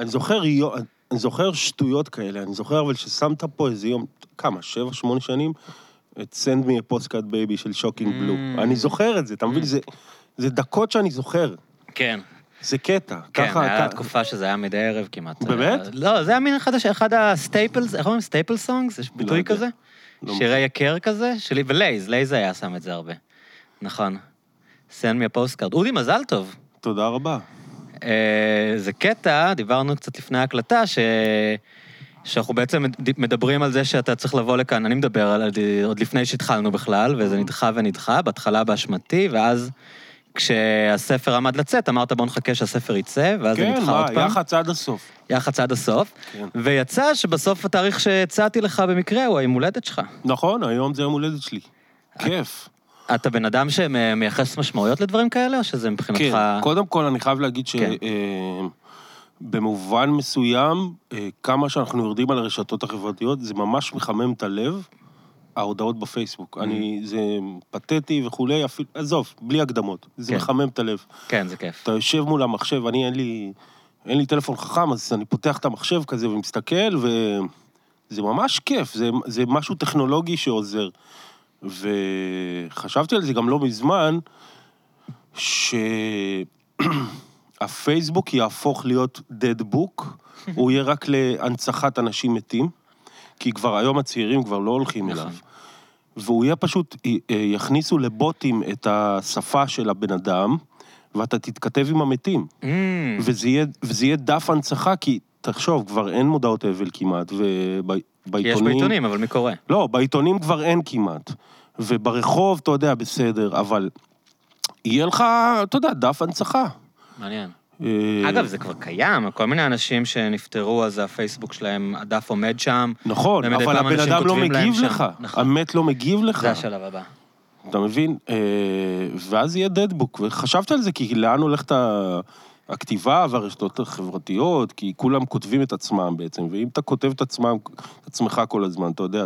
אני זוכר שטויות כאלה, אני זוכר אבל ששמת פה איזה יום, כמה, 7-8 שנים, את Send Me a Postcard Baby של שוקינג בלו. אני זוכר את זה, אתה מבין? זה דקות שאני זוכר. כן. זה קטע. כן, היה תקופה שזה היה מדי ערב כמעט. באמת? לא, זה היה מין אחד הסטייפלס, איך אומרים? סטייפל סונגס? יש ביטוי כזה? שירי יקר כזה? שלי, ולייז היה שם את זה הרבה. נכון. Send me a postcard. אודי, מזל טוב. תודה רבה. זה קטע, דיברנו קצת לפני ההקלטה, שאנחנו בעצם מדברים על זה שאתה צריך לבוא לכאן, אני מדבר על עוד לפני שהתחלנו בכלל, וזה נדחה ונדחה, בהתחלה באשמתי, ואז כשהספר עמד לצאת, אמרת בוא נחכה שהספר יצא, ואז זה נדחה עוד פעם. כן, יחץ עד הסוף. יחץ עד הסוף, ויצא שבסוף התאריך שהצעתי לך במקרה הוא היום הולדת שלך. נכון, היום זה היום הולדת שלי. כיף. אתה בן אדם שמייחס משמעויות לדברים כאלה, או שזה מבחינתך... כן, קודם כל אני חייב להגיד שבמובן מסוים, כמה שאנחנו יורדים על הרשתות החברתיות, זה ממש מחמם את הלב, ההודעות בפייסבוק. זה פתטי וכולי, עזוב, בלי הקדמות. זה מחמם את הלב. כן, זה כיף. אתה יושב מול המחשב, אין לי טלפון חכם, אז אני פותח את המחשב כזה ומסתכל, וזה ממש כיף, זה משהו טכנולוגי שעוזר. וחשבתי על זה גם לא מזמן, שהפייסבוק יהפוך להיות dead book, הוא יהיה רק להנצחת אנשים מתים, כי כבר היום הצעירים כבר לא הולכים אליו. והוא יהיה פשוט, יכניסו לבוטים את השפה של הבן אדם, ואתה תתכתב עם המתים. וזה יהיה דף הנצחה, כי תחשוב, כבר אין מודעות אבל כמעט, יש בעיתונים, אבל מי קורא? לא, בעיתונים כבר אין כמעט. וברחוב, אתה יודע, בסדר, אבל יהיה לך, אתה יודע, דף הנצחה. מעניין. אגב, זה כבר קיים, כל מיני אנשים שנפטרו, אז הפייסבוק שלהם, הדף עומד שם. נכון, אבל הבן אדם לא מגיב לך. המת לא מגיב לך. זה השלב הבא. אתה מבין? ואז יהיה דדבוק, וחשבתי על זה, כי לאן הולכת הכתיבה והרשתות החברתיות, כי כולם כותבים את עצמם בעצם, ואם אתה כותב את עצמך כל הזמן, אתה יודע,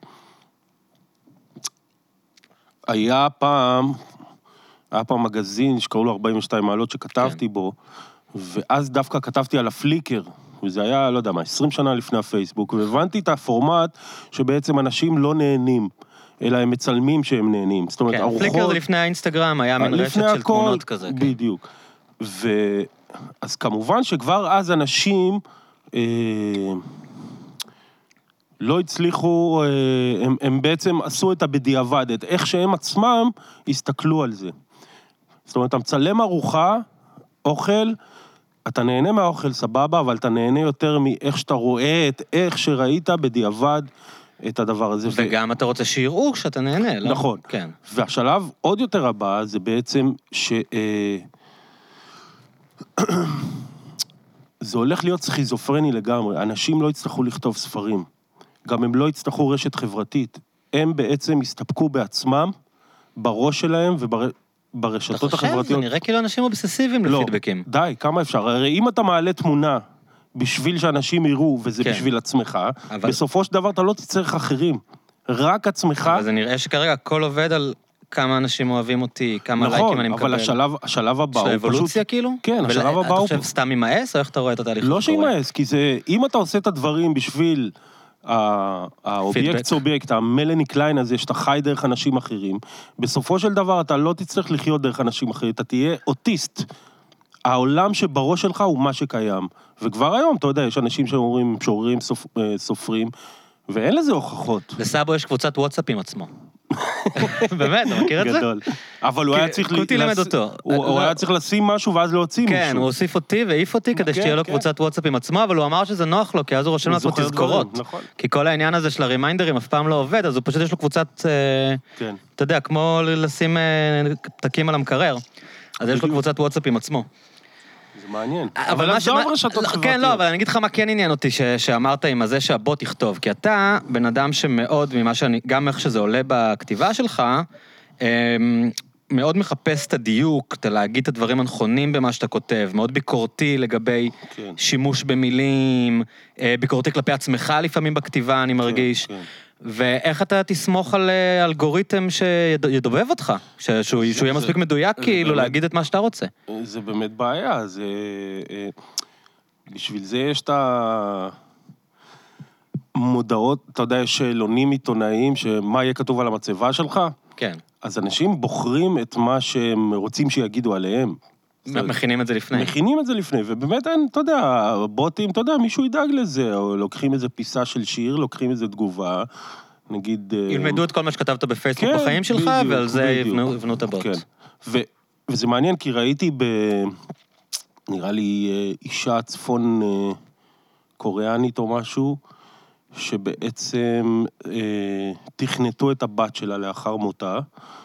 היה פעם מגזין שקראו לו 42 מעלות שכתבתי בו, ואז דווקא כתבתי על הפליקר, וזה היה, לא יודע מה, 20 שנה לפני הפייסבוק, והבנתי את הפורמט שבעצם אנשים לא נהנים, אלא הם מצלמים שהם נהנים. זאת אומרת, ארוחות... פליקר זה לפני האינסטגרם, היה מין רשת של תמונות כזה. בדיוק. אז כמובן שכבר אז אנשים לא הצליחו, הם בעצם עשו את הבדיעבד, את איך שהם עצמם הסתכלו על זה. זאת אומרת, אתה מצלם ארוחה, אוכל, אתה נהנה מהאוכל סבבה, אבל אתה נהנה יותר מאיך שאתה רואה את איך שראית בדיעבד את הדבר הזה. וגם אתה רוצה שיראו כשאתה נהנה, לא? נכון. כן. והשלב עוד יותר הבא זה בעצם זה הולך להיות סכיזופרני לגמרי. אנשים לא יצטרכו לכתוב ספרים. גם הם לא יצטרכו רשת חברתית. הם בעצם יסתפקו בעצמם, בראש שלהם וברשתות החברתיות. אתה חושב? זה נראה כאילו אנשים אובססיביים לפידבקים. לא, די, כמה אפשר? הרי אם אתה מעלה תמונה בשביל שאנשים יראו, וזה בשביל עצמך, בסופו של דבר אתה לא תצטרך אחרים. רק עצמך. אבל זה נראה שכרגע הכל עובד על כמה אנשים אוהבים אותי, כמה לייקים אני מקבל. נכון, אבל השלב הבא הוא פשוט... של האבולוציה כאילו? כן, השלב הבא הוא... אתה חושב סתם עם האס, או איך אתה רואה את התהליך? לא שעם האס, כי זה... אם אתה עושה את הדברים בשביל האובייקט, המלני קליין הזה, שאתה חי דרך אנשים אחרים, בסופו של דבר אתה לא תצטרך לחיות דרך אנשים אחרים, אתה תהיה אוטיסט. העולם שבראש שלך הוא מה שקיים. וכבר היום, אתה יודע, יש אנשים שאומרים, שוררים, סופרים, ואין לזה הוכחות. לסאבו יש קבוצת וואטסאפ עם עצמו. באמת, אתה מכיר את זה? גדול. אבל הוא היה צריך... קוטי למד אותו. הוא היה צריך לשים משהו ואז להוציא מישהו. כן, הוא הוסיף אותי והעיף אותי כדי שתהיה לו קבוצת וואטסאפ עם עצמו, אבל הוא אמר שזה נוח לו, כי אז הוא רושם לעצמו תזכורות. כי כל העניין הזה של הרימיינדרים אף פעם לא עובד, אז הוא פשוט יש לו קבוצת, אתה יודע, כמו לשים פתקים על המקרר. אז יש לו קבוצת וואטסאפ עם עצמו. זה מעניין. אבל עזוב רשתות חברתיות. כן, לא, אבל אני אגיד לך מה כן עניין אותי שאמרת עם הזה שהבוט יכתוב, כי אתה בן אדם שמאוד, גם איך שזה עולה בכתיבה שלך, מאוד מחפש את הדיוק, את להגיד את הדברים הנכונים במה שאתה כותב, מאוד ביקורתי לגבי שימוש במילים, ביקורתי כלפי עצמך לפעמים בכתיבה, אני מרגיש. ואיך אתה תסמוך על אלגוריתם שידובב אותך, שהוא יהיה מספיק מדויק כאילו להגיד את מה שאתה רוצה. זה באמת בעיה, בשביל זה יש את המודעות, אתה יודע, יש שאלונים עיתונאיים, שמה יהיה כתוב על המצבה שלך? כן. אז אנשים בוחרים את מה שהם רוצים שיגידו עליהם. מכינים את זה לפני. מכינים את זה לפני, ובאמת אין, אתה יודע, בוטים, אתה יודע, מישהו ידאג לזה, או לוקחים איזה פיסה של שיר, לוקחים איזה תגובה, נגיד... ילמדו את כל מה שכתבת בפייסבוק בחיים שלך, ועל זה יבנו את הבוט. כן, וזה מעניין, כי ראיתי נראה לי אישה צפון קוריאנית או משהו, שבעצם תכנתו את הבת שלה לאחר מותה,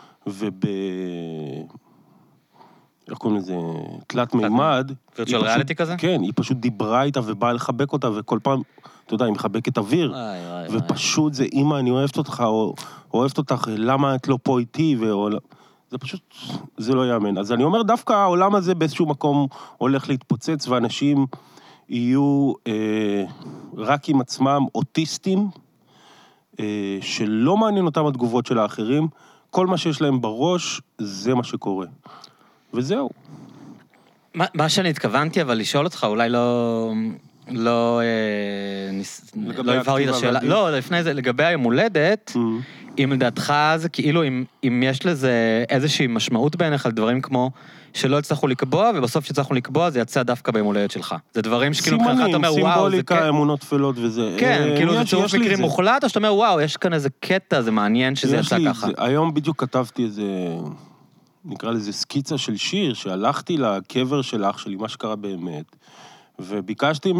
איך קוראים לזה? תלת מימד. וירטואל ריאליטי כזה? כן, היא פשוט דיברה איתה ובאה לחבק אותה, וכל פעם, אתה יודע, היא מחבקת אוויר. ופשוט זה, אמא, אני אוהבת אותך, או אוהבת אותך, למה את לא פה איתי? זה פשוט, זה לא יאמן. אז אני אומר, דווקא העולם הזה באיזשהו מקום הולך להתפוצץ, ואנשים יהיו רק עם עצמם אוטיסטים, שלא מעניין אותם התגובות של האחרים, כל מה שיש להם בראש, זה מה שקורה. וזהו. מה שאני התכוונתי, אבל לשאול אותך, אולי לא הבהרתי את השאלה. לא, לפני זה, לגבי היום הולדת, אם לדעתך זה כאילו, אם יש לזה איזושהי משמעות בעיניך על דברים כמו שלא הצלחנו לקבוע, ובסוף שהצלחנו לקבוע, זה יצא דווקא ביום הולדת שלך. זה דברים שכאילו מבחינך אתה אומר, וואו, זה סימבוליקה, אמונות תפלות וזה. כן, כאילו זה צירוף מקרים מוחלט, או שאתה אומר, וואו, יש כאן איזה קטע, זה מעניין שזה יצא ככה. היום בדיוק כתבתי איזה, נקרא לזה סקיצה של שיר, שהלכתי לקבר של אח שלי, מה שקרה באמת, וביקשתי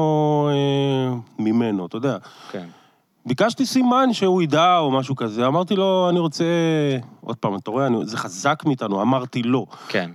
ממנו, אתה יודע. כן. ביקשתי סימן שהוא ידע או משהו כזה, אמרתי לו, אני רוצה, עוד פעם, אתה רואה, זה חזק מאיתנו, אמרתי לו. כן.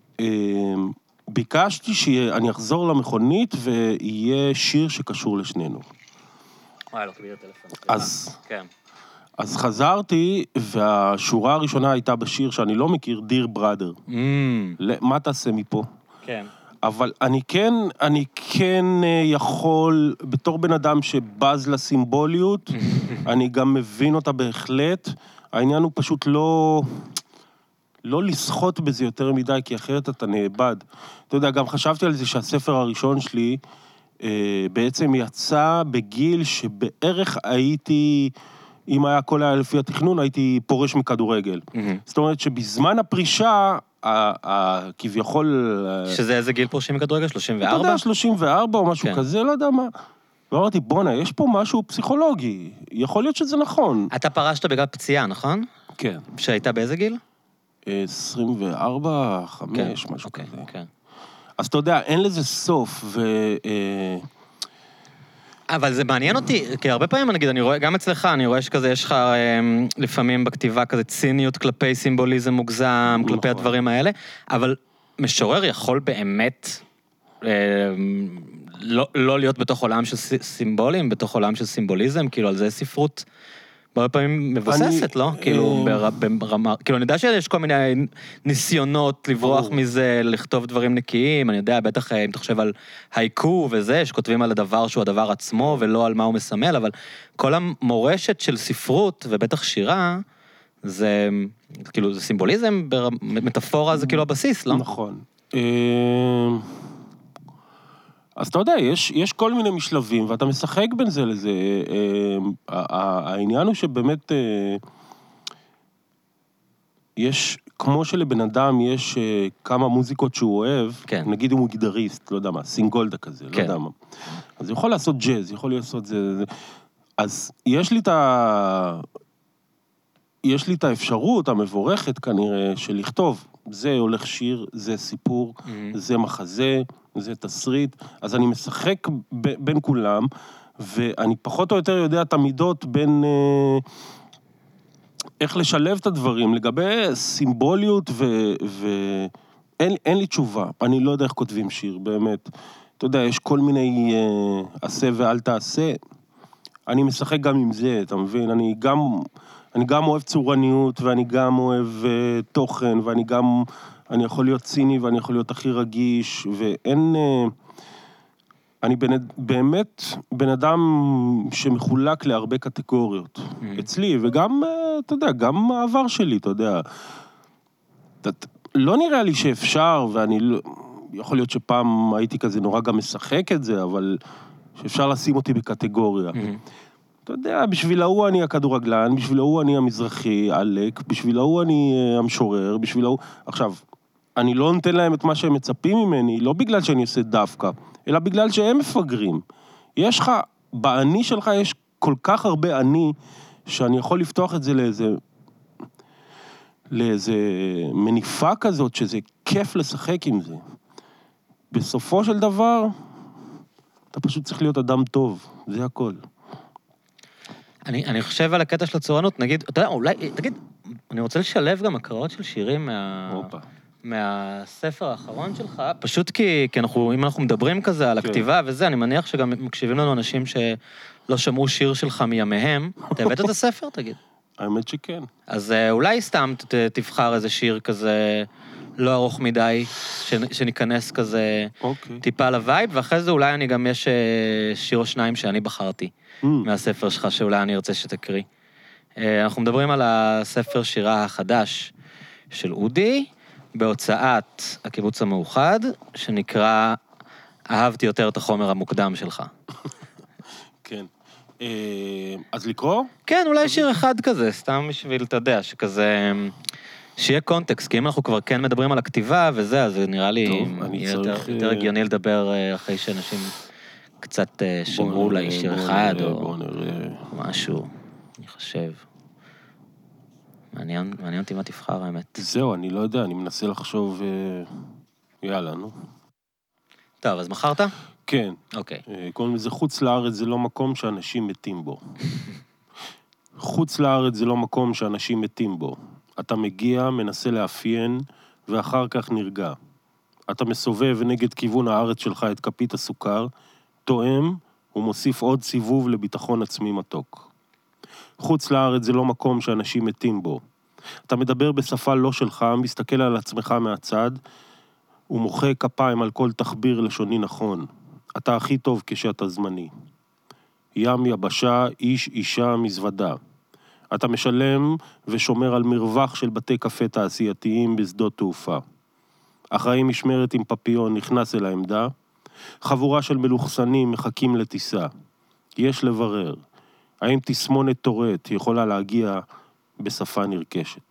ביקשתי שאני אחזור למכונית ויהיה שיר שקשור לשנינו. וואי, לא קיבלתי טלפון. אז חזרתי, והשורה הראשונה הייתה בשיר שאני לא מכיר, דיר בראדר. מה תעשה מפה? כן. אבל אני כן יכול, בתור בן אדם שבז לסימבוליות, אני גם מבין אותה בהחלט. העניין הוא פשוט לא לסחוט בזה יותר מדי, כי אחרת אתה נאבד. אתה יודע, גם חשבתי על זה שהספר הראשון שלי בעצם יצא בגיל שבערך הייתי, אם היה הכל היה לפי התכנון, הייתי פורש מכדורגל. זאת אומרת שבזמן הפרישה, כביכול... שזה איזה גיל פורשים מכדורגל? 34? אתה יודע, 34 או משהו כזה, לא יודע מה. ואמרתי, בונה, יש פה משהו פסיכולוגי. יכול להיות שזה נכון. אתה פרשת בגלל פציעה, נכון? כן. שהייתה באיזה גיל? 24, 5, משהו כזה. כן. אז אתה יודע, אין לזה סוף, אבל זה מעניין אותי, כי הרבה פעמים, נגיד, אני רואה, גם אצלך, אני רואה שכזה, יש לך לפעמים בכתיבה כזה ציניות כלפי סימבוליזם מוגזם, כלפי הדברים האלה, אבל משורר יכול באמת לא להיות בתוך עולם של סימבולים, בתוך עולם של סימבוליזם, כאילו על זה ספרות הרבה פעמים מבוססת, לא? כאילו, ברמה, כאילו, אני יודע שיש כל מיני ניסיונות לברוח מזה, לכתוב דברים נקיים, אני יודע, בטח אם אתה חושב על הייקו וזה, שכותבים על הדבר שהוא הדבר עצמו, ולא על מה הוא מסמל, אבל כל המורשת של ספרות, ובטח שירה, זה, כאילו, זה סימבוליזם, מטאפורה זה כאילו הבסיס, לא? נכון. אז אתה יודע, יש כל מיני משלבים, ואתה משחק בין זה לזה. העניין הוא שבאמת יש, כמו שלבן אדם יש כמה מוזיקות שהוא אוהב, נגיד אם הוא גיטריסט, לא יודע מה, סינגולדה כזה, לא יודע מה. אז הוא יכול לעשות ג'אז, יכול לעשות זה. אז יש לי את האפשרות המבורכת כנראה של לכתוב, זה הולך שיר, זה סיפור, זה מחזה, זה תסריט, אז אני משחק בין כולם, ואני פחות או יותר יודע את המידות בין איך לשלב את הדברים, לגבי סימבוליות אין לי תשובה, אני לא יודע איך כותבים שיר, באמת. אתה יודע, יש כל מיני עשה ואל תעשה, אני משחק גם עם זה, אתה מבין? אני גם אוהב צורניות, ואני גם אוהב תוכן, אני יכול להיות ציני, ואני יכול להיות הכי רגיש, ואין... אני באמת בן אדם שמחולק להרבה קטגוריות. אצלי, וגם, אתה יודע, גם העבר שלי, אתה יודע. לא נראה לי שאפשר, ואני יכול להיות שפעם הייתי כזה נורא גם משחק את זה, אבל שאפשר לשים אותי בקטגוריה. אתה יודע, בשביל ההוא אני הכדורגלן, בשביל ההוא אני המזרחי, אלק, בשביל ההוא אני המשורר, בשביל ההוא... עכשיו, אני לא נותן להם את מה שהם מצפים ממני, לא בגלל שאני עושה דווקא, אלא בגלל שהם מפגרים. יש לך, בעני שלך יש כל כך הרבה אני, שאני יכול לפתוח את זה לאיזה מניפה כזאת, שזה כיף לשחק עם זה. בסופו של דבר, אתה פשוט צריך להיות אדם טוב, זה הכל. אני חושב על הקטע של הצורנות, נגיד, אתה יודע, אולי, תגיד, אני רוצה לשלב גם הקראות של שירים מהספר האחרון שלך, פשוט כי אם אנחנו מדברים כזה על הכתיבה וזה, אני מניח שגם מקשיבים לנו אנשים שלא שמעו שיר שלך מימיהם. אתה הבאת את הספר, תגיד? האמת שכן. אז אולי סתם תבחר איזה שיר כזה לא ארוך מדי, שניכנס כזה טיפה לווייב, ואחרי זה אולי אני גם יש שיר או שניים שאני בחרתי מהספר שלך, שאולי אני ארצה שתקריא. אנחנו מדברים על הספר שירה החדש של אודי, בהוצאת הקיבוץ המאוחד, שנקרא אהבתי יותר את החומר המוקדם שלך. כן. אז לקרוא? כן, אולי שיר אחד כזה, סתם בשביל, אתה יודע, שכזה... שיהיה קונטקסט, כי אם אנחנו כבר כן מדברים על הכתיבה וזה, אז נראה לי יהיה יותר הגיוני לדבר אחרי שאנשים קצת שמרו אולי שיר אחד או משהו, אני חושב. מעניין אותי מה תבחר, האמת. זהו, אני לא יודע, אני מנסה לחשוב... יאללה, נו. טוב, אז מחרת? כן. אוקיי. קוראים לזה חוץ לארץ, זה לא מקום שאנשים מתים בו. חוץ לארץ זה לא מקום שאנשים מתים בו. אתה מגיע, מנסה לאפיין, ואחר כך נרגע. אתה מסובב נגד כיוון הארץ שלך את כפית הסוכר, תואם ומוסיף עוד סיבוב לביטחון עצמי מתוק. חוץ לארץ זה לא מקום שאנשים מתים בו. אתה מדבר בשפה לא שלך, מסתכל על עצמך מהצד, ומוחא כפיים על כל תחביר לשוני נכון. אתה הכי טוב כשאתה זמני. ים יבשה, איש, אישה, מזוודה. אתה משלם ושומר על מרווח של בתי קפה תעשייתיים בשדות תעופה. אחראי משמרת עם פפיון נכנס אל העמדה, חבורה של מלוכסנים מחכים לטיסה. יש לברר, האם תסמונת טורט יכולה להגיע בשפה נרכשת?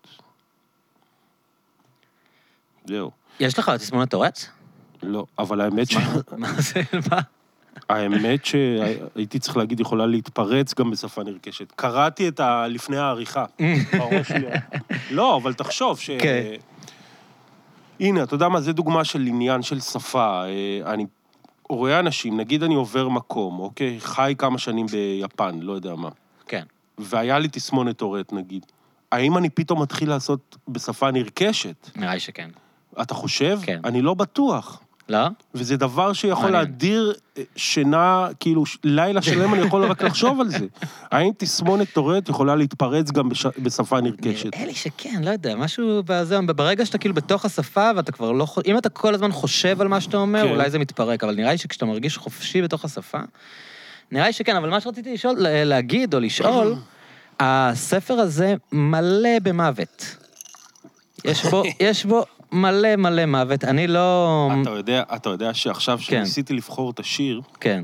זהו. יש לך תסמונת טורט? לא, אבל האמת מה זה? מה? האמת שהייתי צריך להגיד, יכולה להתפרץ גם בשפה נרכשת. קראתי את לפני העריכה. בראש שלי. לא, אבל תחשוב ש... הנה, אתה יודע מה, זה דוגמה של עניין של שפה. אני רואה אנשים, נגיד אני עובר מקום, אוקיי? חי כמה שנים ביפן, לא יודע מה. כן. והיה לי תסמונת טורט, נגיד. האם אני פתאום מתחיל לעשות בשפה נרכשת? נראה לי שכן. אתה חושב? כן. אני לא בטוח. לא? וזה דבר שיכול להדיר שינה, כאילו, לילה שלם אני יכול רק לחשוב על זה. האם תסמונת טורט יכולה להתפרץ גם בשפה נרכשת? נראה לי שכן, לא יודע, משהו בזה, ברגע שאתה כאילו בתוך השפה, ואתה כבר לא, אם אתה כל הזמן חושב על מה שאתה אומר, אולי זה מתפרק, אבל נראה לי שכשאתה מרגיש חופשי בתוך השפה, נראה לי שכן, אבל מה שרציתי להגיד או לשאול, הספר הזה מלא במוות. יש בו מלא מלא מוות, אני לא... אתה יודע שעכשיו שניסיתי לבחור את השיר, כן.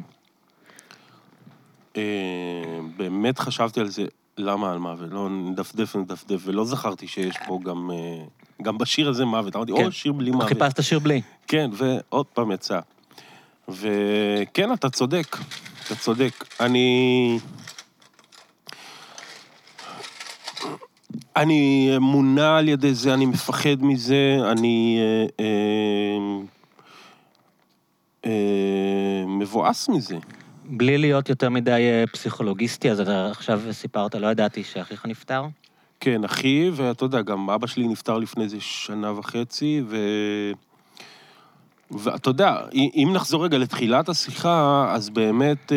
באמת חשבתי על זה, למה על מוות, לא נדפדף, ולא זכרתי שיש פה גם בשיר הזה מוות, אמרתי, שיר בלי מוות. חיפשת שיר בלי. כן, ועוד פעם יצא. וכן, אתה צודק, אני מונע על ידי זה, אני מפחד מזה, אני מבואס מזה. בלי להיות יותר מדי פסיכולוגיסטי, אז אתה עכשיו סיפרת, לא ידעתי שאחיך נפטר? כן, אחי, ואתה יודע, גם אבא שלי נפטר לפני איזה 1.5 שנה, ואתה יודע, אם נחזור רגע לתחילת השיחה, אז באמת...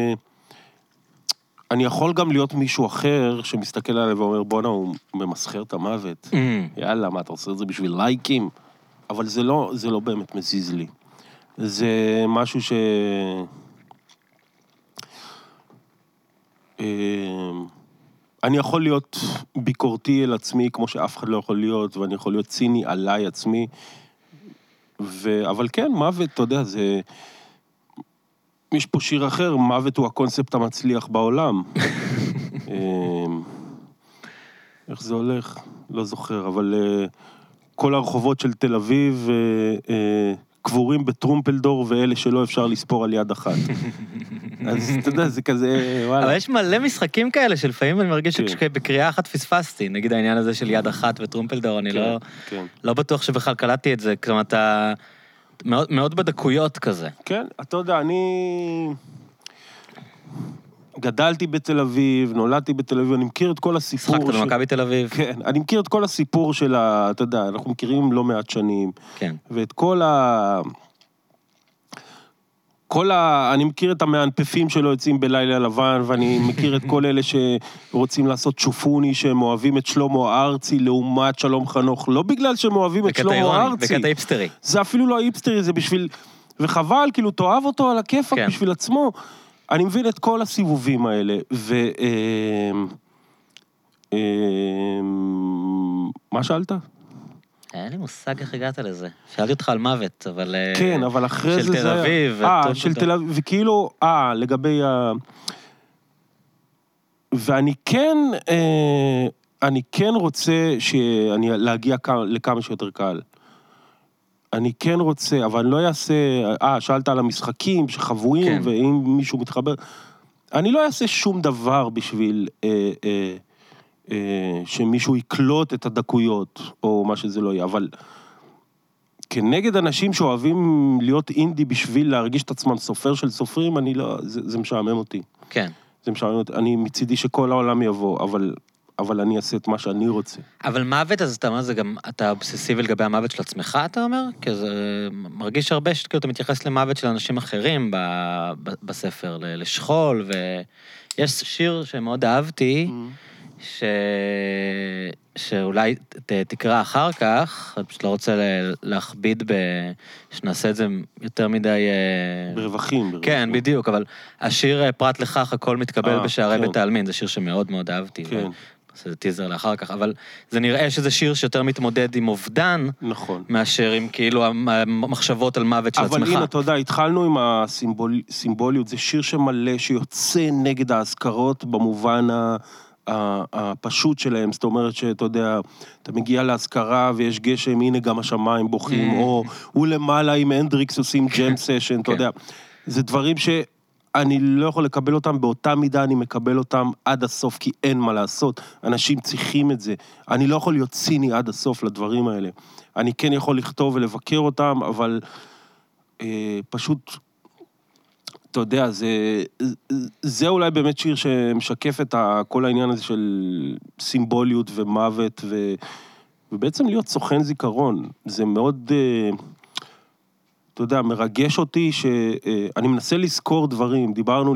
אני יכול גם להיות מישהו אחר שמסתכל עליו ואומר, בונה, הוא ממסחר את המוות. יאללה, מה, אתה עושה את זה בשביל לייקים? אבל זה לא באמת מזיז לי. זה משהו אני יכול להיות ביקורתי אל עצמי, כמו שאף אחד לא יכול להיות, ואני יכול להיות ציני עליי עצמי, אבל כן, מוות, אתה יודע, זה... יש פה שיר אחר, מוות הוא הקונספט המצליח בעולם. איך זה הולך? לא זוכר, אבל כל הרחובות של תל אביב קבורים בטרומפלדור, ואלה שלא אפשר לספור על יד אחת. אז אתה יודע, זה כזה, וואלה. אבל יש מלא משחקים כאלה, שלפעמים אני מרגיש שבקריאה אחת פספסתי, נגיד העניין הזה של יד אחת וטרומפלדור, אני לא בטוח שבכלל קלטתי את זה, כלומר, אתה מאוד בדקויות כזה. כן, אתה יודע, אני גדלתי בתל אביב, נולדתי בתל אביב, אני מכיר את כל הסיפור... שחקת במכבי תל אביב. כן, אני מכיר את כל הסיפור של אתה יודע, אנחנו מכירים לא מעט שנים. כן. ואת אני מכיר את המאנפפים שלא יוצאים בלילה לבן, ואני מכיר את כל אלה שרוצים לעשות שופוני, שהם אוהבים את שלמה ארצי, לעומת שלום חנוך, לא בגלל שהם אוהבים את שלמה ארצי. בקטע איפסטרי. זה אפילו לא איפסטרי, זה בשביל... וחבל, כאילו, תאהב אותו על הכיפק בשביל עצמו. אני מבין את כל הסיבובים האלה, מה שאלת? אין לי מושג איך הגעת לזה. שאלתי אותך על מוות, אבל... כן, אבל אחרי זה... של תל אביב. של תל אביב, וכאילו, לגבי ואני כן רוצה להגיע לכמה שיותר קהל. אני כן רוצה, אבל אני לא אעשה... שאלת על המשחקים שחבויים, ואם מישהו מתחבר... אני לא אעשה שום דבר בשביל... שמישהו יקלוט את הדקויות, או מה שזה לא יהיה, אבל כנגד אנשים שאוהבים להיות אינדי בשביל להרגיש את עצמם סופר של סופרים, אני לא, זה משעמם אותי. כן. זה משעמם אותי, אני מצידי שכל העולם יבוא, אבל אני אעשה את מה שאני רוצה. אבל מוות, אז אתה אומר, זה גם, אתה אובססיבי לגבי המוות של עצמך, אתה אומר? כי זה מרגיש הרבה שכאילו אתה מתייחס למוות של אנשים אחרים בספר, לשכול, ויש שיר שמאוד אהבתי, שאולי תקרא אחר כך, אני פשוט לא רוצה להכביד שנעשה את זה יותר מדי... ברווחים. כן, בדיוק, אבל השיר פרט לכך, הכל מתקבל בשערי בית העלמין, זה שיר שמאוד מאוד אהבתי. כן. זה טיזר לאחר כך, אבל זה נראה שזה שיר שיותר מתמודד עם אובדן, נכון. מאשר עם כאילו המחשבות על מוות של עצמך. אבל הנה, אתה יודע, התחלנו עם הסימבוליות, זה שיר שמלא, שיוצא נגד ההזכרות במובן הפשוט שלהם, זאת אומרת שאתה יודע, אתה מגיע להזכרה ויש גשם, הנה גם השמיים בוכים, או הוא למעלה עם הנדריקס עושים ג'ם סשן, אתה יודע. זה דברים שאני לא יכול לקבל אותם, באותה מידה אני מקבל אותם עד הסוף, כי אין מה לעשות. אנשים צריכים את זה. אני לא יכול להיות ציני עד הסוף לדברים האלה. אני כן יכול לכתוב ולבקר אותם, אבל פשוט... אתה יודע, זה אולי באמת שיר שמשקף את כל העניין הזה של סימבוליות ומוות, ובעצם להיות סוכן זיכרון. זה מאוד, אתה יודע, מרגש אותי שאני מנסה לזכור דברים. דיברנו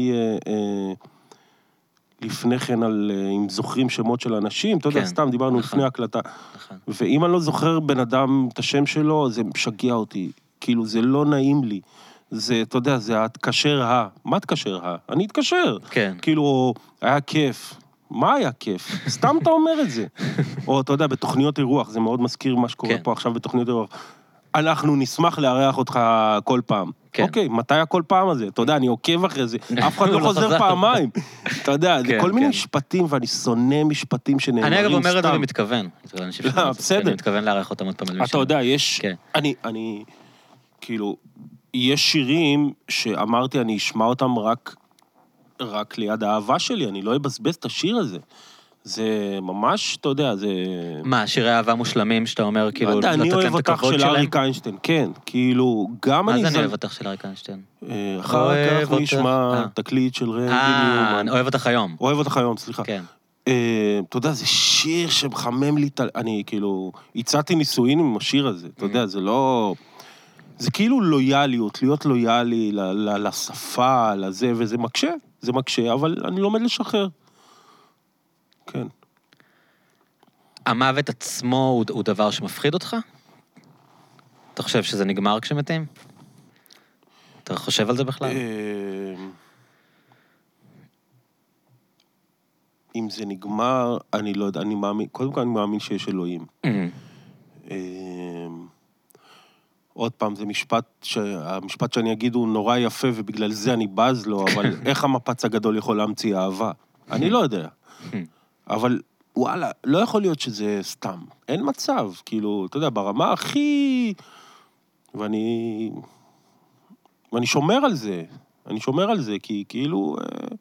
לפני כן אם זוכרים שמות של אנשים, אתה יודע, סתם דיברנו לפני הקלטה. ואם אני לא זוכר בן אדם את השם שלו, זה משגע אותי. כאילו, זה לא נעים לי. זה, אתה יודע, זה התקשר מה תקשר אני אתקשר. כן. כאילו, היה כיף. מה היה כיף? סתם אתה אומר את זה. או, אתה יודע, בתוכניות אירוח, זה מאוד מזכיר מה שקורה פה עכשיו בתוכניות אירוח. אנחנו נשמח לארח אותך כל פעם. אוקיי, מתי הכל פעם הזה? אתה יודע, אני עוקב אחרי זה, אף אחד לא חוזר פעמיים. אתה יודע, זה כל מיני משפטים, ואני שונא משפטים שנאמרים סתם. אני אגב אומר את זה ומתכוון. בסדר. אני מתכוון לארח אותם עוד פעם. אתה יודע, יש... אני... כאילו... יש שירים שאמרתי, אני אשמע אותם רק ליד האהבה שלי, אני לא אבזבז את השיר הזה. זה ממש, אתה יודע, זה... מה, שירי אהבה מושלמים שאתה אומר, כאילו, אני אוהב אותך של אריק איינשטיין, כן, כאילו, גם אני... מה זה אני אוהב אותך של אריק איינשטיין? אחר כך נשמע תקליט של רנדי ניומן. אוהב אותך היום. אוהב אותך היום, סליחה. כן. אתה יודע, זה שיר שמחמם לי, אני כאילו, הצעתי נישואין עם השיר הזה, אתה יודע, זה לא... זה כאילו לויאליות, להיות לויאלי לשפה, לזה, וזה מקשה, זה מקשה, אבל אני לומד לשחרר. כן. המוות עצמו הוא דבר שמפחיד אותך? אתה חושב שזה נגמר כשמתים? אתה חושב על זה בכלל? אם זה נגמר, אני לא יודע, אני מאמין, קודם כל אני מאמין שיש אלוהים. עוד פעם, זה המשפט שאני אגיד הוא נורא יפה, ובגלל זה אני בז לו, אבל איך המפץ הגדול יכול להמציא אהבה? אני לא יודע. אבל וואלה, לא יכול להיות שזה סתם. אין מצב, כאילו, אתה יודע, ברמה הכי... ואני שומר על זה. אני שומר על זה, כי כאילו...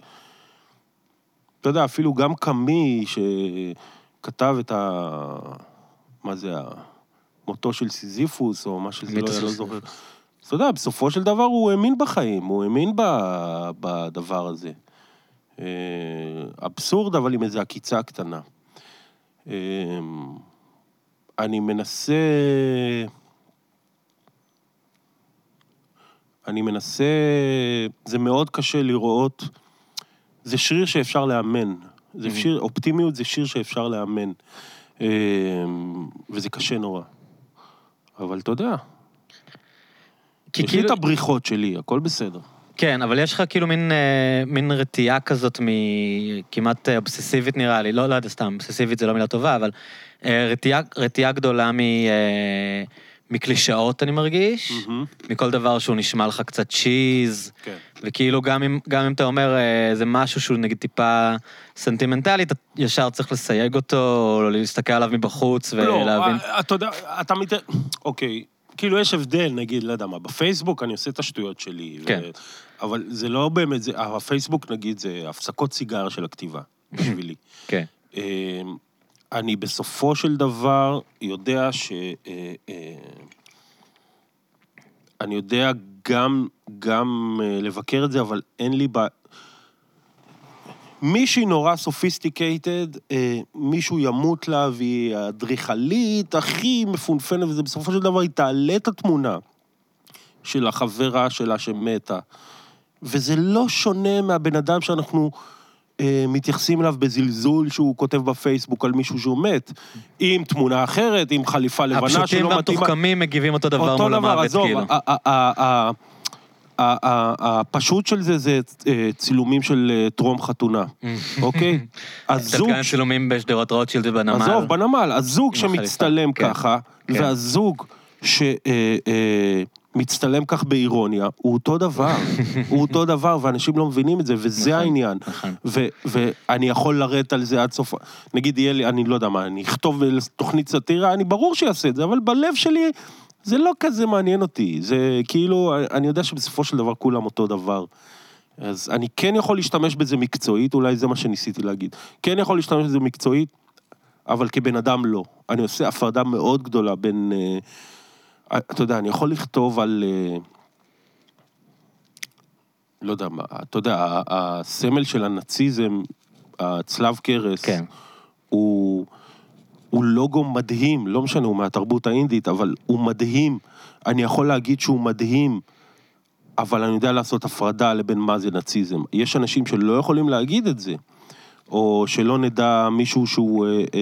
אתה יודע, אפילו גם קמי שכתב את מה זה, מותו של סיזיפוס, או מה שזה לא, לא זוכר. אתה יודע, בסופו של דבר הוא האמין בחיים, הוא האמין בדבר הזה. אבסורד, אבל עם איזו עקיצה קטנה. אני מנסה, זה מאוד קשה לראות, זה שריר שאפשר לאמן, אופטימיות זה שיר שאפשר לאמן, וזה קשה נורא. אבל אתה יודע, יש לי את הבריחות שלי, הכל בסדר. כן, אבל יש לך כאילו מין רתיעה כזאת כמעט אובססיבית נראה לי, לא יודע סתם, אובססיבית זה לא מילה טובה, אבל רתיעה גדולה מקלישאות אני מרגיש, מכל דבר שהוא נשמע לך קצת צ'יז, וכאילו גם אם אתה אומר זה משהו שהוא נגיד טיפה סנטימנטלי, אתה ישר צריך לסייג אותו, או להסתכל עליו מבחוץ ולהבין. לא, אתה יודע, אוקיי, כאילו יש הבדל, נגיד, לא יודע מה, בפייסבוק אני עושה את השטויות שלי, אבל זה לא באמת, הפייסבוק נגיד זה הפסקות סיגר של הכתיבה, בשבילי. כן. אני בסופו של דבר יודע אני יודע גם לבקר את זה, אבל אין לי מישהי נורא סופיסטיקייטד, מישהו ימות לה, והיא הדריכלית הכי מפונפנת, וזה בסופו של דבר היא תעלה את התמונה של החברה שלה שמתה. וזה לא שונה מהבן אדם שאנחנו מתייחסים אליו בזלזול שהוא כותב בפייסבוק על מישהו שהוא מת, עם תמונה אחרת, עם חליפה לבנה שלא מתאימה. הפשוטים והמתוחכמים מגיבים אותו דבר מול המוות, כאילו. הפשוט של זה צילומים של טרום חתונה, אוקיי? הזוג... גם צילומים בשדרות רוטשילד ובנמל. עזוב, בנמל, הזוג שמצטלם ככה, והזוג מצטלם כך באירוניה, הוא אותו דבר, הוא אותו דבר, ואנשים לא מבינים את זה, וזה העניין. ואני יכול לרדת על זה עד סוף, נגיד יהיה לי, אני לא יודע מה, אני אכתוב תוכנית סאטירה, אני ברור שיעשה את זה, אבל בלב שלי, זה לא כזה מעניין אותי, זה כאילו, אני יודע שבסופו של דבר כולם אותו דבר, אז אני כן יכול להשתמש בזה מקצועית, אולי זה מה שניסיתי להגיד, כן יכול להשתמש בזה מקצועית, אבל כבן אדם לא. אני עושה הפרדה מאוד גדולה בין, אתה יודע, אני יכול לכתוב על, לא יודע מה, אתה יודע, הסמל של הנאציזם, הצלב קרס, כן. הוא לוגו מדהים, לא משנה, הוא מהתרבות האינדית, אבל הוא מדהים. אני יכול להגיד שהוא מדהים, אבל אני יודע לעשות הפרדה לבין מה זה נאציזם. יש אנשים שלא יכולים להגיד את זה, או שלא נדע מישהו שהוא,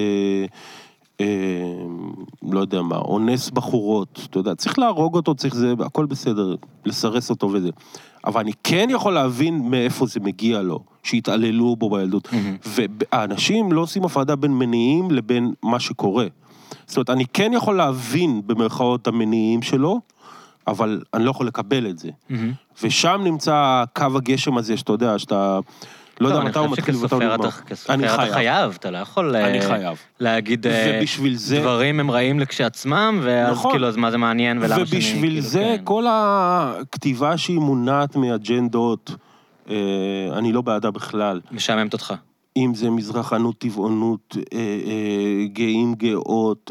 לא יודע מה, אונס בחורות, אתה יודע, צריך להרוג אותו, צריך זה, הכל בסדר, לסרס אותו וזה. אבל אני כן יכול להבין מאיפה זה מגיע לו, שהתעללו בו בילדות. והאנשים לא עושים הפרדה בין מניעים לבין מה שקורה. זאת אומרת, אני כן יכול להבין במרכאות המניעים שלו, אבל אני לא יכול לקבל את זה. ושם נמצא קו הגשם הזה, שאתה יודע, שאתה... לא יודע מתי הוא מתחיל ואתה נגמר. אני חייב, אתה לא יכול להגיד דברים הם רעים לכשעצמם, ואז כאילו, אז מה זה מעניין ולמה שאני... ובשביל זה כל הכתיבה שהיא מונעת מאג'נדות, אני לא בעדה בכלל. משעממת אותך. אם זה מזרחנות, טבעונות, גאים, גאות,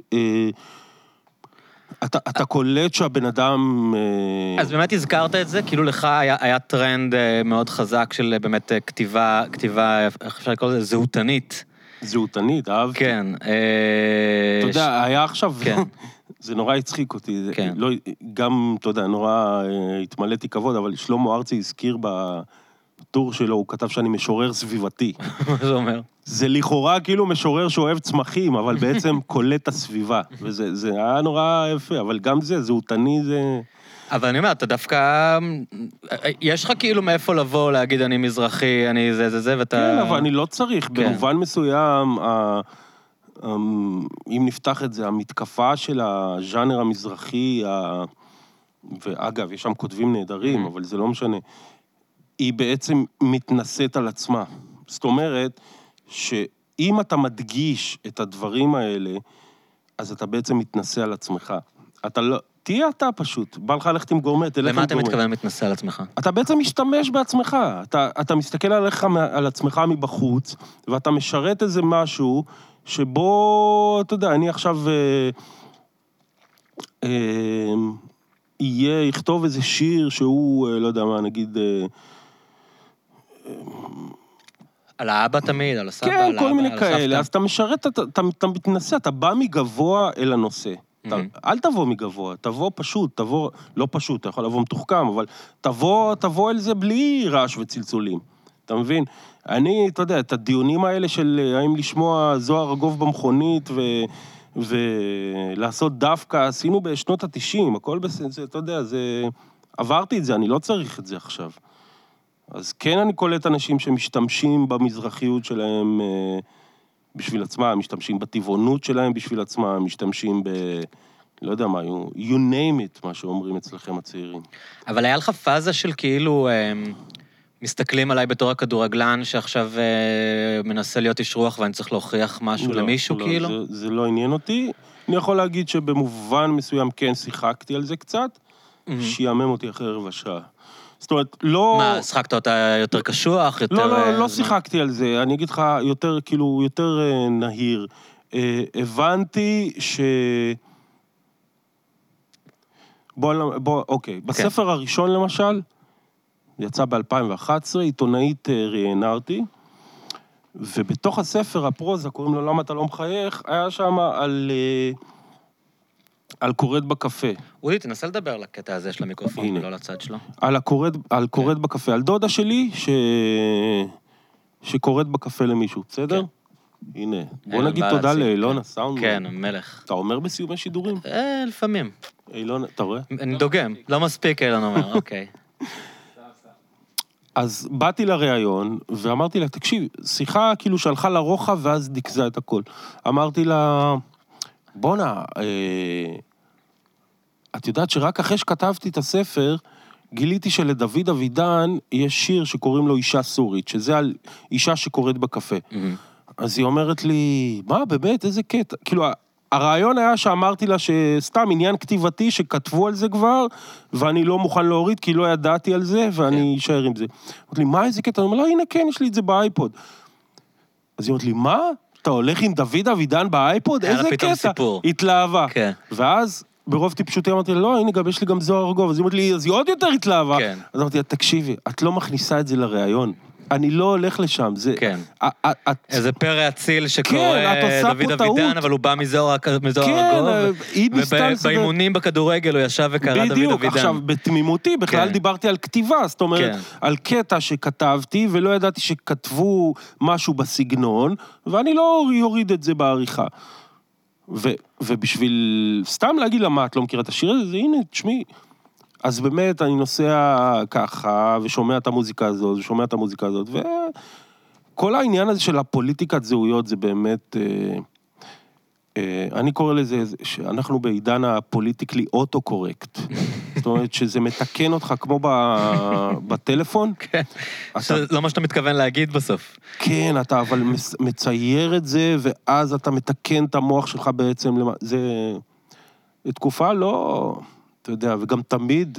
אתה קולט שהבן אדם... אז באמת הזכרת את זה, כאילו לך היה טרנד מאוד חזק של באמת כתיבה, איך אפשר לקרוא לזה, זהותנית. זהותנית, אהבתי. כן. אתה יודע, היה עכשיו, זה נורא הצחיק אותי, גם, אתה יודע, נורא התמלאתי כבוד, אבל שלמה ארצי הזכיר בטור שלו, הוא כתב שאני משורר סביבתי. מה זה אומר? זה לכאורה כאילו משורר שאוהב צמחים, אבל בעצם קולט הסביבה, וזה היה נורא יפה, אבל גם זה, זהותני זה... אבל אני אומר, אתה דווקא, יש לך כאילו מאיפה לבוא להגיד אני מזרחי, אני זה, ואתה... כן, אבל אני לא צריך, במובן מסוים, אם נפתח את זה, המתקפה של הז'אנר המזרחי, ואגב, יש שם כותבים נהדרים, אבל זה לא משנה, היא בעצם מתנשאת על עצמה. זאת אומרת, שאם אתה מדגיש את הדברים האלה, אז אתה בעצם מתנסה על עצמך. אתה לא... תהיה אתה פשוט, בא לך ללכת עם גורמט, תלך עם גורמט. למה אתה מתכוון מתנסה על עצמך? אתה בעצם משתמש בעצמך, אתה מסתכל על עצמך מבחוץ, ואתה משרת איזה משהו, שבו, אתה יודע, אני עכשיו יכתוב איזה שיר שהוא, לא יודע מה, נגיד... על האבא תמיד, על הסבא, כן, כל מיני כאלה, אז אתה משרת, אתה מתנסה, אתה בא מגבוה אל הנושא. אל תבוא מגבוה, תבוא פשוט, תבוא, לא פשוט, אתה יכול לבוא מתוחכם, אבל תבוא אל זה בלי רעש וצלצולים. אתה מבין? אני, אתה יודע, את הדיונים האלה של האם לשמוע זוהר ארגוב במכונית ולעשות דווקא, עשינו בשנות ה-90, הכל בסדר, אתה יודע, עברתי את זה, אני לא צריך את זה עכשיו. אז כן אני קולט אנשים שמשתמשים במזרחיות שלהם בשביל עצמם, משתמשים בטבעונות שלהם בשביל עצמם, משתמשים לא יודע מה, you name it, מה שאומרים אצלכם הצעירים. אבל היה לך פאזה של כאילו, מסתכלים עליי בתור הכדורגלן, שעכשיו מנסה להיות איש רוח, ואני צריך להוכיח משהו למישהו, כאילו? לא, זה לא עניין אותי. אני יכול להגיד שבמובן מסוים כן שיחקתי על זה קצת, שיאמם אותי אחרי רבע שעה. זאת אומרת, לא... מה, שחקת אותה יותר קשוח, יותר... לא שיחקתי על זה, אני אגיד לך יותר, כאילו, יותר נהיר. הבנתי אוקיי, בספר הראשון למשל, יצא ב-2011, עיתונאית ראיינה אותי, ובתוך הספר הפרוזה, קוראים לו למה אתה לא מחייך, היה שם על קורד בקפה. אודי, תנסה לדבר לקטע הזה של המיקרופון, ולא לצד שלו. על קורד בקפה, על דודה שלי שקורד בקפה למישהו, בסדר? הנה, בוא נגיד תודה לאילון הסאונד. כן, מלך. אתה אומר בסיומי שידורים? לפעמים. אילון, אתה רואה? אני דוגם, לא מספיק אילון אומר, אוקיי. אז באתי לראיון, ואמרתי לה, תקשיב, שיחה כאילו שהלכה לרוחב, ואז נקזה את הכל. אמרתי לה, בונה, את יודעת שרק אחרי שכתבתי את הספר, גיליתי שלדוד אבידן יש שיר שקוראים לו אישה סורית, שזה על אישה שקוראת בקפה. אז היא אומרת לי, מה, באמת, איזה קטע? כאילו, הרעיון היה שאמרתי לה שסתם עניין כתיבתי שכתבו על זה כבר, ואני לא מוכן להוריד, כי לא ידעתי על זה, ואני אשאר עם זה. אמרתי לי, מה, איזה קטע? אני אומר לה, הנה, כן, יש לי את זה באייפוד. אז היא אומרת לי, מה? אתה הולך עם דוד אבידן באייפוד? איזה קטע? התלהבה. ואז, ברוב טיפשותי אמרתי לה, לא, הנה, יש לי גם זוהר ארגוב. אז היא אומרת לי, אז היא עוד יותר התלהבה. אז אמרתי לה, תקשיבי, את לא מכניסה את זה לראיון. אני לא הולך לשם, זה... כן. איזה פרא אציל שקורא דוד אבידן, אבל הוא בא מזוהר ארגוב. ובאימונים בכדורגל הוא ישב וקרא דוד אבידן. בדיוק, עכשיו, בתמימותי, בכלל דיברתי על כתיבה, זאת אומרת, על קטע שכתבתי, ולא ידעתי שכתבו משהו בסגנון, ואני לא יוריד את זה בעריכה. ובשביל סתם להגיד לה, מה, את לא מכירה את השיר הזה? הנה, תשמעי. אז באמת אני נוסע ככה, ושומע את המוזיקה הזאת, וכל העניין הזה של הפוליטיקת זהויות זה באמת, אני קורא לזה, שאנחנו בעידן הפוליטיקלי אוטו-קורקט. זאת אומרת שזה מתקן אותך כמו בטלפון. כן, לא מה שאתה מתכוון להגיד בסוף. כן, אתה אבל מצייר את זה, ואז אתה מתקן את המוח שלך בעצם, זה תקופה לא... אתה יודע, וגם תמיד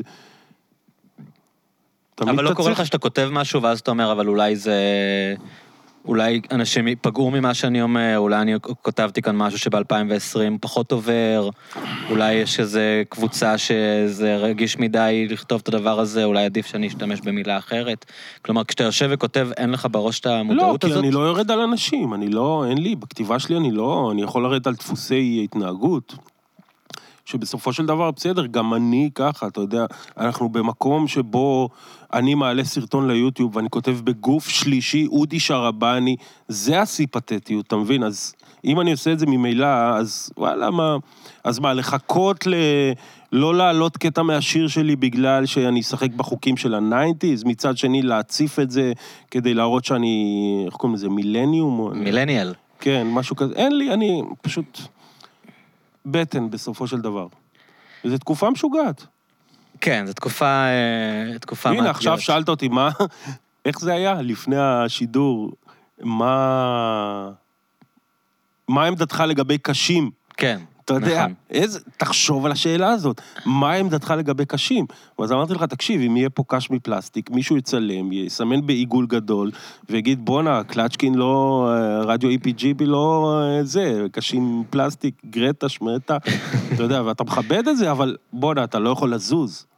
אבל לא קורה לך שאתה כותב משהו, ואז אתה אומר, אבל אולי זה... אולי אנשים ייפגעו ממה שאני אומר, אולי אני כותבתי כאן משהו שב-2020 פחות עובר, אולי יש איזו קבוצה שזה רגיש מדי לכתוב את הדבר הזה, אולי עדיף שאני אשתמש במילה אחרת. כלומר, כשאתה יושב וכותב, אין לך בראש את המודעות הזאת? לא, כי אני לא יורד על אנשים, אין לי, בכתיבה שלי אני יכול לרדת על דפוסי התנהגות. שבסופו של דבר, בסדר, גם אני ככה, אתה יודע, אנחנו במקום שבו אני מעלה סרטון ליוטיוב, ואני כותב בגוף שלישי, אודי שרבני, זה הסיפתטיות, אתה מבין? אז אם אני עושה את זה ממילא, אז וואלה, מה, לחכות לא לעלות קטע מהשיר שלי, בגלל שאני אשחק בחוקים של ה-90s, מצד שני להציף את זה, כדי להראות שאני, איך קוראים לזה, מילניום? מילניאל. כן, משהו כזה, אין לי, אני פשוט... בטן בסופו של דבר. וזו תקופה משוגעת. כן, זו תקופה מאתגרת. הנה, עכשיו שאלת אותי, איך זה היה לפני השידור? מה עמדתך לגבי קשים? כן, אתה יודע, נכון. תחשוב על השאלה הזאת, מה עמדתך לגבי קשים? אז אמרתי לך, תקשיב, אם יהיה פה קש מפלסטיק, מישהו יצלם, יסמן בעיגול גדול, ויגיד, בונה, קלצ'קין לא, רדיו EPGB לא זה, קשים פלסטיק, גרטה, שמטה, אתה יודע, ואתה מכבד את זה, אבל בונה, אתה לא יכול לזוז.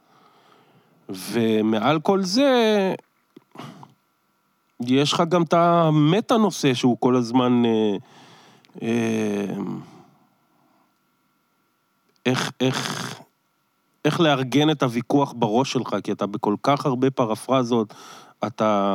ומעל כל זה, יש לך גם את המטה נושא שהוא כל הזמן... איך לארגן את הוויכוח בראש שלך, כי אתה בכל כך הרבה פרפרזות, אתה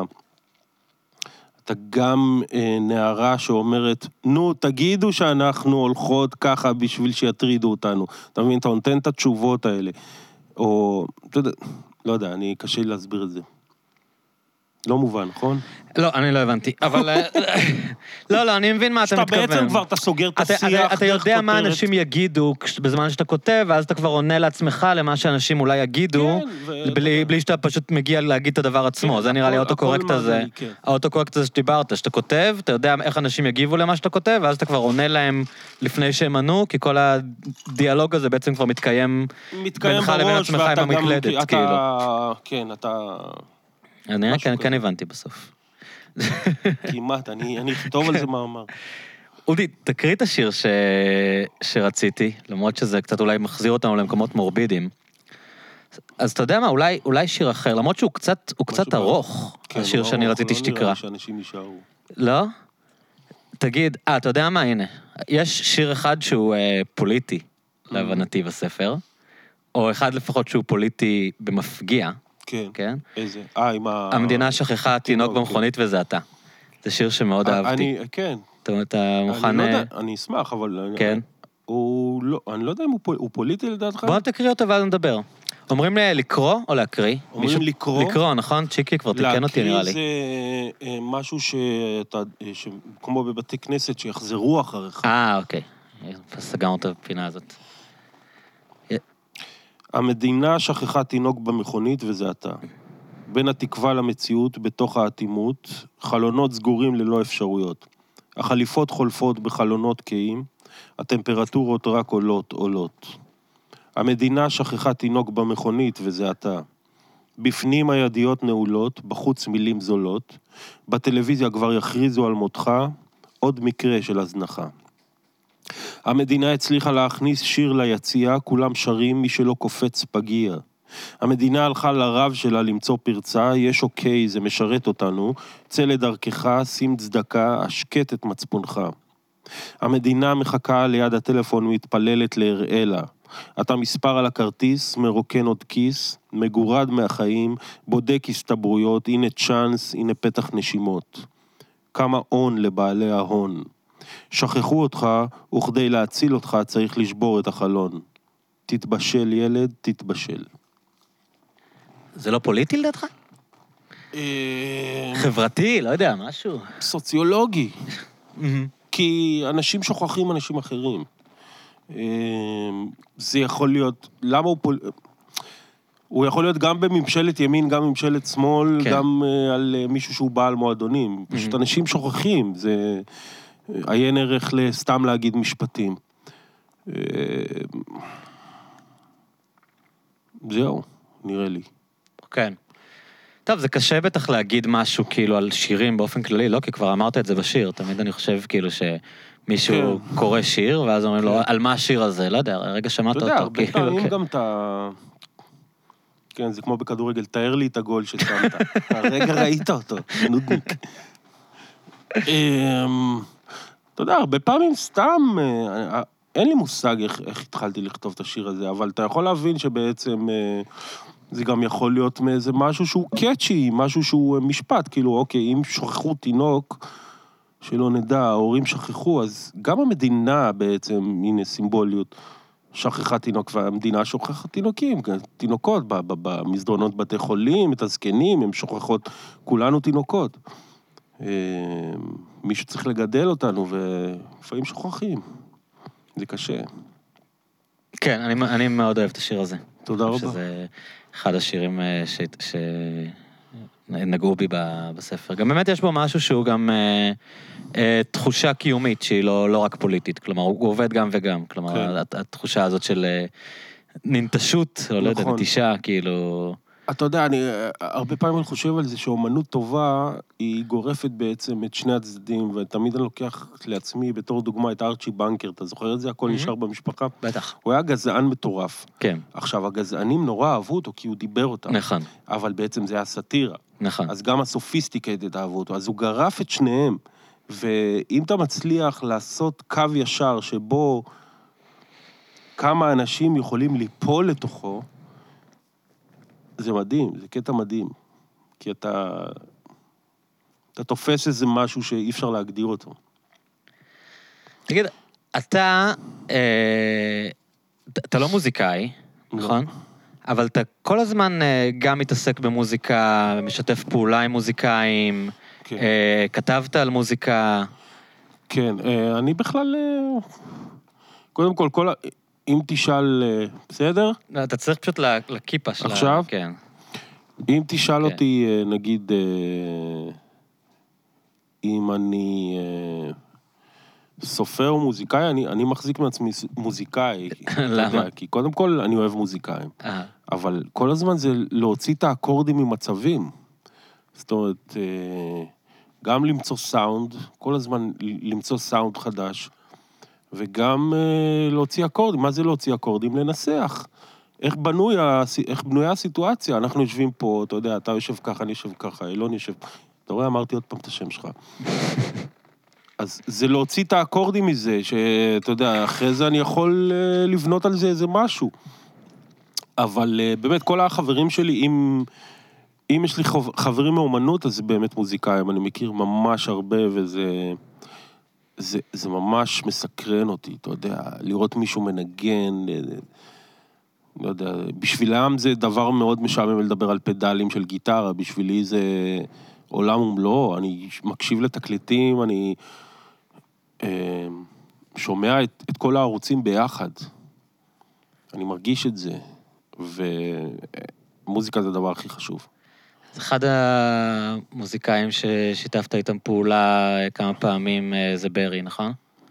גם נערה שאומרת, נו, תגידו שאנחנו הולכות ככה בשביל שיטרידו אותנו. אתה מבין, אתה נותן את התשובות האלה. או, אתה יודע, לא יודע, אני קשה לי להסביר את זה. לא מובן, נכון? לא, אני לא הבנתי, אבל... לא, אני מבין מה אתה מתכוון. שאתה בעצם כבר, אתה סוגר את השיח. אתה יודע מה אנשים יגידו בזמן שאתה כותב, ואז אתה כבר עונה לעצמך למה שאנשים אולי יגידו, בלי שאתה פשוט מגיע להגיד את הדבר עצמו. זה נראה לי האוטוקורקט הזה. האוטוקורקט הזה שדיברת, שאתה כותב, אתה יודע איך אנשים יגיבו למה שאתה כותב, ואז אתה כבר עונה להם לפני שהם ענו, כי כל הדיאלוג הזה בעצם כבר מתקיים בינך לבין עצמך עם המקלדת, כאילו. כן, אתה... אני כן הבנתי בסוף. כמעט, אני אכתוב על זה מאמר. אודי, תקריא את השיר שרציתי, למרות שזה קצת אולי מחזיר אותנו למקומות מורבידים. אז אתה יודע מה, אולי שיר אחר, למרות שהוא קצת ארוך, השיר שאני רציתי שתקרא. לא נראה לי שאנשים יישארו. לא? תגיד, אתה יודע מה, הנה, יש שיר אחד שהוא פוליטי, להבנתי בספר, או אחד לפחות שהוא פוליטי במפגיע, כן. איזה? המדינה שכחה תינוק במכונית וזה אתה. זה שיר שמאוד אהבתי. כן. אתה מוכן... אני אשמח, אבל... כן. אני לא יודע אם הוא פוליטי לדעתך. בוא תקריא אותו ואז נדבר. אומרים לי לקרוא או להקריא? אומרים לקרוא. לקרוא, נכון? צ'יקי כבר תיקן אותי נראה לי. להקריא זה משהו כמו בבתי כנסת שיחזרו אחריך. אוקיי. סגרנו את הפינה הזאת. המדינה שכחה תינוק במכונית וזה אתה. בין התקווה למציאות, בתוך האטימות, חלונות סגורים ללא אפשרויות. החליפות חולפות בחלונות קיים, הטמפרטורות רק עולות. המדינה שכחה תינוק במכונית וזה אתה. בפנים הידיות נעולות, בחוץ מילים זולות, בטלוויזיה כבר יכריזו על מותך, עוד מקרה של הזנחה. המדינה הצליחה להכניס שיר ליציאה, כולם שרים מי שלא קופץ פגיע. המדינה הלכה לרב שלה למצוא פרצה, יש אוקיי, זה משרת אותנו, צא לדרכך, שים צדקה, השקט את מצפונך. המדינה מחכה ליד הטלפון מתפללת להראלה. אתה מספר על הכרטיס, מרוקן עוד כיס, מגורד מהחיים, בודק הסתברויות, הנה צ'אנס, הנה פתח נשימות. כמה הון לבעלי ההון. שכחו אותך, וכדי להציל אותך צריך לשבור את החלון. תתבשל ילד, תתבשל. זה לא פוליטי לדעתך? חברתי, לא יודע, משהו. סוציולוגי. כי אנשים שוכחים אנשים אחרים. זה יכול להיות, למה הוא יכול להיות גם בממשלת ימין, גם בממשלת שמאל, גם על מישהו שהוא בעל מועדונים. פשוט אנשים שוכחים, זה עיין ערך לסתם להגיד משפטים. זהו, נראה לי. כן. טוב, זה קשה בטח להגיד משהו כאילו על שירים באופן כללי, לא? כי כבר אמרת את זה בשיר, תמיד אני חושב כאילו שמישהו קורא שיר, ואז אומרים לו, על מה השיר הזה? לא יודע, הרגע שמעת אותו. אתה יודע, הרבה פעמים גם אתה... כן, זה כמו בכדורגל, תאר לי את הגול ששמת. הרגע ראית אותו, נודניק. אתה יודע, הרבה פעמים סתם, אין לי מושג איך התחלתי לכתוב את השיר הזה, אבל אתה יכול להבין שבעצם זה גם יכול להיות מאיזה משהו שהוא קאצ'י, משהו שהוא משפט, כאילו, אוקיי, אם שכחו תינוק, שלא נדע, ההורים שכחו, אז גם המדינה בעצם, הנה סימבוליות, שכחה תינוק, והמדינה שוכחת תינוקים, תינוקות במסדרונות בתי חולים, את הזקנים, הם שוכחות, כולנו תינוקות. מישהו צריך לגדל אותנו, ולפעמים שוכחים. זה קשה. כן, אני מאוד אוהב את השיר הזה. תודה רבה. שזה אחד השירים שנגעו בי בספר. גם באמת יש בו משהו שהוא גם תחושה קיומית, שהיא לא רק פוליטית. כלומר, הוא עובד גם וגם. כלומר, התחושה הזאת של ננטשות, או לא יודע, נטישה, כאילו... אתה יודע, אני הרבה פעמים אני חושב על זה שאומנות טובה היא גורפת בעצם את שני הצדדים, ותמיד אני לוקח לעצמי בתור דוגמה את ארצ'י בנקר, אתה זוכר את זה? הכל נשאר במשפחה? בטח. הוא היה גזען מטורף. כן. עכשיו, הגזענים נורא אהבו אותו כי הוא דיבר אותם. נכון. אבל בעצם זה היה סאטירה. נכון. אז גם הסופיסטיקטד אהבו אותו, אז הוא גרף את שניהם. ואם אתה מצליח לעשות קו ישר שבו כמה אנשים יכולים ליפול לתוכו, זה מדהים, זה קטע מדהים. כי אתה תופס איזה משהו שאי אפשר להגדיר אותו. תגיד, אתה לא מוזיקאי, נכון? אבל אתה כל הזמן גם מתעסק במוזיקה, משתף פעולה עם מוזיקאים, כתבת על מוזיקה. כן, אני בכלל, קודם כל, אם תשאל, בסדר? אתה צריך פשוט לכיפה שלה. עכשיו? כן. אם תשאל אותי, נגיד, אם אני סופר או מוזיקאי, אני מחזיק מעצמי מוזיקאי. למה? כי קודם כל אני אוהב מוזיקאים. אבל כל הזמן זה להוציא את האקורדים ממצבים. זאת אומרת, גם למצוא סאונד, כל הזמן למצוא סאונד חדש, וגם להוציא אקורדים. מה זה להוציא אקורדים? לנסח. איך בנויה הסיטואציה? אנחנו יושבים פה, אתה יודע, אתה יושב ככה, אני יושב ככה, אילון יושב... אתה רואה, אמרתי עוד פעם את השם שלך. אז זה להוציא את האקורדים מזה, שאתה יודע, אחרי זה אני יכול לבנות על זה איזה משהו. אבל באמת, כל החברים שלי, אם יש לי חברים מאומנות, אז זה באמת מוזיקאים. אני מכיר ממש הרבה, זה ממש מסקרן אותי, אתה יודע, לראות מישהו מנגן, לא יודע, בשבילם זה דבר מאוד משעמם לדבר על פדלים של גיטרה, בשבילי זה עולם ומלואו, אני מקשיב לתקליטים, אני שומע את כל הערוצים ביחד, אני מרגיש את זה, ומוזיקה זה הדבר הכי חשוב. זה אחד המוזיקאים ששיתפת איתם פעולה כמה פעמים, זה ברי, נכון?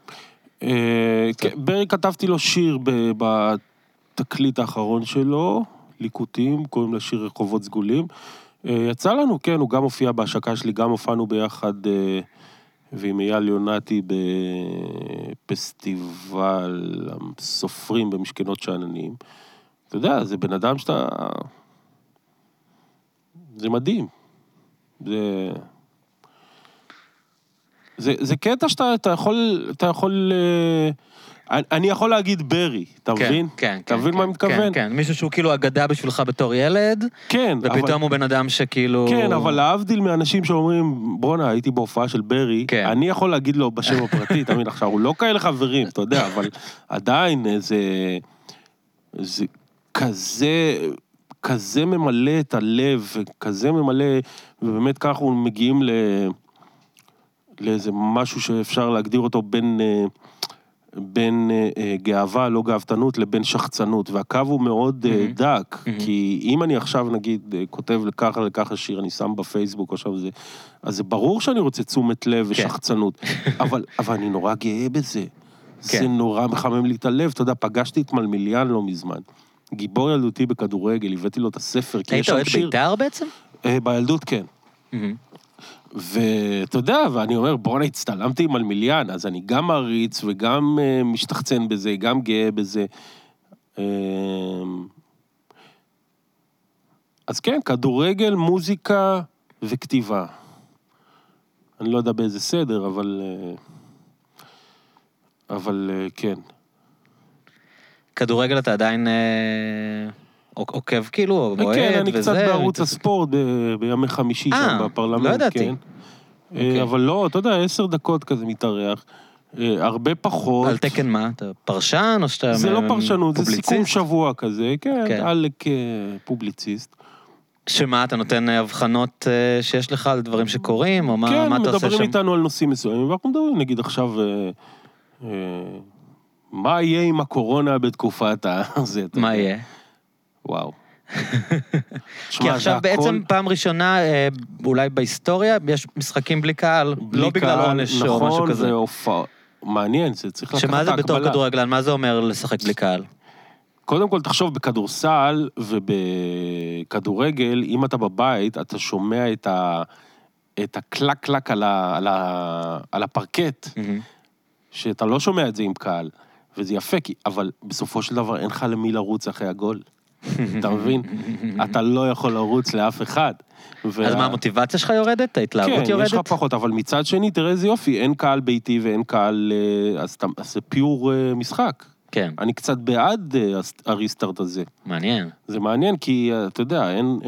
ברי כתבתי לו שיר בתקליט האחרון שלו, ליקוטים, קוראים לשיר רחובות סגולים. יצא לנו, כן, הוא גם הופיע בהשקה שלי, גם הופענו ביחד ועם אייל יונתי בפסטיבל הסופרים במשכנות שעננים. אתה יודע, זה בן אדם שאתה... זה מדהים. זה קטע שאתה יכול... אני יכול להגיד ברי, אתה מבין? כן. אתה מבין מה אני מתכוון? כן, מישהו שהוא כאילו אגדה בשבילך בתור ילד, כן. ופתאום הוא בן אדם שכאילו... כן, אבל להבדיל מאנשים שאומרים, ברונה, הייתי בהופעה של ברי, אני יכול להגיד לו בשם הפרטי, אתה מבין? עכשיו, הוא לא כאלה חברים, אתה יודע, אבל עדיין זה כזה ממלא את הלב, וכזה ממלא, ובאמת ככה אנחנו מגיעים לאיזה משהו שאפשר להגדיר אותו בין גאווה, לא גאוותנות, לבין שחצנות, והקו הוא מאוד דק, כי אם אני עכשיו, נגיד, כותב לככה שיר, אני שם בפייסבוק, אז זה ברור שאני רוצה תשומת לב ושחצנות, אבל אני נורא גאה בזה, זה נורא מחמם לי את הלב, אתה יודע, פגשתי את מלמיליאן לא מזמן, גיבור ילדותי בכדורגל, הבאתי לו את הספר, היית אוהד בית"ר בעצם? בילדות כן. ואתה יודע, ואני אומר, בוא'נה, הצטלמתי עם מלמיליאן, אז אני גם מעריץ וגם משתחצן בזה, גם גאה בזה. אז כן, כדורגל, מוזיקה וכתיבה. אני לא יודע באיזה סדר, אבל כן. כדורגל אתה עדיין עוקב כאילו, או מועד וזה? כן, אני קצת בערוץ הספורט בימי חמישי שם בפרלמנט. לא ידעתי. אבל לא, אתה יודע, 10 דקות כזה מתארח. הרבה פחות. על תקן מה? אתה פרשן או שאתה זה לא פרשנות, זה פובליציסט? סיכום שבוע כזה, כן, עלק פובליציסט. שמה, אתה נותן הבחנות שיש לך על דברים שקורים, או מה אתה עושה שם? כן, מדברים איתנו על נושאים מסוימים, ואנחנו מדברים, נגיד עכשיו, מה יהיה עם הקורונה בתקופת זה? מה יהיה? וואו. כי עכשיו בעצם פעם ראשונה, אולי בהיסטוריה, יש משחקים בלי קהל, לא בגלל עונש או משהו כזה. נכון, מעניין, זה צריך לקחת את ההקבלה. שמה זה בתור כדורגלן? מה זה אומר לשחק בלי קהל? קודם כל תחשוב, בכדורסל ובכדורגל, אם אתה בבית, אתה שומע את הקלק-קלק על הפרקט, שאתה לא שומע את זה עם קהל, וזה יפה, אבל בסופו של דבר אין לך למי לרוץ אחרי הגול. אתה מבין? אתה לא יכול לרוץ לאף אחד. אז מה, המוטיבציה שלך יורדת? ההתלהבות יורדת? כן, יש לך פחות, אבל מצד שני, תראה איזה יופי, אין קהל ביתי ואין קהל, אז זה פיור משחק. כן. אני קצת בעד הריסטארט הזה. מעניין. זה מעניין, כי אתה יודע,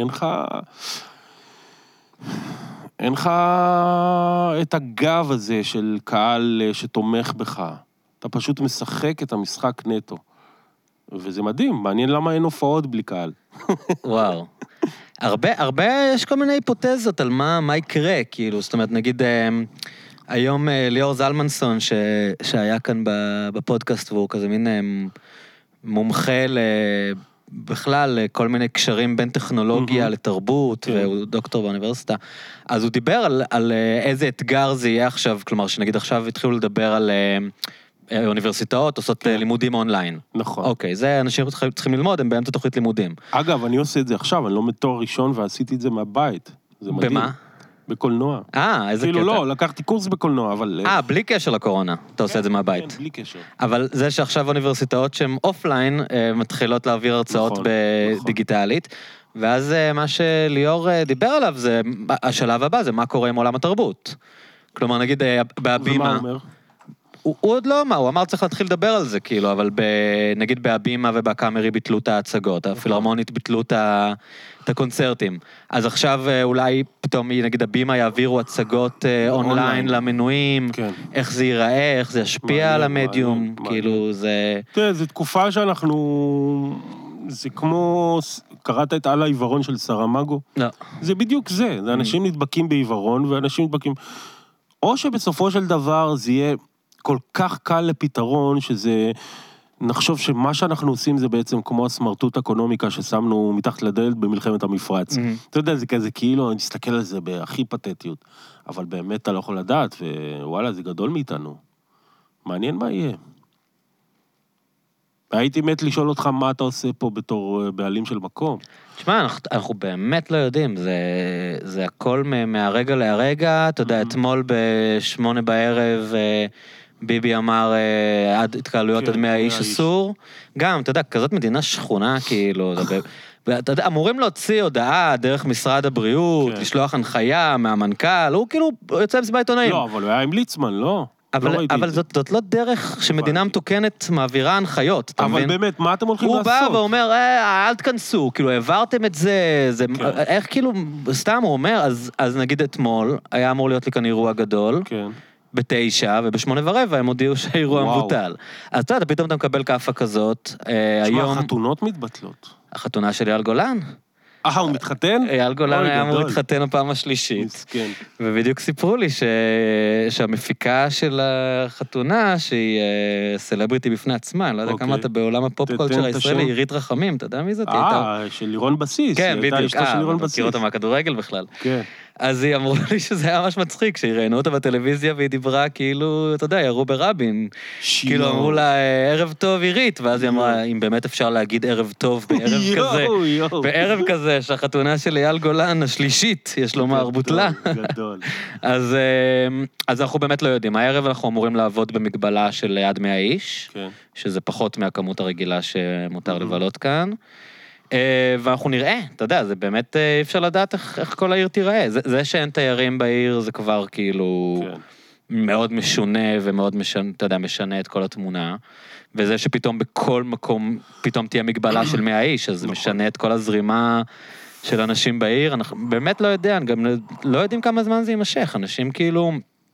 אין לך את הגב הזה של קהל שתומך בך. אתה פשוט משחק את המשחק נטו. וזה מדהים, מעניין למה אין הופעות בלי קהל. וואו. הרבה יש כל מיני היפותזות על מה יקרה, כאילו, זאת אומרת, נגיד, היום ליאור זלמנסון, שהיה כאן בפודקאסט, והוא כזה מין מומחה בכלל, כל מיני קשרים בין טכנולוגיה לתרבות, והוא דוקטור באוניברסיטה, אז הוא דיבר על איזה אתגר זה יהיה עכשיו, כלומר, שנגיד עכשיו התחילו לדבר על אוניברסיטאות עושות לימודים אונליין. נכון. אוקיי, זה אנשים צריכים ללמוד, הם באמצע תוכנית לימודים. אגב, אני עושה את זה עכשיו, אני לא מתואר ראשון ועשיתי את זה מהבית. זה מדהים. במה? בקולנוע. איזה קטע. כאילו לא, לקחתי קורס בקולנוע, אבל... בלי קשר לקורונה, אתה עושה את זה מהבית. כן, בלי קשר. אבל זה שעכשיו אוניברסיטאות שהן אופליין, מתחילות להעביר הרצאות בדיגיטלית, ואז מה שליאור דיבר עליו, זה השלב הבא, זה מה קורה עם עולם התרבות. כלומר, נגיד, בהבימה... ומה הוא אומר? הוא עוד לא אמר, הוא אמר צריך להתחיל לדבר על זה, כאילו, אבל נגיד בהבימה ובקאמרי ביטלו את ההצגות, הפילהרמונית ביטלו את הקונצרטים. אז עכשיו אולי פתאום, נגיד, הבימה יעבירו הצגות אונליין למנויים, איך זה ייראה, איך זה ישפיע על המדיום, כאילו, זה... תראה, זו תקופה שאנחנו... זה כמו... קראת את על העיוורון של סרמגו? לא. זה בדיוק זה, זה אנשים נדבקים בעיוורון, ואנשים נדבקים... או שבסופו של דבר זה יהיה... כל כך קל לפתרון, שזה, נחשוב שמה שאנחנו עושים זה בעצם כמו הסמרטוט אקונומיקה ששמנו מתחת לדלת במלחמת המפרץ. אתה יודע, זה כזה כאילו, אני אסתכל על זה בהכי פתטיות, אבל באמת אתה לא יכול לדעת, ווואלה, זה גדול מאיתנו. מעניין מה יהיה. הייתי מת לשאול אותך מה אתה עושה פה בתור בעלים של מקום. תשמע, אנחנו באמת לא יודעים, זה הכל מהרגע להרגע, אתה יודע, אתמול ב8 בערב, ביבי אמר, עד התקהלויות עד 100 איש אסור, גם, אתה יודע, כזאת מדינה שכונה, כאילו, אתה יודע, אמורים להוציא הודעה דרך משרד הבריאות, לשלוח הנחיה מהמנכ"ל, הוא כאילו יוצא במסיבת עיתונאים. לא, אבל הוא היה עם ליצמן, לא? אבל זאת לא דרך שמדינה מתוקנת מעבירה הנחיות, אתה מבין? אבל באמת, מה אתם הולכים לעשות? הוא בא ואומר, אל תכנסו, כאילו, העברתם את זה, איך כאילו, סתם הוא אומר, אז נגיד אתמול, היה אמור להיות לי כאן אירוע גדול, 9, וב8:15 הם הודיעו שהאירוע מבוטל. אז אתה פתאום אתה מקבל כאפה כזאת, תשמע, החתונות מתבטלות. החתונה של אייל גולן. הוא מתחתן? אייל גולן היה אמור להתחתן הפעם השלישית. ובדיוק סיפרו לי שהמפיקה של החתונה, שהיא סלבריטי בפני עצמה, אני לא יודע כמה אתה בעולם הפופ-קולצ'ר הישראלי, עירית רחמים, אתה יודע מי זאת? של לירון בסיס. כן, בדיוק, מכיר אותה מהכדורגל בכלל. כן. אז היא אמרו לי שזה היה ממש מצחיק, שראיינו אותה בטלוויזיה והיא דיברה כאילו, אתה יודע, ירו ברבין. כאילו אמרו לה, ערב טוב עירית, ואז היא אמרה, אם באמת אפשר להגיד ערב טוב בערב כזה, שהחתונה של אייל גולן השלישית, יש לומר, בוטלה. גדול. אז אנחנו באמת לא יודעים. הערב אנחנו אמורים לעבוד במגבלה של עד 100 איש, שזה פחות מהכמות הרגילה שמותר לבלות כאן. ואנחנו נראה, אתה יודע, זה באמת אפשר לדעת איך כל העיר תיראה. זה שאין תיירים בעיר זה כבר כאילו מאוד משונה ומאוד משנה, אתה יודע, משנה את כל התמונה. וזה שפתאום בכל מקום, פתאום תהיה מגבלה של 100 איש, אז זה משנה את כל הזרימה של אנשים בעיר. אנחנו באמת לא יודע, גם לא יודעים כמה זמן זה יימשך. אנשים כאילו...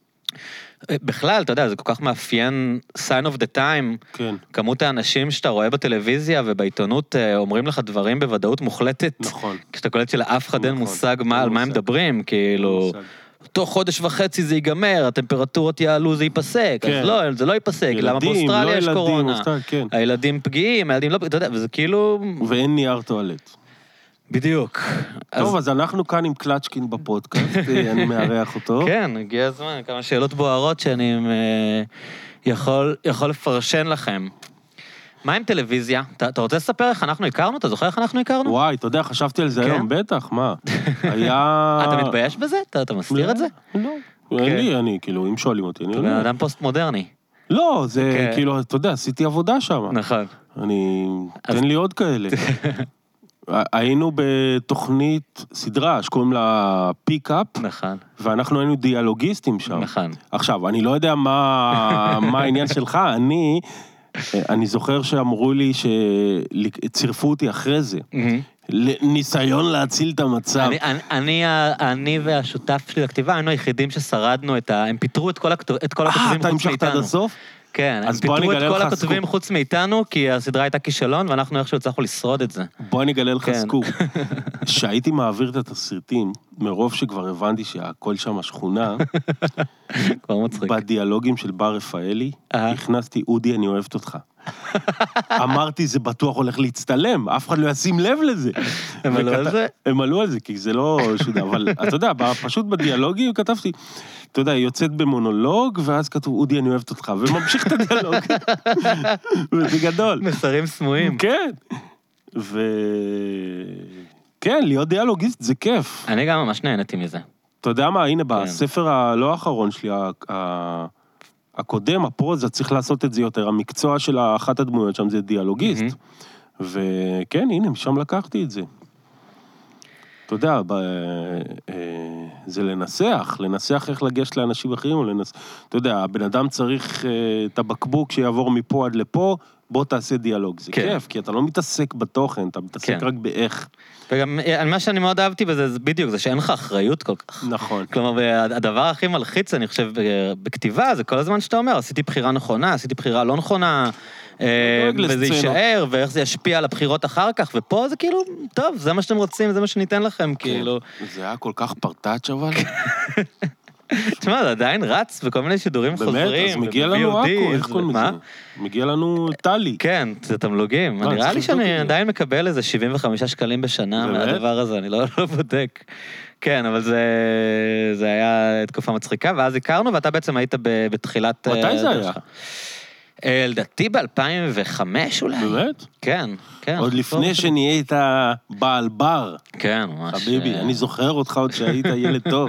בכלל, אתה יודע, זה כל כך מאפיין sign of the time, כן. כמות האנשים שאתה רואה בטלוויזיה ובעיתונות אומרים לך דברים בוודאות מוחלטת, נכון. כשאתה קולט שלאף אחד אין מושג על מה הם מדברים, כאילו, תוך חודש וחצי זה ייגמר, הטמפרטורות יעלו, זה ייפסק. אז לא, זה לא ייפסק, למה באוסטרליה יש קורונה. הילדים פגיעים, הילדים לא פגיעים, אתה יודע, וזה כאילו... ואין נייר טואלט. בדיוק. טוב, אז אנחנו כאן עם קלצ'קין בפודקאסט, אני מארח אותו. כן, הגיע הזמן, כמה שאלות בוערות שאני יכול לפרשן לכם. מה עם טלוויזיה? אתה רוצה לספר איך אנחנו הכרנו? אתה זוכר איך אנחנו הכרנו? וואי, אתה יודע, חשבתי על זה היום, בטח, מה? היה... אתה מתבייש בזה? אתה מסתיר את זה? לא, אני, כאילו, אם שואלים אותי, אני אתה בן אדם פוסט-מודרני. לא, זה כאילו, אתה יודע, עשיתי עבודה שם. נכון. תן לי עוד כאלה. היינו בתוכנית סדרה שקוראים לה פיק-אפ, נכון. ואנחנו היינו דיאלוגיסטים שם. נכון. עכשיו, אני לא יודע מה העניין שלך, אני זוכר שאמרו לי שצירפו אותי אחרי זה, ניסיון להציל את המצב. אני והשותף שלי לכתיבה, היינו היחידים ששרדנו הם פיתרו את כל הכתבים חוץ מאיתנו. אתה המשכת עד הסוף? כן, הם פיתרו את כל הכותבים חוץ מאיתנו, כי הסדרה הייתה כישלון, ואנחנו איכשהו הצלחנו לשרוד את זה. בוא אני אגלה לך סקופ. שהייתי מעביר את התסריטים, מרוב שכבר הבנתי שהכל שם שכונה, כבר מצחיק. בדיאלוגים של בר רפאלי, הכנסתי, אודי, אני אוהבת אותך. אמרתי, זה בטוח הולך להצטלם, אף אחד לא ישים לב לזה. הם עלו על זה? הם עלו על זה, כי זה לא שודה, אבל אתה יודע, פשוט בדיאלוגים כתבתי, אתה יודע, יוצאת במונולוג, ואז כתוב, אודי, אני אוהבת אותך, וממשיך את הדיאלוג. וזה גדול. מסרים סמויים. כן. כן, להיות דיאלוגיסט זה כיף. אני גם ממש נהנתי מזה. אתה יודע מה, הנה, בספר הלא האחרון שלי, הקודם, הפרוזה, צריך לעשות את זה יותר. המקצוע של אחת הדמויות שם זה דיאלוגיסט. וכן, הנה, משם לקחתי את זה. אתה יודע, זה לנסח איך לגשת לאנשים אחרים, או אתה יודע, הבן אדם צריך את הבקבוק שיעבור מפה עד לפה, בוא תעשה דיאלוג, זה כיף, כי אתה לא מתעסק בתוכן, אתה מתעסק רק באיך. וגם, מה שאני מאוד אהבתי בזה, זה בדיוק, זה שאין לך אחריות כל כך. נכון. כלומר, הדבר הכי מלחיץ, אני חושב, בכתיבה, זה כל הזמן שאתה אומר, עשיתי בחירה נכונה, עשיתי בחירה לא נכונה, וזה יישאר, ואיך זה ישפיע על הבחירות אחר כך, ופה זה כאילו, טוב, זה מה שאתם רוצים, זה מה שניתן לכם, כאילו. זה היה כל כך פרטאץ' אבל. תשמע, זה עדיין רץ בכל מיני שידורים חוזרים. באמת, אז מגיע לנו אקו, איך קוראים לזה? מגיע לנו טלי. כן, זה תמלוגים. נראה לי שאני עדיין מקבל איזה 75 שקלים בשנה מהדבר הזה, אני לא בודק. כן, אבל זה היה תקופה מצחיקה, ואז הכרנו, ואתה בעצם היית בתחילת... מתי זה היה? לדעתי ב-2005 אולי. באמת? כן, כן. עוד לפני שנהיית בעל בר. כן, ממש. חביבי, אני זוכר אותך עוד שהיית ילד טוב.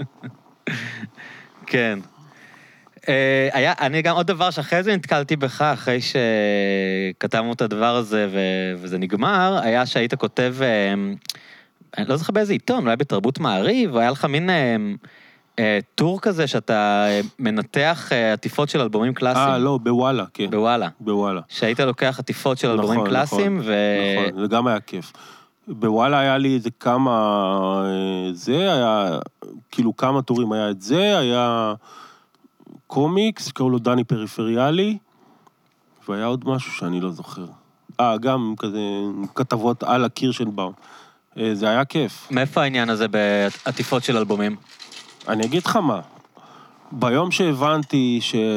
כן. אני גם עוד דבר שאחרי זה נתקלתי בך, אחרי שכתבנו את הדבר הזה וזה נגמר, היה שהיית כותב, אני לא זוכר באיזה עיתון, אולי בתרבות מעריב, והיה לך מין טור כזה שאתה מנתח עטיפות של אלבומים קלאסיים. לא, בוואלה, כן. בוואלה. שהיית לוקח עטיפות של אלבומים קלאסיים נכון, זה גם היה כיף. בוואלה היה לי איזה כמה, זה היה, כאילו כמה טורים היה את זה, היה קומיקס, קראו לו דני פריפריאלי, והיה עוד משהו שאני לא זוכר. גם כזה כתבות על הקירשנבאום. זה היה כיף. מאיפה העניין הזה בעטיפות של אלבומים? אני אגיד לך מה, ביום שהבנתי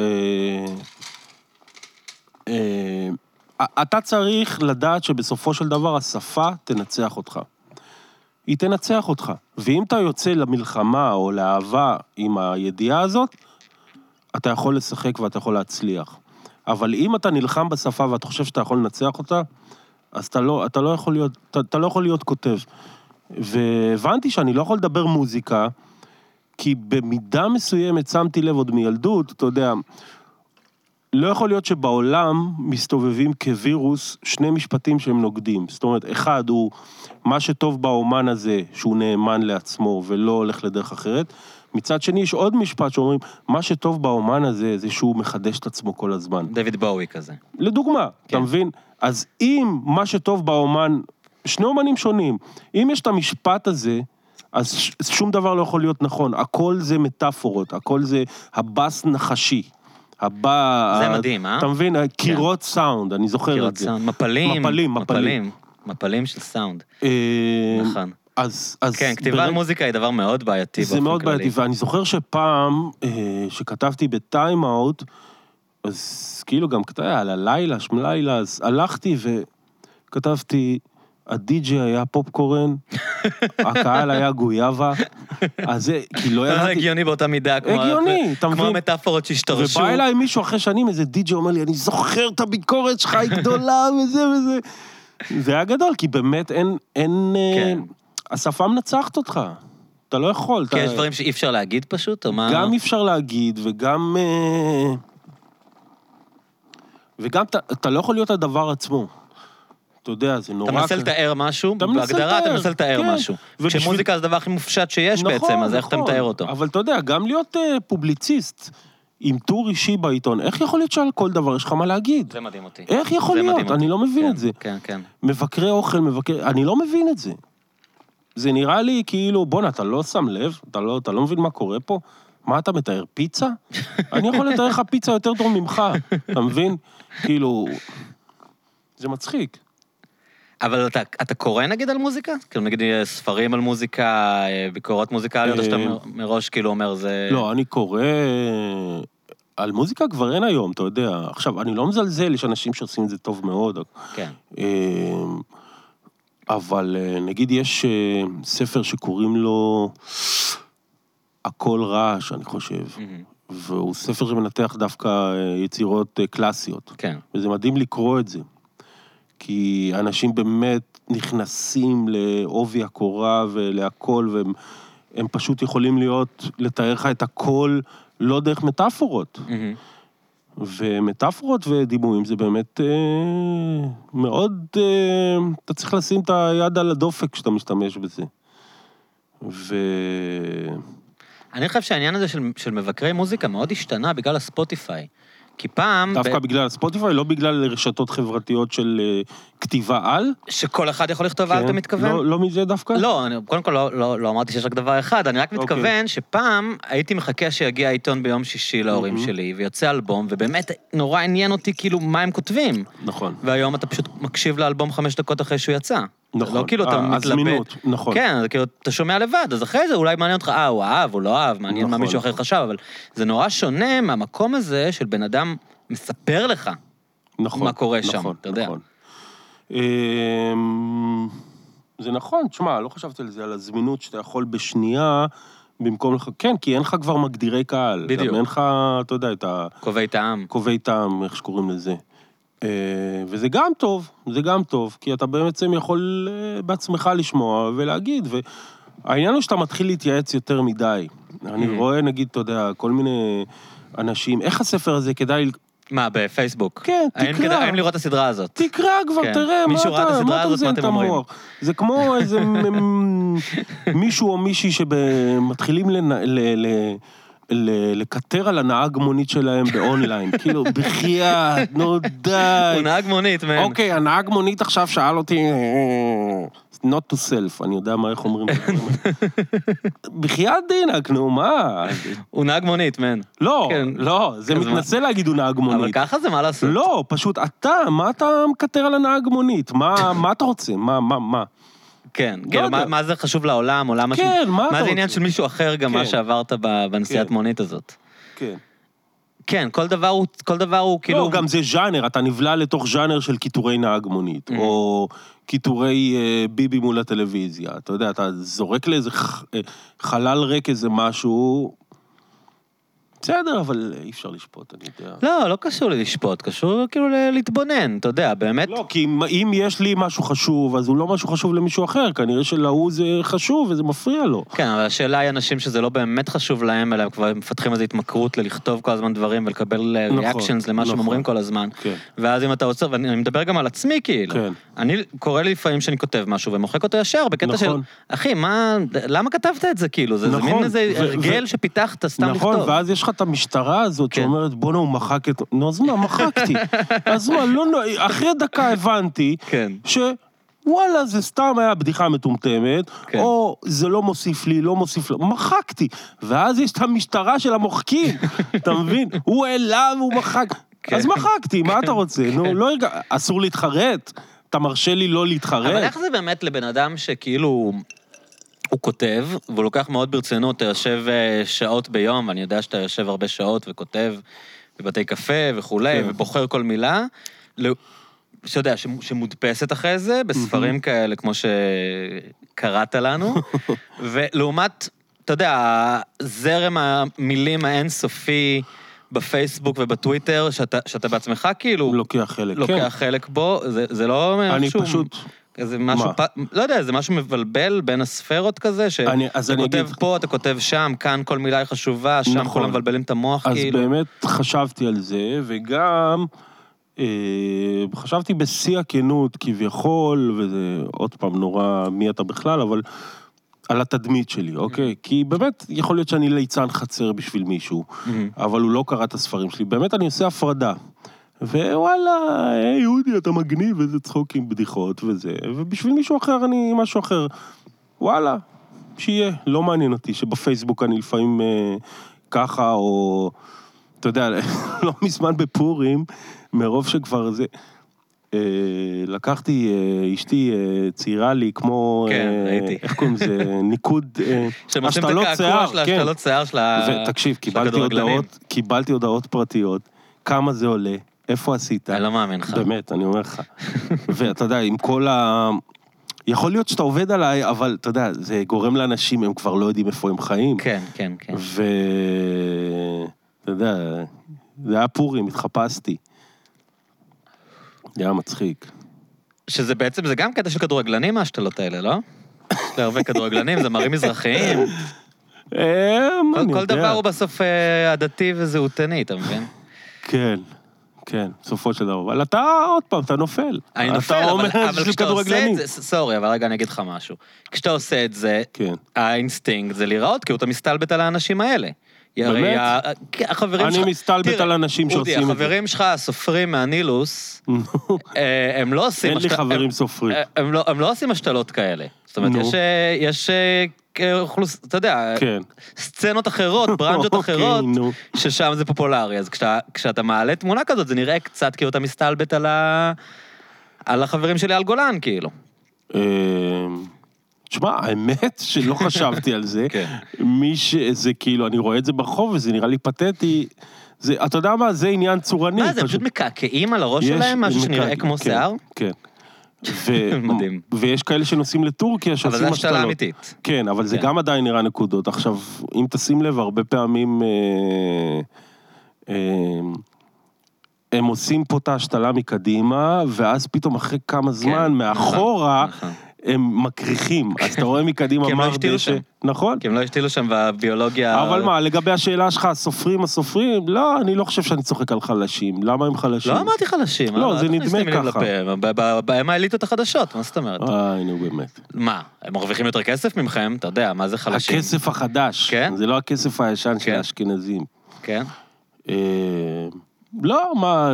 אתה צריך לדעת שבסופו של דבר השפה תנצח אותך. היא תנצח אותך. ואם אתה יוצא למלחמה או לאהבה עם הידיעה הזאת, אתה יכול לשחק ואתה יכול להצליח. אבל אם אתה נלחם בשפה ואתה חושב שאתה יכול לנצח אותה, אז אתה לא יכול להיות כותב. והבנתי שאני לא יכול לדבר מוזיקה, כי במידה מסוימת שמתי לב עוד מילדות, אתה יודע, לא יכול להיות שבעולם מסתובבים כווירוס שני משפטים שהם נוגדים. זאת אומרת, אחד הוא מה שטוב באומן הזה, שהוא נאמן לעצמו ולא הולך לדרך אחרת. מצד שני, יש עוד משפט שאומרים, מה שטוב באומן הזה, זה שהוא מחדש את עצמו כל הזמן. דויד בואוי כזה. לדוגמה, כן. אתה מבין? אז אם מה שטוב באומן, שני אומנים שונים, אם יש את המשפט הזה, אז שום דבר לא יכול להיות נכון. הכל זה מטאפורות, הכל זה הבאס נחשי. זה מדהים, אתה מבין? קירות סאונד, אני זוכר את זה. מפלים של סאונד. נכון. אז כן, כתיבה על מוזיקה היא דבר מאוד בעייתי. זה מאוד בעייתי, ואני זוכר שפעם, שכתבתי בטיים אאוט, אז כאילו גם כתבתי על הלילה, שמלילה, אז הלכתי וכתבתי, הדי-ג'י היה פופקורן, הקהל היה גויאבה, אז זה, כי לא ידעתי... זה הגיוני באותה מידה, כמו המטאפורות שהשתרשו. ובא אליי מישהו אחרי שנים, איזה די-ג'י אומר לי, אני זוכר את הביקורת שלך, היא גדולה, וזה וזה. זה היה גדול, כי באמת אין... השפה מנצחת אותך. אתה לא יכול. כי יש דברים שאי אפשר להגיד פשוט, או מה? גם אי אפשר להגיד, וגם אתה לא יכול להיות הדבר עצמו. אתה יודע, זה נורא... אתה מנסה לתאר משהו, בהגדרה אתה מנסה לתאר משהו. כשמוזיקה זה הדבר הכי מופשט שיש בעצם, אז איך אתה מתאר אותו? אבל אתה יודע, גם להיות פובליציסט, עם טור אישי בעיתון, איך יכול להיות שעל כל דבר יש לך מה להגיד? זה מדהים אותי. איך יכול להיות? אני לא מבין את זה. כן, כן. מבקרי אוכל, אני לא מבין את זה. זה נראה לי כאילו, בונה, אתה לא שם לב, אתה לא מבין מה קורה פה? מה אתה מתאר? פיצה? אני יכול לתאר לך פיצה יותר טוב ממך, אתה מבין? כאילו, זה מצחיק. אבל אתה קורא נגיד על מוזיקה? כאילו נגיד ספרים על מוזיקה, ביקורות מוזיקליות, או שאתה מראש כאילו אומר זה... לא, אני קורא... על מוזיקה כבר אין היום, אתה יודע. עכשיו, אני לא מזלזל, יש אנשים שעושים את זה טוב מאוד. כן. אבל נגיד יש ספר שקוראים לו הכל רעש, אני חושב. והוא ספר שמנתח דווקא יצירות קלאסיות. כן. וזה מדהים לקרוא את זה. כי אנשים באמת נכנסים לעובי הקורה ולהכל, והם פשוט יכולים לתאר לך את הכל לא דרך מטאפורות. ומטאפורות ודימויים זה באמת מאוד, אתה צריך לשים את היד על הדופק כשאתה משתמש בזה. אני חושב שהעניין הזה של מבקרי מוזיקה מאוד השתנה בגלל הספוטיפיי. כי פעם... דווקא בגלל הספוטיפיי, לא בגלל רשתות חברתיות של כתיבה על? שכל אחד יכול לכתוב על, אתה מתכוון? לא מזה דווקא? לא, קודם כל לא אמרתי שיש רק דבר אחד, אני רק מתכוון שפעם הייתי מחכה שיגיע העיתון ביום שישי להורים שלי, ויוצא אלבום, ובאמת נורא עניין אותי כאילו מה הם כותבים. נכון. והיום אתה פשוט מקשיב לאלבום 5 דקות אחרי שהוא יצא. נכון. לא כאילו אתה מתלבט. הזמינות, נכון. כן, כאילו אתה שומע לבד, אז אחרי זה אולי מעניין אותך, הוא אהב, הוא לא אהב, מעניין מה מישהו אחר חשב, אבל זה נורא שונה מהמקום הזה של בן אדם מספר לך מה קורה שם, אתה יודע. זה נכון, תשמע, לא חשבתי על זה, על הזמינות שאתה יכול בשנייה, במקום לך, כן, כי אין לך כבר מגדירי קהל. בדיוק. גם אין לך, אתה יודע, את ה... קובעי טעם. קובעי טעם, איך שקוראים לזה. וזה גם טוב, זה גם טוב, כי אתה בעצם יכול בעצמך לשמוע ולהגיד, והעניין הוא שאתה מתחיל להתייעץ יותר מדי. אני רואה, נגיד, אתה יודע, כל מיני אנשים, איך הספר הזה כדאי... מה, בפייסבוק? כן, תקרא. האם לראות את הסדרה הזאת? תקרא כבר, תראה, מה אתה מזין את המוח? זה כמו איזה מישהו או מישהי שמתחילים לקטר על הנהג מונית שלהם באונליין, כאילו, בחייאת, נו די. הוא נהג מונית, מן. אוקיי, הנהג מונית עכשיו שאל אותי, not to self, אני יודע מה, איך אומרים. בחייאת דינק, נו, מה? הוא נהג מונית, מן. לא, לא, זה מתנסה להגיד הוא נהג מונית. אבל ככה זה מה לעשות. לא, פשוט מה אתה מקטר על הנהג מונית? מה אתה רוצה? מה? כן, מה זה חשוב לעולם, או למה... כן, מה אתה רוצה? מה זה עניין של מישהו אחר גם מה שעברת בנסיעת מונית הזאת? כן. כן, כל דבר הוא כאילו... לא, גם זה ז'אנר, אתה נבלע לתוך ז'אנר של כיתורי נהג מונית, או כיתורי ביבי מול הטלוויזיה. אתה יודע, אתה זורק לאיזה חלל ריק איזה משהו... בסדר, אבל אי אפשר לשפוט, אני יודע. לא קשור לשפוט, קשור כאילו להתבונן, אתה יודע, באמת. לא, כי אם יש לי משהו חשוב, אז הוא לא משהו חשוב למישהו אחר, כנראה שלהוא זה חשוב וזה מפריע לו. כן, אבל השאלה היא אנשים שזה לא באמת חשוב להם, אלא הם כבר מפתחים איזו התמכרות ללכתוב כל הזמן דברים, ולקבל ריאקשנס למה שהם אומרים כל הזמן. ואז אם אתה עוצר, ואני מדבר גם על עצמי כאילו, אני קורא לי לפעמים שאני כותב משהו, ומוחק אותו ישר, בקטע של, אחי, למה כתבת את זה כאילו? זה מין איזה הרגל שפיתחת סתם לכתוב. נכון, ואז יש לך את המשטרה הזאת שאומרת, בוא הוא מחק את... נו, אז מה, מחקתי. אז מה, לא, אחרי דקה הבנתי שוואלה, זה סתם היה בדיחה מטומטמת, או זה לא מוסיף לי, לא מוסיף לו, מחקתי. ואז יש את המשטרה של המוחקים, אתה מבין? הוא העלה והוא מחק. אז מחקתי, מה אתה רוצה? נו, לא הרגע, אסור להתחרט? אתה מרשה לי לא להתחרט? אבל איך זה באמת לבן אדם שכאילו... הוא כותב, והוא לוקח מאוד ברצינות, אתה יושב שעות ביום, ואני יודע שאתה יושב הרבה שעות וכותב בבתי קפה וכולי, ובוחר כל מילה, שאתה יודע, שמודפסת אחרי זה, בספרים כאלה, כמו שקראת לנו, ולעומת, אתה יודע, זרם המילים האינסופי בפייסבוק ובטוויטר, שאתה בעצמך כאילו... לוקח חלק, כן. לוקח חלק בו, זה לא... אני פשוט... זה משהו, לא יודע, זה משהו מבלבל בין הספרות כזה, שאתה כותב פה, אתה כותב שם, כאן כל מילה היא חשובה, שם כולם מבלבלים את המוח, כאילו. אז באמת חשבתי על זה, וגם חשבתי בשיא הכנות, כביכול, וזה עוד פעם נורא מי אתה בכלל, אבל על התדמית שלי, אוקיי? כי באמת יכול להיות שאני ליצן חצר בשביל מישהו, אבל הוא לא קרא את הספרים שלי. באמת אני עושה הפרדה. ווואלה, יהודי, אתה מגניב, איזה צחוקים, בדיחות וזה, ובשביל מישהו אחר אני משהו אחר. וואלה, שיהיה, לא מעניין אותי, שבפייסבוק אני לפעמים ככה, או, אתה יודע, לא מזמן בפורים, מרוב שכבר זה, לקחתי, אשתי צעירה לי, כמו, כן, ראיתי. איך קוראים זה, ניקוד, השתלות שיער, כן. השתלות שיער של ותקשיב, קיבלתי הודעות פרטיות, כמה זה עולה, איפה עשית? אני לא מאמין לך. באמת, אני אומר לך. ואתה יודע, עם כל יכול להיות שאתה עובד עליי, אבל אתה יודע, זה גורם לאנשים, הם כבר לא יודעים איפה הם חיים. כן, כן, כן. אתה יודע, זה היה פורים, התחפשתי. זה היה מצחיק. שזה בעצם, זה גם קטע של כדורגלנים, ההשתלות האלה, לא? להרבה כדורגלנים, זה מראים מזרחיים. כל דבר הוא בסוף עדתי וזהותני, אתה מבין? כן. כן, בסופו של דבר. אבל אתה, עוד פעם, אתה נופל. אני נופל, אבל כשאתה עושה את זה, סורי, אבל רגע אני אגיד לך משהו. כשאתה עושה את זה, האינסטינקט זה להיראות, כי אתה מסתלבט על האנשים האלה. באמת? אני מסתלבט על אנשים שעושים את זה. החברים שלך, הסופרים מהנילוס, הם לא עושים... אין לי חברים סופרים. הם לא עושים השתלות כאלה. זאת אומרת, יש... אתה יודע, סצנות אחרות, ברנג'ות אחרות, ששם זה פופולרי. אז כשאתה מעלה תמונה כזאת, זה נראה קצת כאילו אתה מסתלבט על החברים שלי על גולן, כאילו. תשמע, האמת שלא חשבתי על זה. זה כאילו, אני רואה את זה ברחוב, וזה נראה לי פתטי. אתה יודע מה, זה עניין צורני. מה, זה פשוט מקעקעים על הראש שלהם, משהו שנראה כמו שיער? כן. ויש כאלה שנוסעים לטורקיה שעושים השתלות. אבל זה השתלה אמיתית. כן, אבל זה גם עדיין נראה נקודות. עכשיו, אם תשים לב, הרבה פעמים הם עושים פה את ההשתלה מקדימה, ואז פתאום אחרי כמה זמן, מאחורה, הם מקריחים. אז אתה רואה מקדימה מה הרבה ש... נכון? כי הם לא השתילו שם בביולוגיה... אבל מה, לגבי השאלה שלך, הסופרים, לא, אני לא חושב שאני צוחק על חלשים. למה הם חלשים? לא אמרתי חלשים. לא, זה נדמה ככה. הם האליטות החדשות, מה זאת אומרת? נו, באמת. מה, הם מרוויחים יותר כסף ממכם? אתה יודע, מה זה חלשים? הכסף החדש. כן? זה לא הכסף הישן של האשכנזים. כן? לא,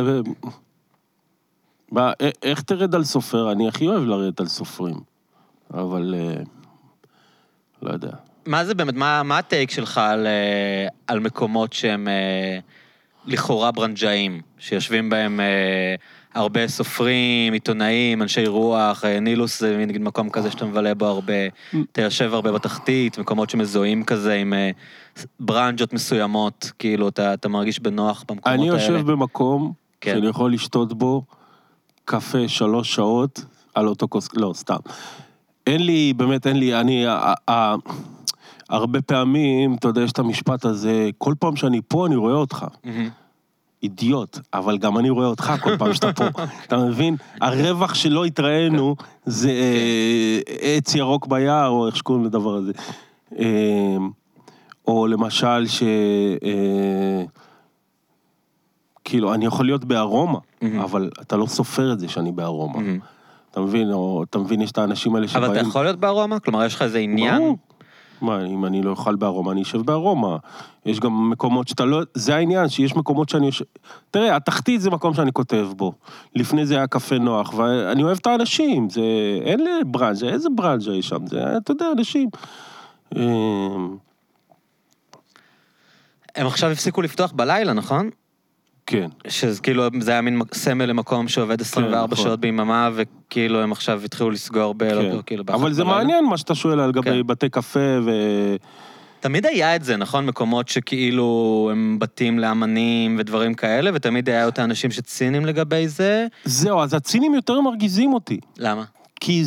איך תרד על סופר? אני הכי אוהב לרדת על סופרים. אבל, לא יודע. מה זה באמת, מה הטייק שלך על מקומות שהם לכאורה ברנג'אים, שיושבים בהם הרבה סופרים, עיתונאים, אנשי רוח, נילוס זה נגיד מקום כזה שאתה מבלה בו הרבה, אתה יושב הרבה בתחתית, מקומות שמזוהים כזה עם ברנג'ות מסוימות, כאילו אתה מרגיש בנוח במקומות האלה. אני יושב במקום שאני יכול לשתות בו קפה 3 שעות על אותו כוס, לא, סתם. אין לי, הרבה פעמים, אתה יודע, יש את המשפט הזה, כל פעם שאני פה, אני רואה אותך. אידיוט, אבל גם אני רואה אותך כל פעם שאתה פה. אתה מבין? הרווח שלא התראינו, זה עץ ירוק ביער, או איך שקוראים לדבר הזה. או למשל, כאילו, אני יכול להיות בארומה, אבל אתה לא סופר את זה שאני בארומה. אתה מבין, או אתה מבין, יש את האנשים האלה שבאים... אבל אתה יכול להיות בארומה? כלומר, יש לך איזה עניין? מה, אם אני לא אוכל בארומה, אני אשב בארומה. יש גם מקומות שאתה לא... זה העניין, שיש מקומות שאני יושב... תראה, התחתית זה מקום שאני כותב בו. לפני זה היה קפה נוח, ואני אוהב את האנשים. זה... אין לי ברנג'ה, איזה ברנג'ה יש שם? זה, אתה יודע, אנשים... הם עכשיו הפסיקו לפתוח בלילה, נכון? כן. שכאילו זה היה מין סמל למקום שעובד 24 נכון. שעות ביממה, וכאילו הם עכשיו התחילו לסגור כאילו באחת אבל זה בלילה. מעניין מה שאתה שואל על גבי בתי קפה תמיד היה את זה, נכון? מקומות שכאילו הם בתים לאמנים ודברים כאלה, ותמיד היה אותם אנשים שצינים לגבי זה. זהו, אז הצינים יותר מרגיזים אותי. למה? כי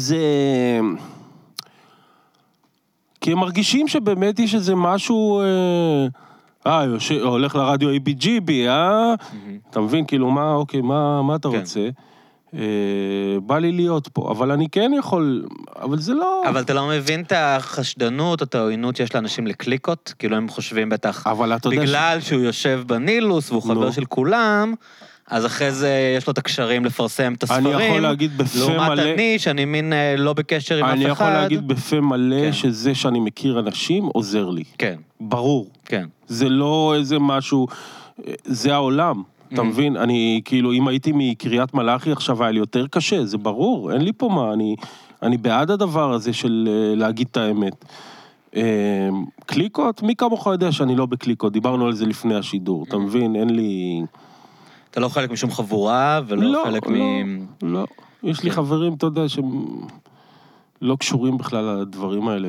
הם מרגישים שבאמת יש איזה משהו... הולך לרדיו ABGB, אתה מבין, כאילו, אוקיי, מה אתה רוצה? בא לי להיות פה, אבל אני כן יכול, אבל זה לא... אבל אתה לא מבין את החשדנות, או את העוינות שיש לאנשים לקליקות? כאילו הם חושבים בטח, בגלל שהוא יושב בנילוס, והוא חבר של כולם, אז אחרי זה יש לו את הקשרים לפרסם את הספרים. אני יכול להגיד בפה מלא... לעומת אני, שאני מין לא בקשר עם אף אחד. אני יכול להגיד בפה מלא שזה שאני מכיר אנשים עוזר לי. כן. ברור. כן. זה לא איזה משהו, זה העולם. אתה מבין? אני כאילו, אם הייתי מקריית מלאכי עכשיו, היה לי יותר קשה, זה ברור, אין לי פה מה, אני בעד הדבר הזה של להגיד את האמת. קליקות? מי כמוך יודע שאני לא בקליקות, דיברנו על זה לפני השידור, אתה מבין? אין לי... אתה לא חלק משום חבורה, ולא חלק לא, יש לי חברים, אתה יודע, שהם לא קשורים בכלל לדברים האלה,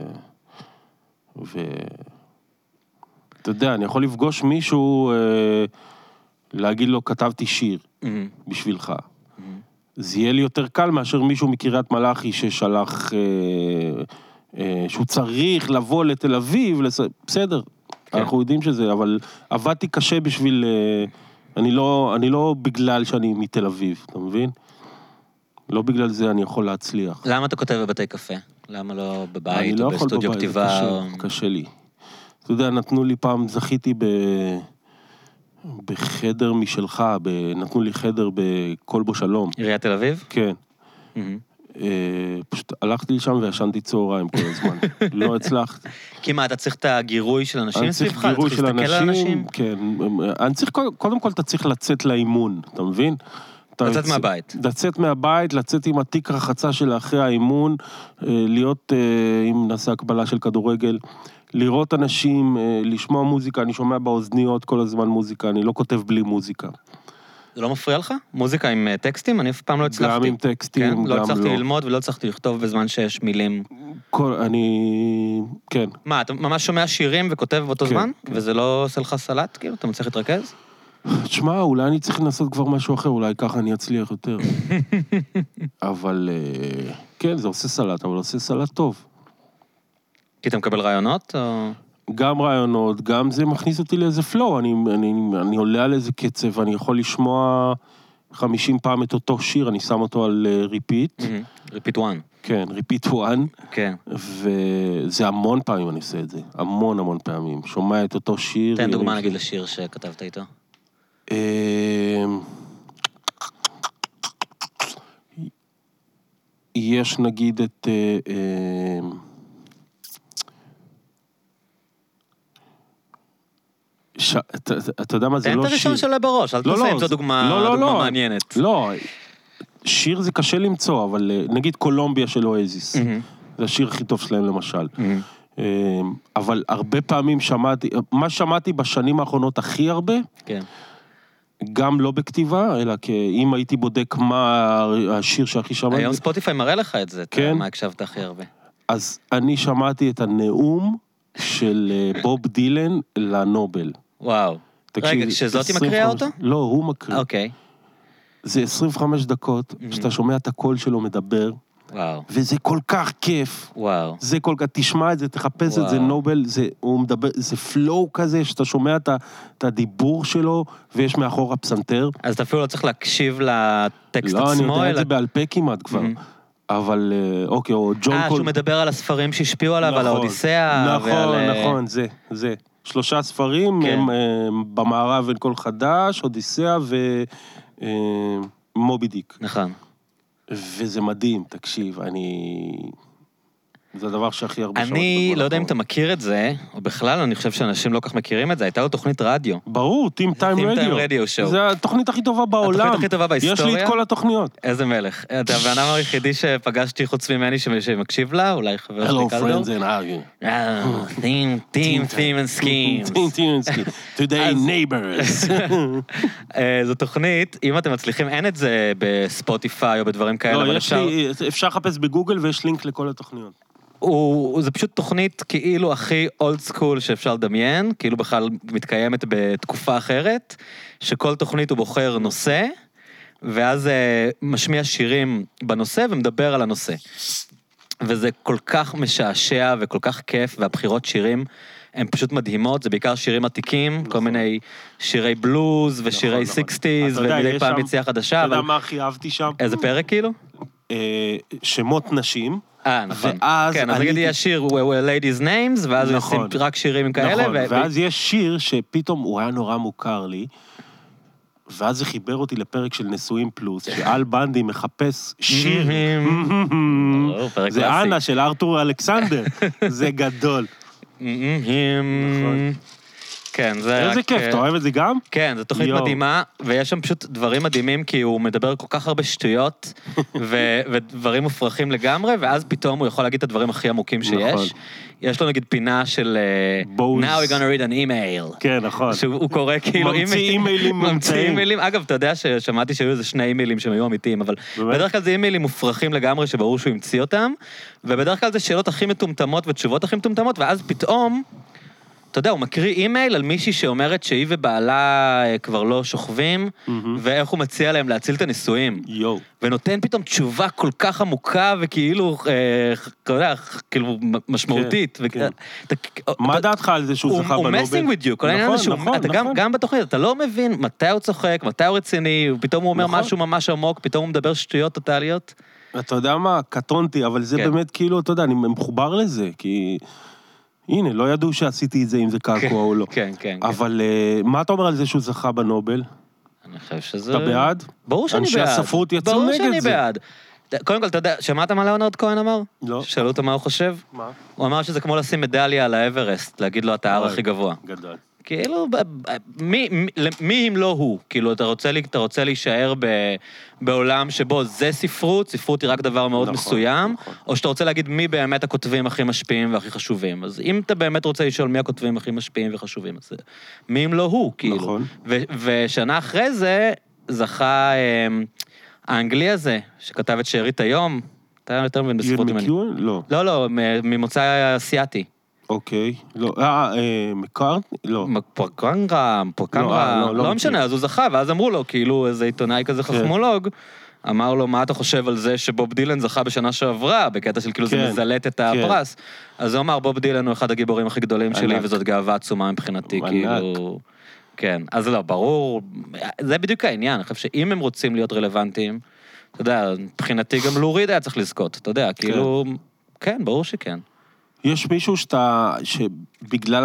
אתה יודע, אני יכול לפגוש מישהו... להגיד לו, כתבתי שיר בשבילך. זה יהיה לי יותר קל מאשר מישהו מקריית מלאכי ששלח, שהוא צריך לבוא לתל אביב, בסדר, אנחנו יודעים שזה, אבל עבדתי קשה בשביל, אני לא בגלל שאני מתל אביב, אתה מבין? לא בגלל זה אני יכול להצליח. למה אתה כותב בבתי קפה? למה לא בבית או בסטודיו כתיבה? אני לא יכול בבית, קשה לי. אתה יודע, נתנו לי פעם, זכיתי בחדר משלך, נתנו לי חדר בקולבו שלום. עיריית תל אביב? כן. פשוט הלכתי לשם וישנתי צהריים כל הזמן. לא הצלחתי. כי מה, אתה צריך את הגירוי של אנשים סביבך? אני צריך גירוי של אנשים, כן. אני צריך, קודם כל אתה צריך לצאת לאימון, אתה מבין? לצאת מהבית. לצאת מהבית, לצאת עם התיק רחצה של אחרי האימון, להיות, אם נעשה הקבלה של כדורגל, לראות אנשים, לשמוע מוזיקה, אני שומע באוזניות כל הזמן מוזיקה, אני לא כותב בלי מוזיקה. זה לא מפריע לך? מוזיקה עם טקסטים? אני אף פעם לא הצלחתי. גם עם טקסטים, גם לא. לא הצלחתי ללמוד ולא הצלחתי לכתוב בזמן שיש מילים. כן. מה, אתה ממש שומע שירים וכותב באותו זמן? וזה לא עושה לך סלט, כאילו? אתה מצליח להתרכז? תשמע, אולי אני צריך לנסות כבר משהו אחר, אולי ככה אני אצליח יותר. אבל, כן, זה עושה סלט, אבל עושה סלט טוב. כי אתה מקבל רעיונות, או... גם רעיונות, גם זה מכניס אותי לאיזה פלואו, אני עולה על איזה קצב, אני יכול לשמוע 50 פעם את אותו שיר, אני שם אותו על ריפיט. ריפיט 1. כן, ריפיט 1. כן. וזה המון פעמים אני עושה את זה, המון פעמים. שומע את אותו שיר. תן דוגמה נגיד לשיר שכתבת איתו. יש נגיד את... אתה יודע מה, זה לא שיר. תן את הראשון שלה בראש, אל תעשה אם זו דוגמה מעניינת. לא, שיר זה קשה למצוא, אבל נגיד קולומביה של אואזיס, זה השיר הכי טוב שלהם למשל. אבל הרבה פעמים מה שמעתי בשנים האחרונות הכי הרבה, גם לא בכתיבה, אלא אם הייתי בודק מה השיר שהכי שמעתי. היום ספוטיפיי מראה לך את זה, מה הקשבת הכי הרבה. אז אני שמעתי את הנאום של בוב דילן לנובל. וואו. רגע, שזאתי מקריאה אותו? לא, הוא מקריא. אוקיי. זה 25 דקות, שאתה שומע את הקול שלו מדבר, וואו. וזה כל כך כיף. וואו. זה כל כך, תשמע את זה, תחפש את זה, נובל, הוא מדבר, זה פלואו כזה, שאתה שומע את הדיבור שלו, ויש מאחור הפסנתר. אז אתה אפילו לא צריך להקשיב לטקסט עצמו, לא, אני יודע את זה בעל פה כמעט כבר. אבל, אוקיי, או ג'ון קול... שהוא מדבר על הספרים שהשפיעו עליו, על האודיסאה. נכון, זה. 3 ספרים, במערב אין כל חדש, אודיסאה ומובי דיק. נכון. וזה מדהים, תקשיב, זה הדבר שהכי הרבה שעות. אני לא יודע אם אתה מכיר את זה, או בכלל, אני חושב שאנשים לא כך מכירים את זה, הייתה לו תוכנית רדיו. ברור, טים טיים רדיו. זה התוכנית הכי טובה בעולם. התוכנית הכי טובה בהיסטוריה. יש לי את כל התוכניות. איזה מלך. אתה הבן אדם היחידי שפגשתי חוץ ממני שמקשיב לה, אולי חבר שלי קלדור. Hello friends and how Theme and schemes. Today neighbors. זו תוכנית, אם אתם מצליחים, אין את זה בספוטיפיי או בדברים כאלה, אבל אפשר לחפש בגוגל ויש לינק לכל התוכניות. זה פשוט תוכנית כאילו הכי אולד סקול שאפשר לדמיין, כאילו בכלל מתקיימת בתקופה אחרת, שכל תוכנית הוא בוחר נושא, ואז משמיע שירים בנושא ומדבר על הנושא. וזה כל כך משעשע וכל כך כיף, והבחירות שירים הן פשוט מדהימות, זה בעיקר שירים עתיקים, כל מיני שירי בלוז ושירי סיקסטיז, ומדי פעם יציאה חדשה. אתה יודע מה הכי אהבתי שם? איזה פרק כאילו? שמות נשים. נכון. כן, אז נגיד יש שיר, ladies names, ואז עושים רק שירים כאלה. נכון, ואז יש שיר שפתאום הוא היה נורא מוכר לי, ואז זה חיבר אותי לפרק של נשואים פלוס, שאל בנדי מחפש שיר. זה אנה של ארתור אלכסנדר. זה גדול. נכון. כן, זה רק... איזה כיף, אתה אוהב את זה גם? כן, זו תוכנית מדהימה, ויש שם פשוט דברים מדהימים, כי הוא מדבר כל כך הרבה שטויות, ודברים מופרכים לגמרי, ואז פתאום הוא יכול להגיד את הדברים הכי עמוקים שיש. יש לו נגיד פינה של Now we're gonna read an email. כן, נכון. שהוא קורא כאילו... ממציא אימיילים מומצאים. אגב, אתה יודע ששמעתי שהיו איזה 2 אימיילים שהם היו אמיתיים, אבל בדרך כלל זה אימיילים מופרכים לגמרי, שברור שהוא המציא אותם, ובדרך כלל זה שאלות הכי מטומטמות ותשובות הכי מטומטמות, ואז פתאום אתה יודע, הוא מקריא אימייל על מישהי שאומרת שהיא ובעלה כבר לא שוכבים, ואיך הוא מציע להם להציל את הנישואים. ונותן פתאום תשובה כל כך עמוקה, וכאילו, אתה יודע, כאילו משמעותית. מה דעתך על זה שהוא זכה בנובל? הוא מסינג with you, כל העניין הזה שהוא, גם בתוכנית, אתה לא מבין מתי הוא צוחק, מתי הוא רציני, פתאום הוא אומר משהו ממש עמוק, פתאום הוא מדבר שטויות טוטליות. אתה יודע מה, קטונתי, אבל זה באמת כאילו, אתה יודע, אני מחובר לזה, כי... הנה, לא ידעו שעשיתי את זה, אם זה קעקוע או לא. כן, כן. אבל מה אתה אומר על זה שהוא זכה בנובל? אני חושב שזה... אתה בעד? ברור שאני בעד. אנשי הספרות יצאו נגד זה. ברור שאני בעד. קודם כל, אתה יודע, שמעת מה ליאונרד כהן אמר? לא. שאלו אותו מה הוא חושב? מה? הוא אמר שזה כמו לשים מדליה על האברסט, להגיד לו, אתה ההר הכי גבוה. גדול. כאילו, מי אם לא הוא? כאילו, אתה רוצה להישאר בעולם שבו זה ספרות, ספרות היא רק דבר מאוד מסוים, או שאתה רוצה להגיד מי באמת הכותבים הכי משפיעים והכי חשובים. אז אם אתה באמת רוצה לשאול מי הכותבים הכי משפיעים וחשובים, אז מי אם לא הוא, כאילו. נכון. ושנה אחרי זה זכה האנגלי הזה, שכתב את שארית היום, אתה יותר מבין בספרות ממני. ירמיקיון? לא. לא, ממוצא אסיאתי. אוקיי, לא, מקארט? לא. פרקנגרה, לא משנה, אז הוא זכה, ואז אמרו לו, כאילו איזה עיתונאי כזה חכמולוג, אמר לו, מה אתה חושב על זה שבוב דילן זכה בשנה שעברה, בקטע של כאילו זה מזלט את הפרס, אז הוא אמר, בוב דילן הוא אחד הגיבורים הכי גדולים שלי, וזאת גאווה עצומה מבחינתי, כאילו, כן, אז לא, ברור, זה בדיוק העניין, אני חושב שאם הם רוצים להיות רלוונטיים, אתה יודע, מבחינתי גם לוריד היה צריך לזכות, אתה יודע, כאילו, כן, ברור שכן. יש מישהו שבגלל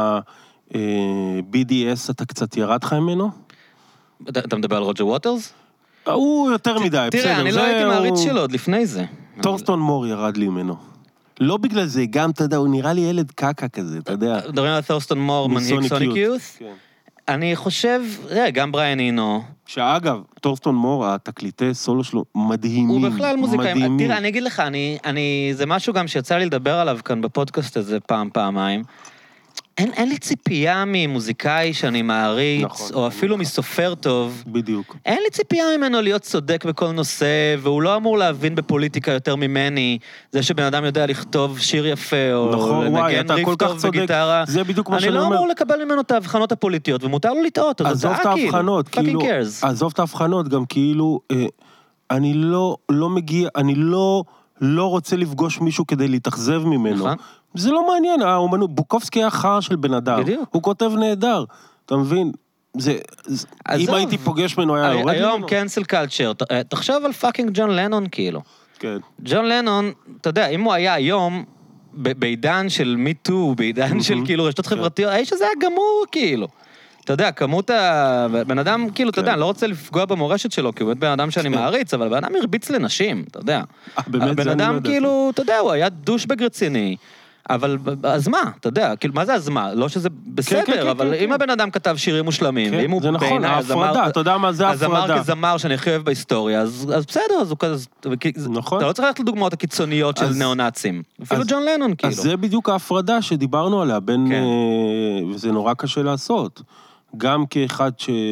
ה-BDS אתה קצת ירד לך ממנו? אתה מדבר על רוג'ר ווטרס? הוא יותר מדי, בסדר. תראה, אני לא הייתי מעריץ שלו עוד לפני זה. טורסטון מור ירד לי ממנו. לא בגלל זה, גם, אתה יודע, הוא נראה לי ילד קקה כזה, אתה יודע. מדברים על טורסטון מור, מנהיג סוניק יוס? אני חושב, גם בריין אינו. שאגב, טורסטון מור, התקליטי סולו שלו מדהימים. הוא בכלל מוזיקאים. תראה, אני אגיד לך, זה משהו גם שיצא לי לדבר עליו כאן בפודקאסט הזה פעמיים. אין לי ציפייה ממוזיקאי שאני מעריץ, או אפילו מסופר טוב. בדיוק. אין לי ציפייה ממנו להיות צודק בכל נושא, והוא לא אמור להבין בפוליטיקה יותר ממני, זה שבן אדם יודע לכתוב שיר יפה, או לנגן ריף טוב בגיטרה. זה בדיוק מה שאני אומר. אני לא אמור לקבל ממנו את ההבחנות הפוליטיות, ומותר לו לטעות, אז עזוב את ההבחנות, כאילו, עזוב את ההבחנות, גם כאילו, אני לא מגיע, אני לא רוצה לפגוש מישהו כדי להתאכזב ממנו. זה לא מעניין, בוקובסקי היה חר של בן אדם. בדיוק. הוא כותב נהדר, אתה מבין? אם הייתי פוגש ממנו, היה יורד ממנו. היום קנסל קלצ'ר, תחשוב על פאקינג ג'ון לנון כאילו. כן. ג'ון לנון, אתה יודע, אם הוא היה היום, בעידן של מי טו, בעידן של כאילו רשתות חברתיות, האיש הזה היה גמור כאילו. אתה יודע, כמות בן אדם, כאילו, אתה יודע, אני לא רוצה לפגוע במורשת שלו, כי הוא באמת בן אדם שאני מעריץ, אבל בן אדם הרביץ לנשים, אתה יודע. בן אדם, כאילו, אתה יודע, הוא היה דושבג רציני, אבל אז מה, אתה יודע, כאילו, מה זה אז מה? לא שזה בסדר, אבל אם הבן אדם כתב שירים מושלמים, ואם הוא בעיניי ההפרדה, אתה יודע מה זה ההפרדה. אז אמר כזמר שאני הכי אוהב בהיסטוריה, אז בסדר, אז הוא כזה, אתה לא צריך ללכת לדוגמאות הקיצוניות של נאו-נאצים, אפילו ג'ון לנון, כאילו. אז זה בדיוק ההפרדה שדיברנו עליה, וזה נורא קשה לעשות. גם כאחד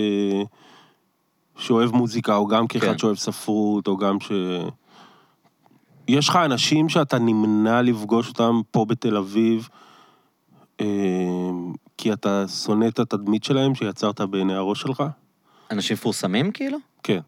שאוהב מוזיקה, או גם כאחד שאוהב ספרות, או גם יש לך אנשים שאתה נמנע לפגוש אותם פה בתל אביב, כי אתה שונא את התדמית שלהם שיצרת בעיני הראש שלך? אנשים פורסמים כאילו? כן.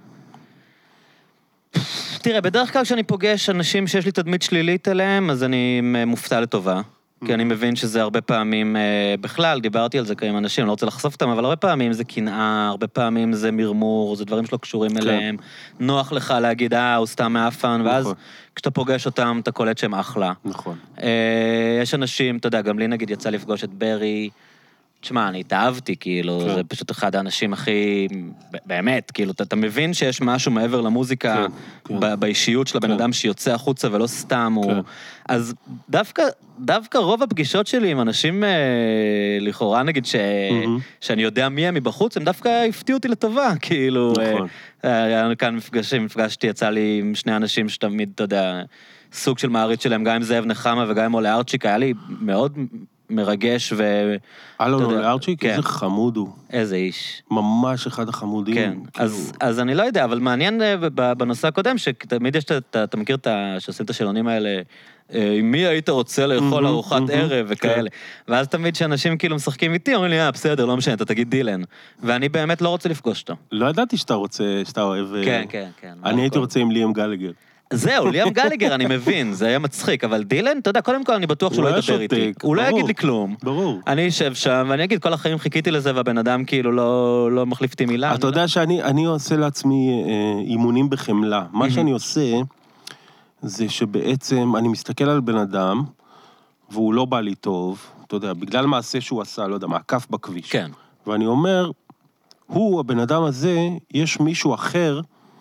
תראה, בדרך כלל כשאני פוגש אנשים שיש לי תדמית שלילית אליהם, אז אני מופתע לטובה. כי אני מבין שזה הרבה פעמים, בכלל, דיברתי על זה עם אנשים, לא רוצה לחשוף אותם, אבל הרבה פעמים זה קנאה, הרבה פעמים זה מרמור, זה דברים שלא קשורים אליהם, נוח לך להגיד, הוא סתם מאפן, ואז כשאתה פוגש אותם, אתה קולט שהם אחלה. נכון. יש אנשים, אתה יודע, גם לי נגיד יצא לפגוש את ברי, תשמע, אני התאהבתי, כאילו, זה פשוט אחד האנשים הכי, באמת, כאילו, אתה מבין שיש משהו מעבר למוזיקה, באישיות של הבן אדם שיוצא החוצה ולא סתם, אז דווקא רוב הפגישות שלי עם אנשים, לכאורה נגיד, שאני יודע מי הם מבחוץ, הם דווקא הפתיעו אותי לטובה, כאילו, היה כאן מפגשתי, יצא לי עם שני אנשים שתמיד, אתה יודע, סוג של מעריץ שלהם, גם עם זאב נחמה וגם עם אולה ארצ'יק, היה לי מאוד מרגש אלון אולארצ'יק, איזה חמוד הוא. איזה איש. ממש אחד החמודים. כן, אז אני לא יודע, אבל מעניין בנושא הקודם, שתמיד יש, אתה מכיר שעושים את השאלונים האלה, עם מי היית רוצה לאכול ארוחת ערב וכאלה, ואז תמיד שאנשים כאילו משחקים איתי, אומרים לי, בסדר, לא משנה, אתה תגיד דילן, ואני באמת לא רוצה לפגוש אותו. לא ידעתי שאתה רוצה, שאתה אוהב... כן, כן, כן. אני הייתי רוצה עם ליאם גלגר. זהו, ליאם גליגר, אני מבין, זה היה מצחיק, אבל דילן, אתה יודע, קודם כל אני בטוח שהוא לא ידבר איתי. הוא לא יגיד לי כלום. ברור. אני אשב שם, ואני אגיד, כל החיים חיכיתי לזה, והבן אדם כאילו לא מחליף אותי מילה. אתה יודע שאני עושה לעצמי אימונים בחמלה. מה שאני עושה, זה שבעצם אני מסתכל על בן אדם, והוא לא בא לי טוב, אתה יודע, בגלל מעשה שהוא עשה, לא יודע, מעקף בכביש. כן. ואני אומר, הבן אדם הזה, יש מישהו אחר,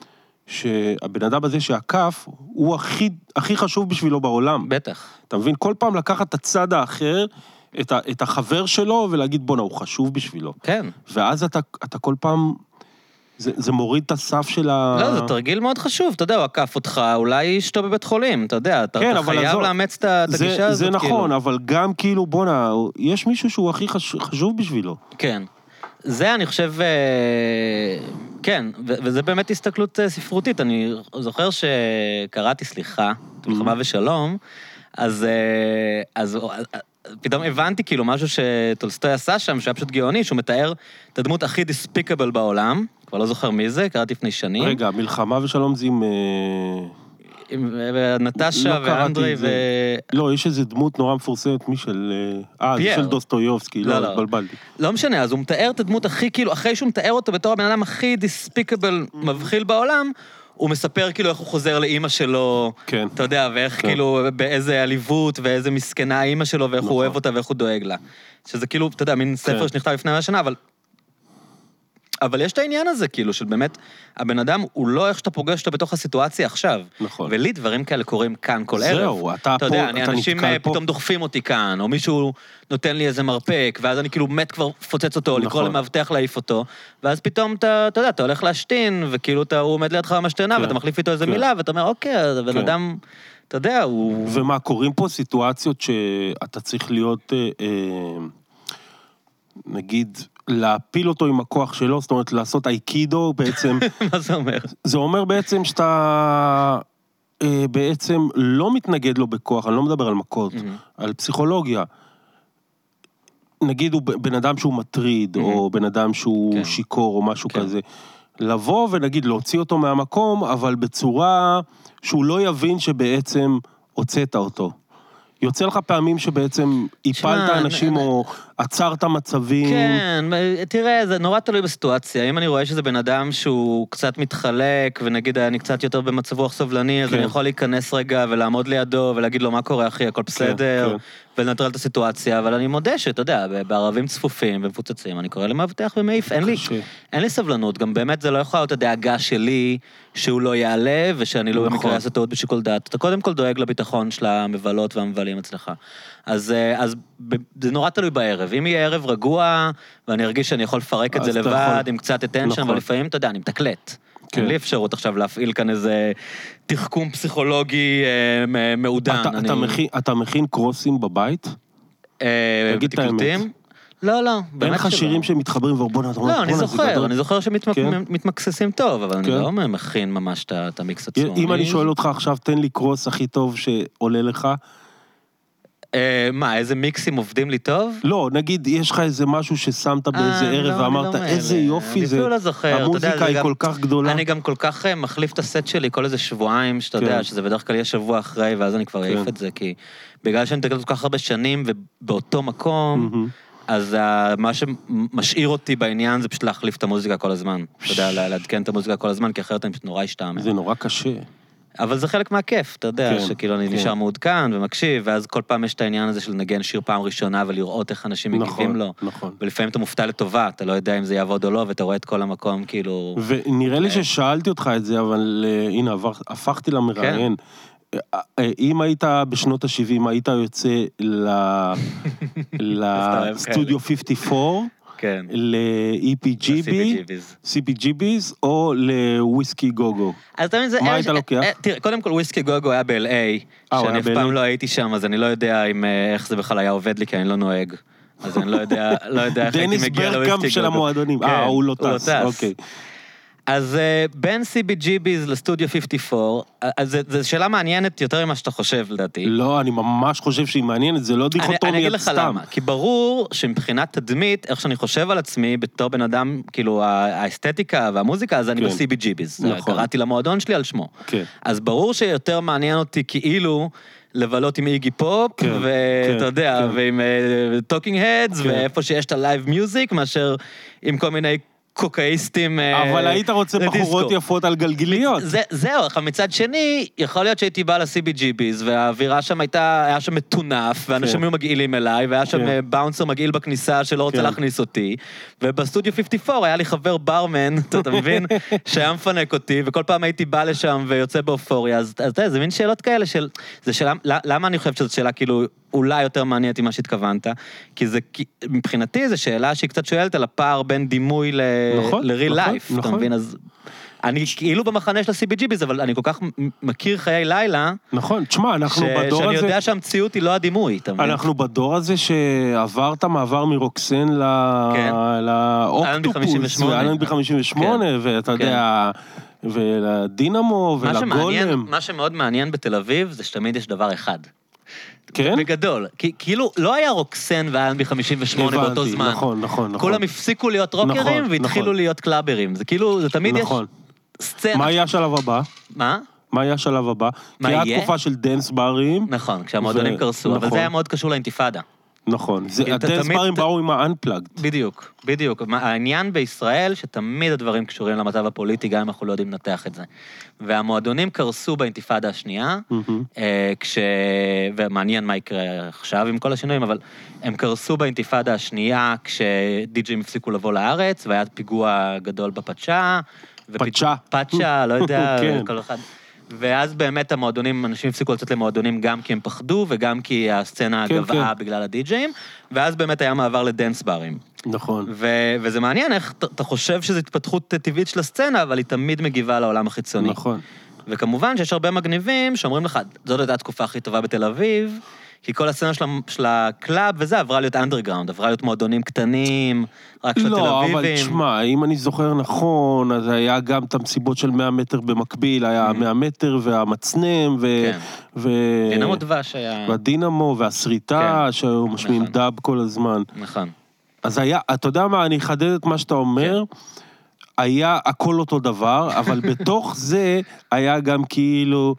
שהבן אדם הזה שעקף, הוא הכי חשוב בשבילו בעולם. בטח. אתה מבין? כל פעם לקחת את הצד האחר, את החבר שלו, ולהגיד, בונה, הוא חשוב בשבילו. כן. ואז אתה כל פעם, זה מוריד את הסף של לא, זה תרגיל מאוד חשוב, אתה יודע, הוא עקף אותך, אולי אשתו בבית חולים, אתה יודע, אתה חייב לאמץ את הגישה הזאת. זה נכון, אבל גם כאילו, בונה, יש מישהו שהוא הכי חשוב בשבילו. כן. זה אני חושב, כן, וזה באמת הסתכלות ספרותית. אני זוכר שקראתי סליחה, מלחמה ושלום, אז פתאום הבנתי כאילו משהו שטולסטוי עשה שם, שהיה פשוט גאוני, שהוא מתאר את הדמות הכי דיספיקבל בעולם, כבר לא זוכר מי זה, קראתי לפני שנים. רגע, מלחמה ושלום זה עם נטשה ואנדרי לא, יש איזו דמות נורא מפורסמת, מי של... זה של דוסטויובסקי, לא, התבלבלתי. לא משנה, אז הוא מתאר את הדמות הכי, כאילו, אחרי שהוא מתאר אותו בתור הבן אדם הכי דיספיקבל, מבחיל בעולם, הוא מספר כאילו איך הוא חוזר לאמא שלו, אתה יודע, ואיך כאילו, באיזה עליבות, ואיזה מסכנה האמא שלו, ואיך הוא אוהב אותה, ואיך הוא דואג לה. שזה כאילו, אתה יודע, מין ספר שנכתב לפני 100 שנה, אבל יש את העניין הזה, כאילו, של באמת, הבן אדם הוא לא איך שאתה פוגש אותו בתוך הסיטואציה עכשיו. נכון. ולי דברים כאלה קורים כאן כל ערב. זהו, אתה פה, יודע, אנשים פתאום דוחפים אותי כאן, או מישהו נותן לי איזה מרפק, ואז אני כאילו מת כבר פוצץ אותו, לקרוא למאבטח להעיף אותו, ואז פתאום אתה יודע, אתה הולך להשתין, וכאילו הוא עומד לידך במשתנה, ואתה מחליף איתו איזה מילה, ואתה אומר, אוקיי, הבן אדם, אתה יודע, הוא... ומה, קורים פה סיטואציות שאתה צריך להיות, נגיד, להפיל אותו עם הכוח שלו, זאת אומרת, לעשות אייקידו בעצם. מה זה אומר? זה אומר בעצם שאתה בעצם לא מתנגד לו בכוח, אני לא מדבר על מכות, על פסיכולוגיה. נגיד הוא בן אדם שהוא מטריד, או בן אדם שהוא שיקור, או משהו כזה. לבוא ונגיד, להוציא אותו מהמקום, אבל בצורה שהוא לא יבין שבעצם הוצאת אותו. יוצא לך פעמים שבעצם הפלת אנשים, או עצרת מצבים. כן, תראה, זה נורא תלוי בסיטואציה. אם אני רואה שזה בן אדם שהוא קצת מתחלק, ונגיד אני קצת יותר במצב רוח סובלני, אז אני יכול להיכנס רגע ולעמוד לידו, ולהגיד לו, מה קורה אחי, הכל בסדר, ולנטרל את הסיטואציה, אבל אני מודה שאתה יודע, בערבים צפופים ומפוצצים, אני קורא למאבטח ומעיף, אין לי סבלנות, גם באמת זה לא יכול להיות הדאגה שלי, שהוא לא יעלה, ושאני לא במקרה אעשה טעות בשיקול דעת. אתה קודם כל דואג לביטחון של המבלות והמבלים אצלך. אז זה נורא תלוי בערב. אם יהיה ערב רגוע, ואני ארגיש שאני יכול לפרק את זה לבד, עם קצת attention, ולפעמים, אתה יודע, אני מתקלט. אין לי אפשרות עכשיו להפעיל כאן איזה תחכום פסיכולוגי מעודן. אתה מכין קרוסים בבית? תגיד את האמת. לא, אין לך שירים שמתחברים ובוא נתרון. לא, אני זוכר שמתמקססים טוב, אבל אני לא מכין ממש את המיקס עצמו. אם אני שואל אותך עכשיו, תן לי קרוס הכי טוב שעולה לך. מה, איזה מיקסים עובדים לי טוב? לא, נגיד, יש לך איזה משהו ששמת באיזה ערב ואמרת, איזה יופי זה, המוזיקה היא כל כך גדולה. אני גם כל כך מחליף את הסט שלי כל איזה שבועיים, שאתה יודע, שזה בדרך כלל יהיה שבוע אחרי, ואז אני כבר אעיף את זה, כי בגלל שאני מתגלת כל כך הרבה שנים, ובאותו מקום, אז מה שמשאיר אותי בעניין זה פשוט להחליף את המוזיקה כל הזמן. אתה יודע, לעדכן את המוזיקה כל הזמן, כי אחרת אני פשוט נורא אשתעמם. זה נורא קשה. אבל זה חלק מהכיף, אתה יודע, שכאילו אני נשאר מעודכן ומקשיב, ואז כל פעם יש את העניין הזה של לנגן שיר פעם ראשונה, ולראות איך אנשים מגיבים לו. נכון. ולפעמים אתה מופתע לטובה, אתה לא יודע אם זה יעבוד או לא, ואתה רואה את כל המקום, כאילו... ונראה לי ששאלתי אותך את זה, אבל הנה, הפכתי למראיין. אם היית בשנות ה-70, היית יוצא לסטודיו 54, כן. ל-CPGBs או לוויסקי גוגו. אז תמיד זה... מה היית לוקח? תראה, קודם כל וויסקי גוגו היה ב-LA, שאני אף פעם לא הייתי שם, אז אני לא יודע איך זה בכלל היה עובד לי, כי אני לא נוהג. אז אני לא יודע איך הייתי מגיע לוויסקי גוגו. דניס ברקאמפ של המועדונים. הוא לא טס. אוקיי. אז בין CBGBs לסטודיו 54, אז זו שאלה מעניינת יותר ממה שאתה חושב, לדעתי. לא, אני ממש חושב שהיא מעניינת, זה לא דיכוטומיה סתם. אני אגיד לך למה, כי ברור שמבחינת תדמית, איך שאני חושב על עצמי, בתור בן אדם, כאילו האסתטיקה והמוזיקה, אז אני ב-CBGBs. קראתי למועדון שלי על שמו. אז ברור שיותר מעניין אותי כאילו לבלות עם איגי פופ, ואתה יודע, ועם טוקינג הדס, ואיפה שיש את הלייב מיוזיק, מאשר עם כל מיני קוקאיסטים אבל היית רוצה בחורות יפות על גלגיליות. זהו, מצד שני, יכול להיות שהייתי בא ל-CBGBs, והאווירה שם היה שם מטונף, ואנשים היו מגעילים אליי, והיה שם באונסר מגעיל בכניסה שלא רוצה להכניס אותי, ובסטודיו 54 היה לי חבר ברמן, אתה מבין, שהיה מפנק אותי, וכל פעם הייתי בא לשם ויוצא באופוריה, אז זה מין שאלות כאלה של, למה אני חושב שזאת שאלה כאילו, אולי יותר מעניינת עם מה שהתכוונת, כי זה, מבחינתי זו שאלה שהיא קצת שואלת על הפער בין דימוי ל-real life, אתה מבין? אז אני כאילו במחנה של ה-CBGBs, אבל אני כל כך מכיר חיי לילה, נכון, תשמע, אנחנו בדור הזה... שאני יודע שהמציאות היא לא הדימוי, אתה מבין? אנחנו בדור הזה שעברת מעבר מרוקסן לאוקטופוס, ואלנבי 58, ואתה יודע... ולדינמו, ולגולם. מה שמאוד מעניין בתל אביב, זה שתמיד יש דבר אחד. כן? בגדול. כאילו, לא היה רוקסן ואלנבי 58 באותו זמן. נכון. כולם הפסיקו להיות רוקרים, והתחילו להיות קלאברים. זה כאילו, זה תמיד יש סצנה. מה יהיה השלב הבא? מה? מה יהיה השלב הבא? כי היה תקופה של דנס ברים. נכון, כשהמועדונים קרסו, אבל זה היה מאוד קשור לאינתיפאדה. נכון, הדנס ברים באו עם ה-unplugged. בדיוק. העניין בישראל שתמיד הדברים קשורים למצב הפוליטי, גם אם אנחנו לא יודעים לנתח את זה. והמועדונים קרסו באינתיפאדה השנייה, ומעניין מה יקרה עכשיו עם כל השינויים, אבל הם קרסו באינתיפאדה השנייה, כשדיג'ים הפסיקו לבוא לארץ, והיה פיגוע גדול בפצ'ה. פצ'ה, לא יודע, כל אחד... ואז באמת המועדונים, אנשים הפסיקו לצאת למועדונים גם כי הם פחדו, וגם כי הסצנה גבעה בגלל הדי-ג'יים, ואז באמת היה מעבר לדנס ברים. נכון. וזה מעניין איך אתה חושב שזו התפתחות טבעית של הסצנה, אבל היא תמיד מגיבה לעולם החיצוני. נכון. וכמובן שיש הרבה מגניבים שאומרים לך, זאת הייתה התקופה הכי טובה בתל אביב, כי כל הסצנה של הקלאב וזה עברה להיות אנדרגראונד, עברה להיות מועדונים קטנים, רק של התל אביבים. לא, אבל תשמע, אם אני זוכר נכון, אז היה גם את המסיבות של 100 מטר במקביל, היה 100 מטר והמצנם, דינמו דבש היה... והדינמו והסריטה, שהיו משמיעים דאב כל הזמן. נכון. אז היה, אתה יודע מה, אני אחדד את מה שאתה אומר, היה הכל אותו דבר, אבל בתוך זה היה גם כאילו...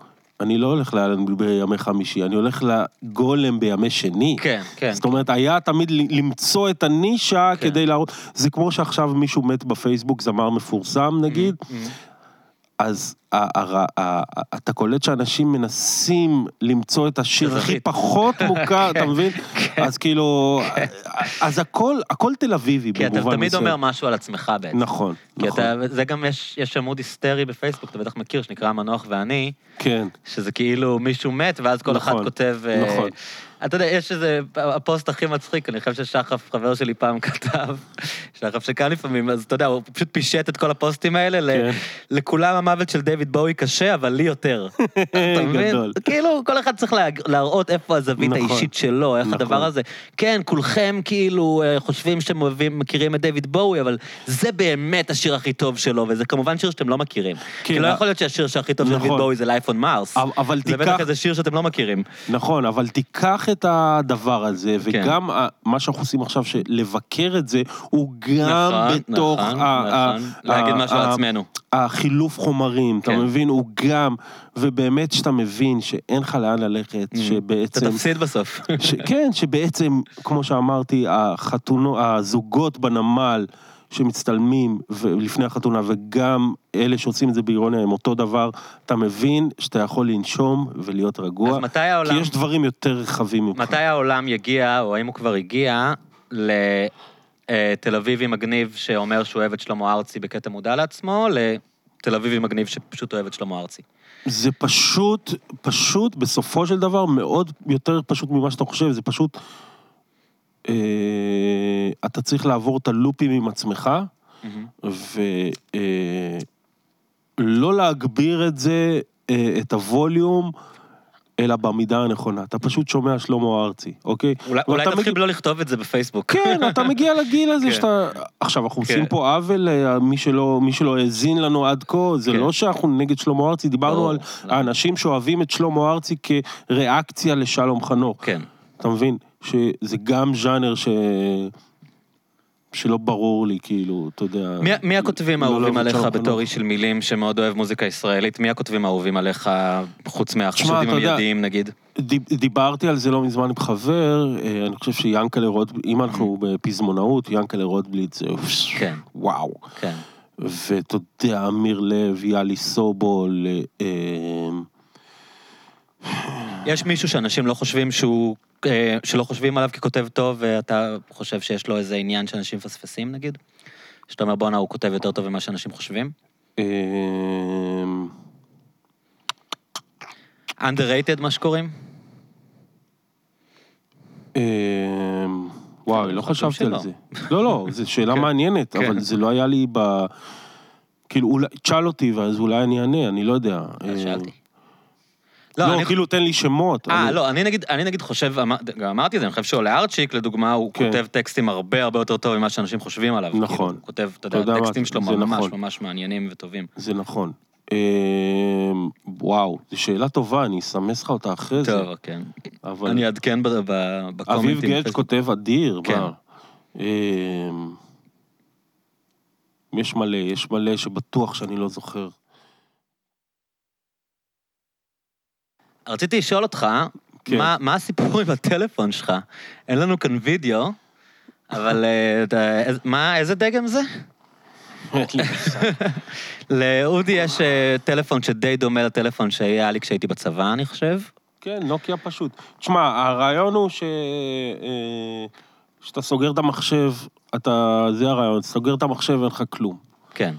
אני לא הולך בימי חמישי, אני הולך לגולם בימי שני. כן, כן. זאת אומרת, היה תמיד למצוא את הנישה כן. כדי להראות, זה כמו שעכשיו מישהו מת בפייסבוק, זמר מפורסם נגיד, אז אתה קולט שאנשים מנסים למצוא את השיר הכי פחות מוכר, אתה מבין? אז כאילו, אז הכל תל אביבי כי במובן אתה תמיד מסוים. אומר משהו על עצמך בעצם. נכון, כי נכון. זה גם, יש עמוד היסטרי בפייסבוק, אתה בטח מכיר, שנקרא המנוח ואני, כן. שזה כאילו מישהו מת, ואז כל אחד נכון, כותב... נכון. אתה יודע, יש איזה, הפוסט הכי מצחיק, אני חושב ששחף, חבר שלי פעם כתב, שחף שכאן לפעמים, אז אתה יודע, הוא פשוט פישט את כל הפוסטים האלה, כן. לכולם המוות של דיוויד בואי קשה, אבל לי יותר. אתה מבין? גדול. כאילו, כל אחד צריך להראות איפה הזווית נכון. האישית שלו, איך נכון. הדבר הזה. כן, כולכם כאילו חושבים שאתם מכירים את דיוויד בואי, אבל זה באמת השיר הכי טוב שלו, וזה כמובן שיר שאתם לא מכירים. כי לא יכול להיות שהשיר שהכי טוב של דיוויד בואי זה Life on Mars. אבל זה בטח איזה שיר שאתם לא מכירים. נכון, אבל תיקח את הדבר הזה, כן. וגם מה שאנחנו עושים עכשיו, שלבקר את זה, הוא גם בתוך... להגיד משהו על עצמנו. החילוף חומרים, אתה מבין? הוא גם, ובאמת שאתה מבין שאין לך לאן ללכת, שבעצם... אתה תפסיד בסוף. כן, שבעצם, כמו שאמרתי, הזוגות בנמל, שמצטלמים לפני החתונה, וגם אלה שעושים את זה באירוניה, הם אותו דבר, אתה מבין שאתה יכול לנשום ולהיות רגוע, אז מתי העולם... כי יש דברים יותר רחבים ממך. מתי העולם יגיע, או האם הוא כבר הגיע, לתל אביבי מגניב שאומר שהוא אוהב את שלמה ארצי בקטע מודע לעצמו, לתל אביבי מגניב שפשוט אוהב את שלמה ארצי? זה פשוט, בסופו של דבר, מאוד יותר פשוט ממה שאתה חושב, זה פשוט... אתה צריך לעבור את הלופים עם עצמך, ולא להגביר את זה, את הווליום, אלא במידה הנכונה. אתה פשוט שומע שלמה ארצי, אוקיי? אולי תתחיל לא לכתוב את זה בפייסבוק. כן, אתה מגיע לגיל הזה שאתה... עכשיו, אנחנו עושים פה עוול, מי שלא האזין לנו עד כה, זה לא שאנחנו נגד שלמה ארצי, דיברנו על האנשים שאוהבים את שלמה ארצי כריאקציה לשלום חנוך. כן. אתה מבין? שזה גם ז'אנר שלא ברור לי, כאילו, אתה יודע... מי הכותבים האהובים עליך בתור איש של מילים שמאוד אוהב מוזיקה ישראלית? מי הכותבים האהובים עליך חוץ מהחשודים המיידיים, נגיד? דיברתי על זה לא מזמן עם חבר, אני חושב שיאנקלה רוטבליט, אם אנחנו בפזמונאות, יאנקלה רוטבליט זה וואו. כן. ואתה יודע, אמיר לב, יאלי סובול... יש מישהו שאנשים לא חושבים שלא חושבים עליו ככותב טוב, ואתה חושב שיש לו איזה עניין שאנשים פספסים, נגיד? שאתה אומר, בונה, הוא כותב יותר טוב ממה שאנשים חושבים? underrated, מה שקוראים? וואו, לא חשבתי על זה. לא, זו שאלה מעניינת, אבל זה לא היה לי כאילו, תשאל אותי, ואז אולי אני אענה, אני לא יודע. שאלתי. לא, כאילו תן לי שמות. לא, אני נגיד חושב, גם אמרתי את זה, אני חושב שעולה ארצ'יק, לדוגמה, הוא כותב טקסטים הרבה הרבה יותר טוב ממה שאנשים חושבים עליו. נכון. הוא כותב, אתה יודע, טקסטים שלו ממש ממש מעניינים וטובים. זה נכון. וואו, זו שאלה טובה, אני אסמס לך אותה אחרי זה. טוב, כן. אני אעדכן בקומנטים. אביב גלג' כותב אדיר, יש מלא שבטוח שאני לא זוכר. רציתי לשאול אותך, מה הסיפור עם הטלפון שלך? אין לנו כאן וידאו, אבל איזה דגם זה? לאודי יש טלפון שדי דומה לטלפון שהיה לי כשהייתי בצבא, אני חושב. כן, נוקיה פשוט. תשמע, הרעיון הוא שאתה סוגר את המחשב, זה הרעיון, סוגר את המחשב ואין לך כלום. כן.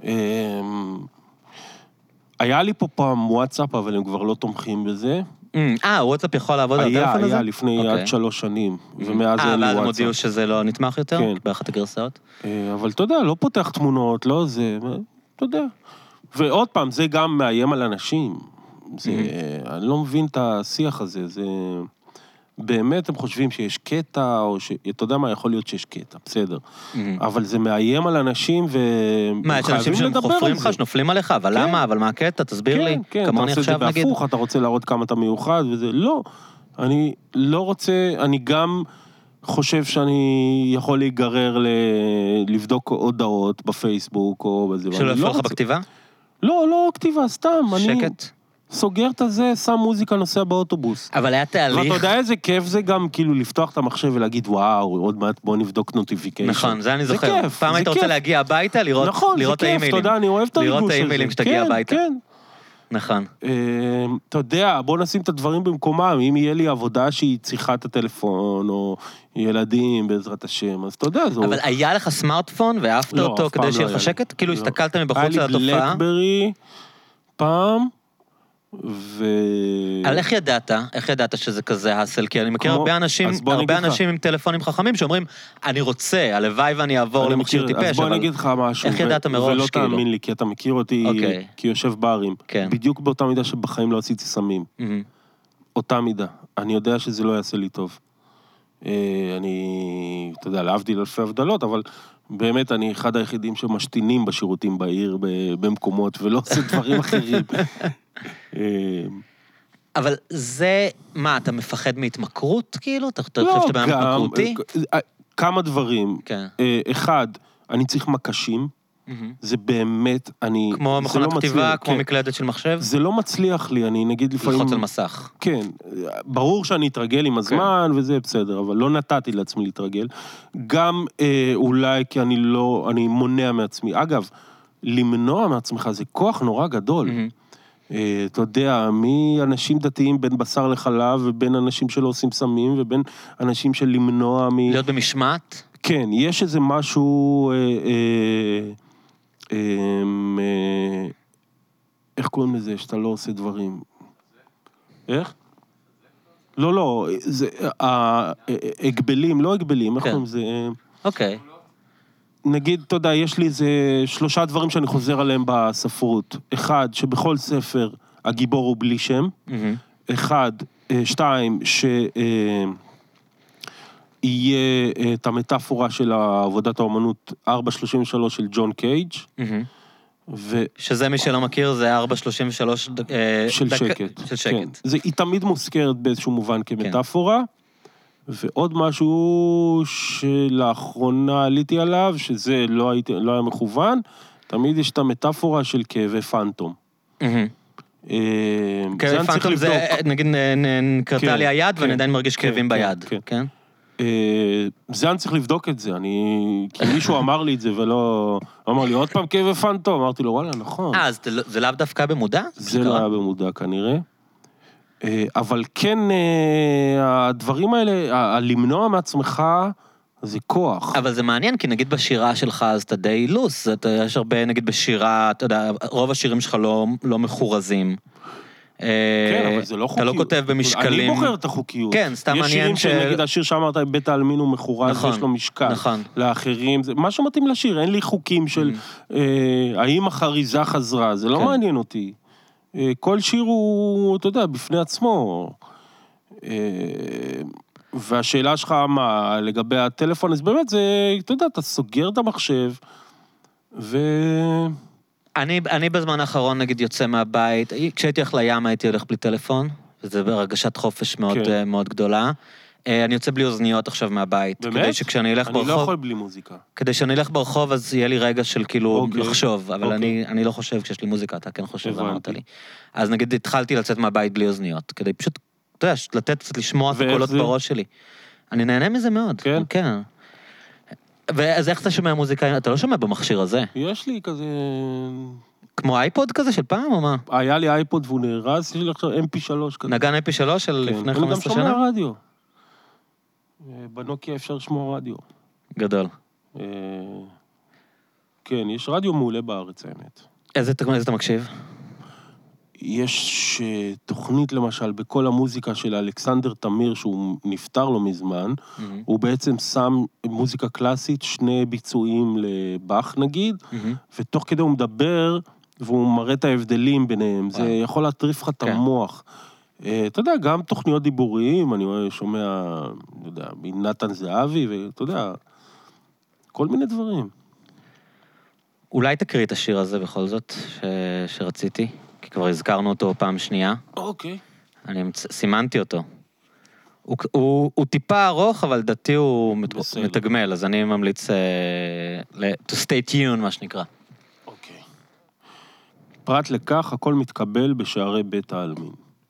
היה לי פה פעם וואטסאפ, אבל הם כבר לא תומכים בזה. וואטסאפ יכול לעבוד על הטלפון הזה? היה לפני עד 3 שנים, ומאז אין לי וואטסאפ. ואז הם הודיעו שזה לא נתמך יותר? כן. באחת הגרסאות? אבל אתה יודע, לא פותח תמונות, לא זה, אתה יודע. ועוד פעם, זה גם מאיים על אנשים. אני לא מבין את השיח הזה, זה... באמת הם חושבים שיש קטע, או אתה יודע מה, יכול להיות שיש קטע, בסדר. אבל זה מאיים על אנשים, מה, יש אנשים שחופרים לך, שנופלים עליך, אבל למה, אבל מה הקטע, תסביר לי, כמוני עכשיו נגיד. אתה עושה את זה בהפוך, אתה רוצה להראות כמה אתה מיוחד, וזה, לא, אני לא רוצה, אני גם חושב שאני יכול להיגרר לבדוק הודעות בפייסבוק, או בזה. שלא יפריע לך בכתיבה? לא כתיבה, סתם. שקט? סוגר את זה, שם מוזיקה, נוסע באוטובוס. אבל היה תהליך... ואתה יודע איזה כיף זה גם, כאילו, לפתוח את המחשב ולהגיד, וואו, עוד מעט בוא נבדוק נוטיפיקיישן. נכון, זה אני זוכר. זה כיף, פעם היית רוצה להגיע הביתה, לראות נכון, זה כיף, אתה יודע, אני אוהב את הריגוש הזה. לראות את האימיילים שתגיע הביתה. כן, נכון. אתה יודע, בוא נשים את הדברים במקומם, אם יהיה לי עבודה שהיא צריכה את הטלפון, או ילדים בעזרת השם, אז אתה יודע, זו... אבל היה לך סמארטפון ואהבת אותו כדי שיהיה לך שקט? כאילו הסתכלת מבחוץ על התופעה? היה לי בלקברי פעם, על איך ידעת? איך ידעת שזה כזה הסל? כי אני מכיר הרבה אנשים עם טלפונים חכמים שאומרים, אני רוצה, הלוואי ואני אעבור למכשיר טיפש, אז בוא אני אגיד לך משהו, איך ידעת מראש? ולא תאמין לי, כי אתה מכיר אותי כיושב בערים. בדיוק באותה מידה שבחיים לא עשיתי סמים. אותה מידה. אני יודע שזה לא יעשה לי טוב. אני, אתה יודע, להבדיל אלפי הבדלות, אבל באמת אני אחד היחידים שמשתינים בשירותים בעיר, במקומות, ולא עושה דברים אחרים. אבל זה, מה, אתה מפחד מהתמכרות, כאילו? אתה חושב שאתה בעיה מתמכרותי? כמה דברים. אחד, אני צריך מקשים, זה באמת, כמו מכונת כתיבה, כמו מקלדת של מחשב? זה לא מצליח לי, אני נגיד לפעמים... ללחוץ על מסך. כן, ברור שאני אתרגל עם הזמן, וזה בסדר, אבל לא נתתי לעצמי להתרגל. גם אולי כי אני מונע מעצמי. אגב, למנוע מעצמך זה כוח נורא גדול. אתה יודע, מאנשים דתיים בין בשר לחלב, ובין אנשים שלא עושים סמים, ובין אנשים של למנוע להיות במשמעת? כן, יש איזה משהו... איך קוראים לזה, שאתה לא עושה דברים? איך? לא, זה... הגבלים, לא הגבלים, איך קוראים לזה? אוקיי. נגיד, אתה יודע, יש לי איזה 3 דברים שאני חוזר עליהם בספרות. 1, שבכל ספר הגיבור הוא בלי שם. 2, יהיה את המטאפורה של עבודת האומנות 4.33 של ג'ון קייג'. שזה מי שלא מכיר, זה 4.33 של שקט. של שקט. היא תמיד מוזכרת באיזשהו מובן כמטאפורה. ועוד משהו שלאחרונה עליתי עליו, שזה לא היה מכוון, תמיד יש את המטאפורה של כאבי פנטום. כאבי פנטום זה, נגיד, קרתה לי היד, ואני עדיין מרגיש כאבים ביד. כן? זה אני צריך לבדוק את זה, כי מישהו אמר לי את זה ולא, אמר לי עוד פעם כאבי פנטום, אמרתי לו וואלה נכון. אז זה לאו דווקא במודע? זה לא היה במודע כנראה. אבל כן, הדברים האלה, למנוע מעצמך, זה כוח. אבל זה מעניין, כי נגיד בשירה שלך, אז אתה די לוס, יש הרבה, נגיד בשירה, אתה יודע, רוב השירים שלך לא מחורזים. כן, אבל זה לא חוקיות. אתה לא כותב במשקלים. אני בוחר את החוקיות. כן, סתם מעניין יש שירים שנגיד, השיר שאמרת, בית העלמין הוא מחורז, יש לו משקל. נכון. לאחרים, זה משהו מתאים לשיר, אין לי חוקים של, האם החריזה חזרה, זה לא מעניין אותי. כל שיר הוא, אתה יודע, בפני עצמו. והשאלה שלך, מה, לגבי הטלפון, אז באמת זה, אתה יודע, אתה סוגר את המחשב, אני בזמן האחרון, נגיד, יוצא מהבית, כשהייתי הולך לים, הייתי הולך בלי טלפון, וזה ברגשת חופש מאוד, מאוד גדולה. אני יוצא בלי אוזניות עכשיו מהבית. באמת? כדי שכשאני אלך ברחוב... אני לא יכול בלי מוזיקה. כדי שאני אלך ברחוב, אז יהיה לי רגע של כאילו לחשוב, אבל אני לא חושב כשיש לי מוזיקה, אתה כן חושב, אמרת לי. אז נגיד, התחלתי לצאת מהבית בלי אוזניות, כדי פשוט, אתה יודע, לתת קצת לשמוע את הקולות בראש שלי. אני נהנה מזה מאוד. כן? כן. ואז איך אתה שומע מוזיקה? אתה לא שומע במכשיר הזה? יש לי כזה... כמו אייפוד כזה של פעם, או מה? היה לי אייפוד והוא נהרס, יש לי עכשיו MP3 כזה. נגן MP3 של לפני 15 שנה? אני גם שומע רדיו. בנוקיה אפשר לשמוע רדיו. גדול. כן, יש רדיו מעולה בארץ, האמת. איזה אתה מקשיב? יש תוכנית למשל בכל המוזיקה של אלכסנדר תמיר, שהוא נפטר לו מזמן, הוא בעצם שם מוזיקה קלאסית, 2 ביצועים לבח נגיד, ותוך כדי הוא מדבר, והוא מראה את ההבדלים ביניהם, זה יכול להטריף לך את המוח. אתה יודע, גם תוכניות דיבוריים, אני שומע, לא יודע, מנתן זהבי, ואתה יודע, כל מיני דברים. אולי תקריא את השיר הזה בכל זאת, שרציתי, כי כבר הזכרנו אותו פעם שנייה. אוקיי. אני סימנתי אותו. הוא טיפה ארוך, אבל דתי הוא מתגמל, אז אני ממליץ to stay tuned, מה שנקרא. אוקיי. פרט לכך, הכל מתקבל בשערי בית העלמין.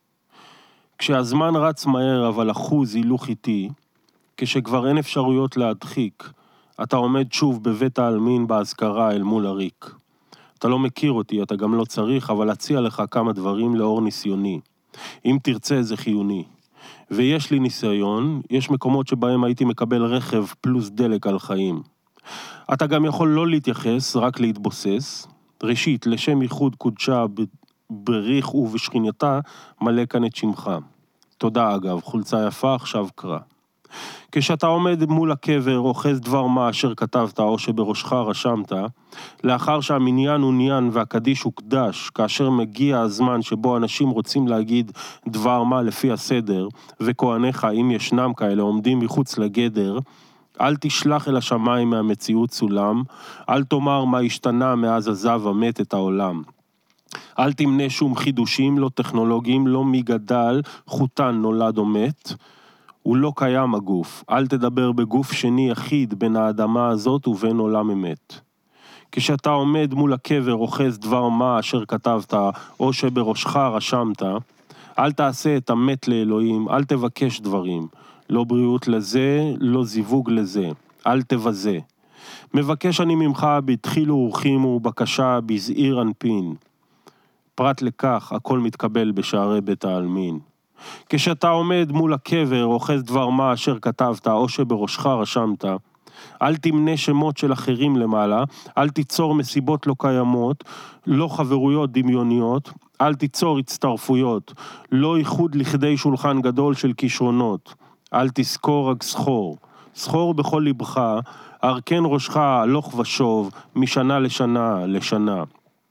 כשהזמן רץ מהר, אבל אחוז הילוך איטי, כשכבר אין אפשרויות להדחיק, אתה עומד שוב בבית העלמין בהזכרה אל מול הריק. אתה לא מכיר אותי, אתה גם לא צריך, אבל אציע לך כמה דברים לאור ניסיוני. אם תרצה, זה חיוני. ויש לי ניסיון, יש מקומות שבהם הייתי מקבל רכב פלוס דלק על חיים. אתה גם יכול לא להתייחס, רק להתבוסס. ראשית, לשם ייחוד קודשה בריך ובשכינתה, מלא כאן את שמך. תודה אגב, חולצה יפה, עכשיו קרא. כשאתה עומד מול הקבר, אוחז דבר מה אשר כתבת או שבראשך רשמת, לאחר שהמניין הוא עניין והקדיש הוא קדש, כאשר מגיע הזמן שבו אנשים רוצים להגיד דבר מה לפי הסדר, וכהניך, אם ישנם כאלה, עומדים מחוץ לגדר, אל תשלח אל השמיים מהמציאות סולם, אל תאמר מה השתנה מאז עזב המת את העולם. אל תמנה שום חידושים, לא טכנולוגיים, לא מי גדל, חותן נולד או מת, הוא לא קיים הגוף, אל תדבר בגוף שני יחיד בין האדמה הזאת ובין עולם אמת. כשאתה עומד מול הקבר אוחז דבר מה אשר כתבת או שבראשך רשמת, אל תעשה את המת לאלוהים, אל תבקש דברים, לא בריאות לזה, לא זיווג לזה, אל תבזה. מבקש אני ממך בתחילו ורחימו ובקשה בזעיר אנפין. פרט לכך הכל מתקבל בשערי בית העלמין. כשאתה עומד מול הקבר, אוחז דבר מה אשר כתבת, או שבראשך רשמת, אל תמנה שמות של אחרים למעלה, אל תיצור מסיבות לא קיימות, לא חברויות דמיוניות, אל תיצור הצטרפויות, לא ייחוד לכדי שולחן גדול של כישרונות, אל תזכור רק סחור, סחור בכל לבך, ארכן ראשך הלוך ושוב, משנה לשנה לשנה.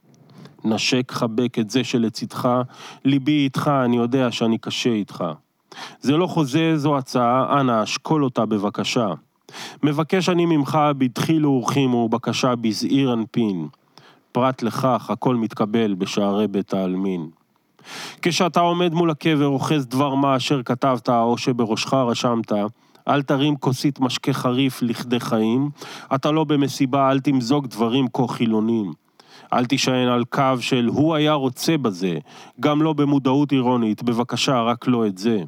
נשק חבק את זה שלצדך, ליבי איתך, אני יודע שאני קשה איתך. זה לא חוזה, זו הצעה, אנא, אשכול אותה בבקשה. מבקש אני ממך בתחילו ורחימו ובקשה בזעיר אנפין. פרט לכך, הכל מתקבל בשערי בית העלמין. כשאתה עומד מול הקבר, אוחז דבר מה אשר כתבת או שבראשך רשמת, אל תרים כוסית משקה חריף לכדי חיים, אתה לא במסיבה, אל תמזוג דברים כה חילונים. אל תישען על קו של הוא היה רוצה בזה, גם לא במודעות אירונית, בבקשה רק לא את זה.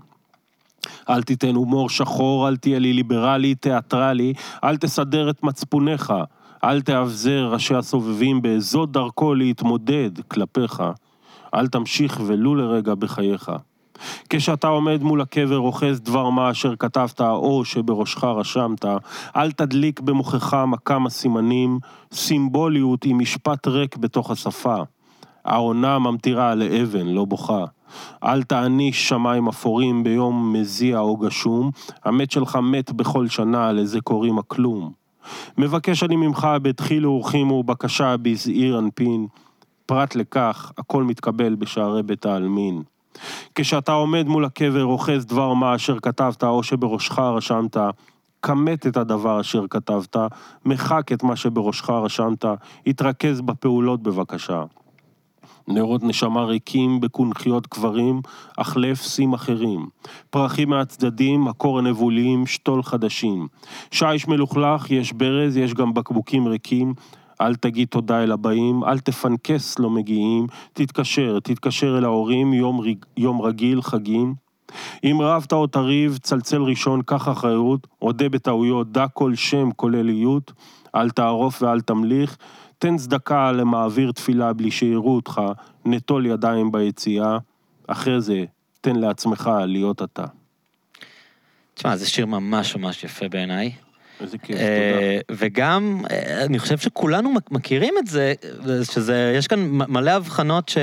אל תיתן הומור שחור, אל תהיה לי ליברלי, תיאטרלי, אל תסדר את מצפונך, אל תאבזר ראשי הסובבים באזות דרכו להתמודד כלפיך, אל תמשיך ולו לרגע בחייך. כשאתה עומד מול הקבר אוחז דבר מה אשר כתבת או שבראשך רשמת, אל תדליק במוחך מכמה סימנים, סימבוליות היא משפט ריק בתוך השפה. העונה ממטירה לאבן, לא בוכה. אל תעניש שמיים אפורים ביום מזיע או גשום, המת שלך מת בכל שנה, לזה קוראים הכלום. מבקש אני ממך בתחילו ורחימו ובקשה בזעיר אנפין, פרט לכך הכל מתקבל בשערי בית העלמין. כשאתה עומד מול הקבר אוחז דבר מה אשר כתבת או שבראשך רשמת, כמת את הדבר אשר כתבת, מחק את מה שבראשך רשמת, התרכז בפעולות בבקשה. נרות נשמה ריקים בקונחיות קברים, החלף שים אחרים. פרחים מהצדדים, מקור הנבולים, שתול חדשים. שיש מלוכלך, יש ברז, יש גם בקבוקים ריקים. אל תגיד תודה אל הבאים, אל תפנקס לא מגיעים, תתקשר אל ההורים, יום רגיל, חגים. אם רבת או תריב, צלצל ראשון, קח אחריות, עודה בטעויות, דע כל שם כולליות, אל תערוף ואל תמליך, תן צדקה למעביר תפילה בלי שיראו אותך, נטול ידיים ביציאה, אחרי זה תן לעצמך להיות אתה. תשמע, זה שיר ממש ממש יפה בעיניי. איזה כיף, תודה. וגם, אני חושב שכולנו מכירים את זה, יש כאן מלא הבחנות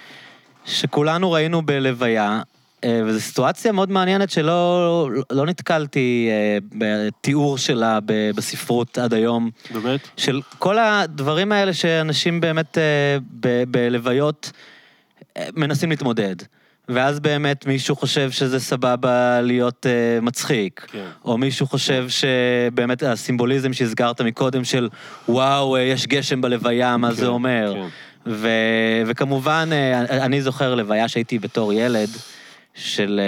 שכולנו ראינו בלוויה, וזו סיטואציה מאוד מעניינת שלא נתקלתי בתיאור שלה בספרות עד היום. באמת? של כל הדברים האלה שאנשים באמת בלוויות מנסים להתמודד. ואז באמת מישהו חושב שזה סבבה להיות מצחיק. כן. או מישהו חושב שבאמת הסימבוליזם שהסגרת מקודם של וואו, יש גשם בלוויה, מה זה אומר. כן. וכמובן, אני זוכר לוויה שהייתי בתור ילד, של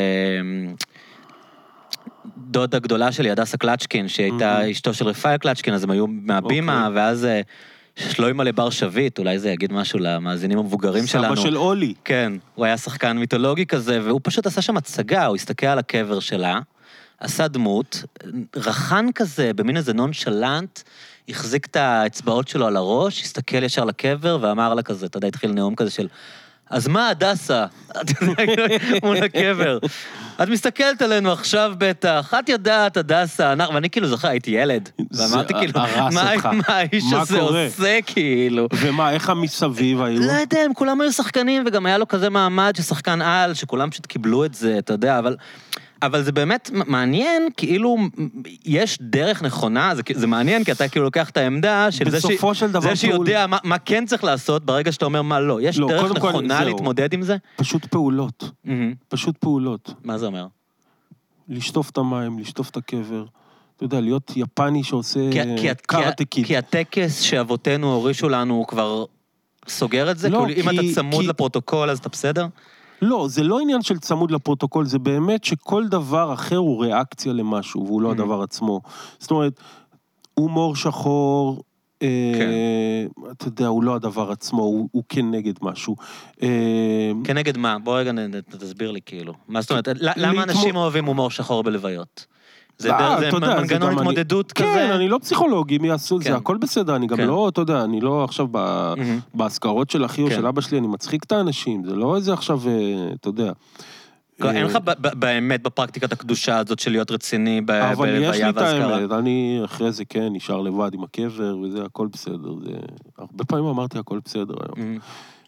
דודה גדולה שלי, הדסה קלצ'קין, שהייתה אשתו של רפאל קלצ'קין, אז הם היו מהבימה, ואז שלוימלה בר שביט, אולי זה יגיד משהו למאזינים המבוגרים שלנו. סבא של אולי. כן, הוא היה שחקן מיתולוגי כזה, והוא פשוט עשה שם הצגה, הוא הסתכל על הקבר שלה, עשה דמות, רחן כזה, במין איזה נונשלנט, החזיק את האצבעות שלו על הראש, הסתכל ישר לקבר, ואמר לה כזה, אתה יודע, התחיל נאום כזה של, אז מה הדסה? את יודעת, מול הקבר. את מסתכלת עלינו עכשיו בטח, את יודעת, הדסה, ואני כאילו זוכר, הייתי ילד, ואמרתי כאילו, מה האיש הזה עושה כאילו? ומה, איך המסביב היו? לא יודע, הם כולם היו שחקנים, וגם היה לו כזה מעמד ששחקן על, שכולם פשוט קיבלו את זה, אתה יודע, אבל זה באמת מעניין, כאילו, יש דרך נכונה, זה מעניין, כי אתה כאילו לוקח את העמדה של זה שיודע מה כן צריך לעשות, ברגע שאתה אומר מה לא. יש דרך נכונה להתמודד עם זה? פשוט פעולות. פשוט פעולות. מה זה אומר? לשטוף את המים, לשטוף את הקבר. אתה יודע, להיות יפני שעושה קראטקיד. כי הטקס שאבותינו הורישו לנו, הוא כבר סוגר את זה? אם אתה צמוד לפרוטוקול, אז אתה בסדר? לא, זה לא עניין של צמוד לפרוטוקול, זה באמת שכל דבר אחר הוא ריאקציה למשהו, והוא לא הדבר עצמו. זאת אומרת, הומור שחור, אתה יודע, הוא לא הדבר עצמו, הוא כנגד משהו. כנגד מה? בוא רגע תסביר לי כאילו. מה זאת אומרת, למה אנשים אוהבים הומור שחור בלוויות? זה מנגנון התמודדות כזה? כן, אני לא פסיכולוג, אם יעשו את זה, הכל בסדר, אני גם לא, אתה יודע, אני לא עכשיו בהזכרות של אחי או של אבא שלי, אני מצחיק את האנשים, זה לא איזה עכשיו, אתה יודע. אין לך באמת בפרקטיקת הקדושה הזאת של להיות רציני בלוויה והזכרה? אבל יש לי את האמת, אני אחרי זה כן, נשאר לבד עם הקבר, וזה הכל בסדר, הרבה פעמים אמרתי הכל בסדר היום.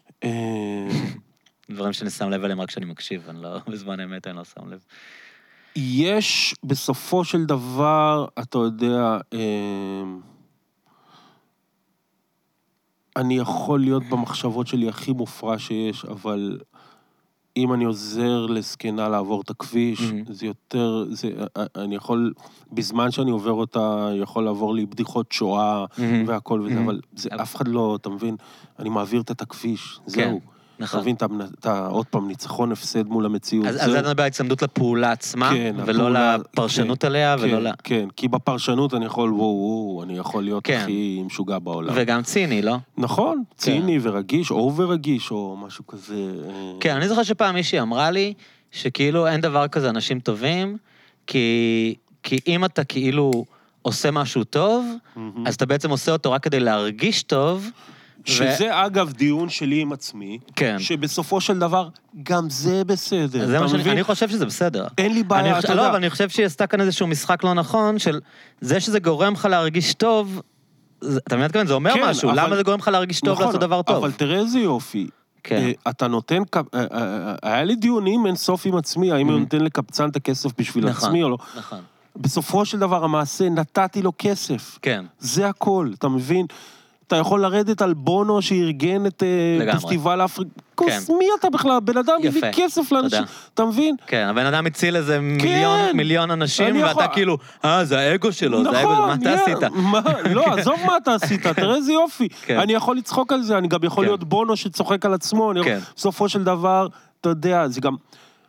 דברים שאני שם לב אליהם רק כשאני מקשיב, אני לא, בזמן האמת אני לא שם לב. יש בסופו של דבר, אתה יודע, אני יכול להיות במחשבות שלי הכי מופרע שיש, אבל אם אני עוזר לזקנה לעבור את הכביש, זה יותר, אני יכול, בזמן שאני עובר אותה, יכול לעבור לי בדיחות שואה והכל וזה, אבל זה אף אחד לא, אתה מבין, אני מעביר את הכביש, זהו. אתה מבין, אתה עוד פעם ניצחון הפסד מול המציאות. אז זה נדבר הצמדות לפעולה עצמה, ולא לפרשנות עליה, ולא ל... כן, כי בפרשנות אני יכול, אני יכול להיות הכי משוגע בעולם. וגם ציני, לא? נכון, ציני ורגיש, או ורגיש, או משהו כזה. כן, אני זוכר שפעם מישהי אמרה לי, שכאילו אין דבר כזה אנשים טובים, כי אם אתה כאילו עושה משהו טוב, אז אתה בעצם עושה אותו רק כדי להרגיש טוב, שזה אגב דיון שלי עם עצמי, שבסופו של דבר גם זה בסדר. אני חושב שזה בסדר. אין לי בעיה, אתה יודע. לא, אבל אני חושב שהיא עשתה כאן איזשהו משחק לא נכון, של זה שזה גורם לך להרגיש טוב, אתה מבין כאן, זה אומר משהו, למה זה גורם לך להרגיש טוב לעשות דבר טוב? אבל תראה איזה יופי. אתה נותן, היה לי דיונים אין סוף עם עצמי, האם אני נותן לקבצן את הכסף בשביל עצמי או לא. נכון. בסופו של דבר המעשה, נתתי לו כסף. כן. זה הכל, אתה מבין? אתה יכול לרדת על בונו שארגן את פסטיבל אפריק. כוס, מי אתה בכלל? בן אדם מביא כסף לאנשים, אתה מבין? כן, הבן אדם הציל איזה מיליון אנשים, ואתה כאילו, זה האגו שלו, זה האגו, מה אתה עשית? לא, עזוב מה אתה עשית, תראה איזה יופי. אני יכול לצחוק על זה, אני גם יכול להיות בונו שצוחק על עצמו, בסופו של דבר, אתה יודע, זה גם,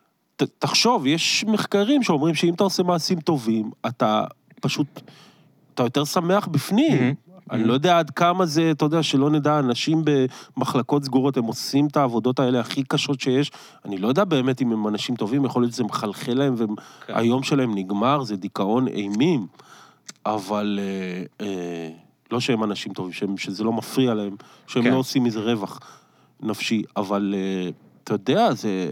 תחשוב, יש מחקרים שאומרים שאם אתה עושה מעשים טובים, אתה פשוט, אתה יותר שמח בפנים. אני לא יודע עד כמה זה, אתה יודע, שלא נדע, אנשים במחלקות סגורות, הם עושים את העבודות האלה הכי קשות שיש, אני לא יודע באמת אם הם אנשים טובים, יכול להיות שזה מחלחל להם, והיום שלהם נגמר, זה דיכאון אימים, אבל לא שהם אנשים טובים, שזה לא מפריע להם, שהם לא עושים איזה רווח נפשי, אבל אתה יודע, זה...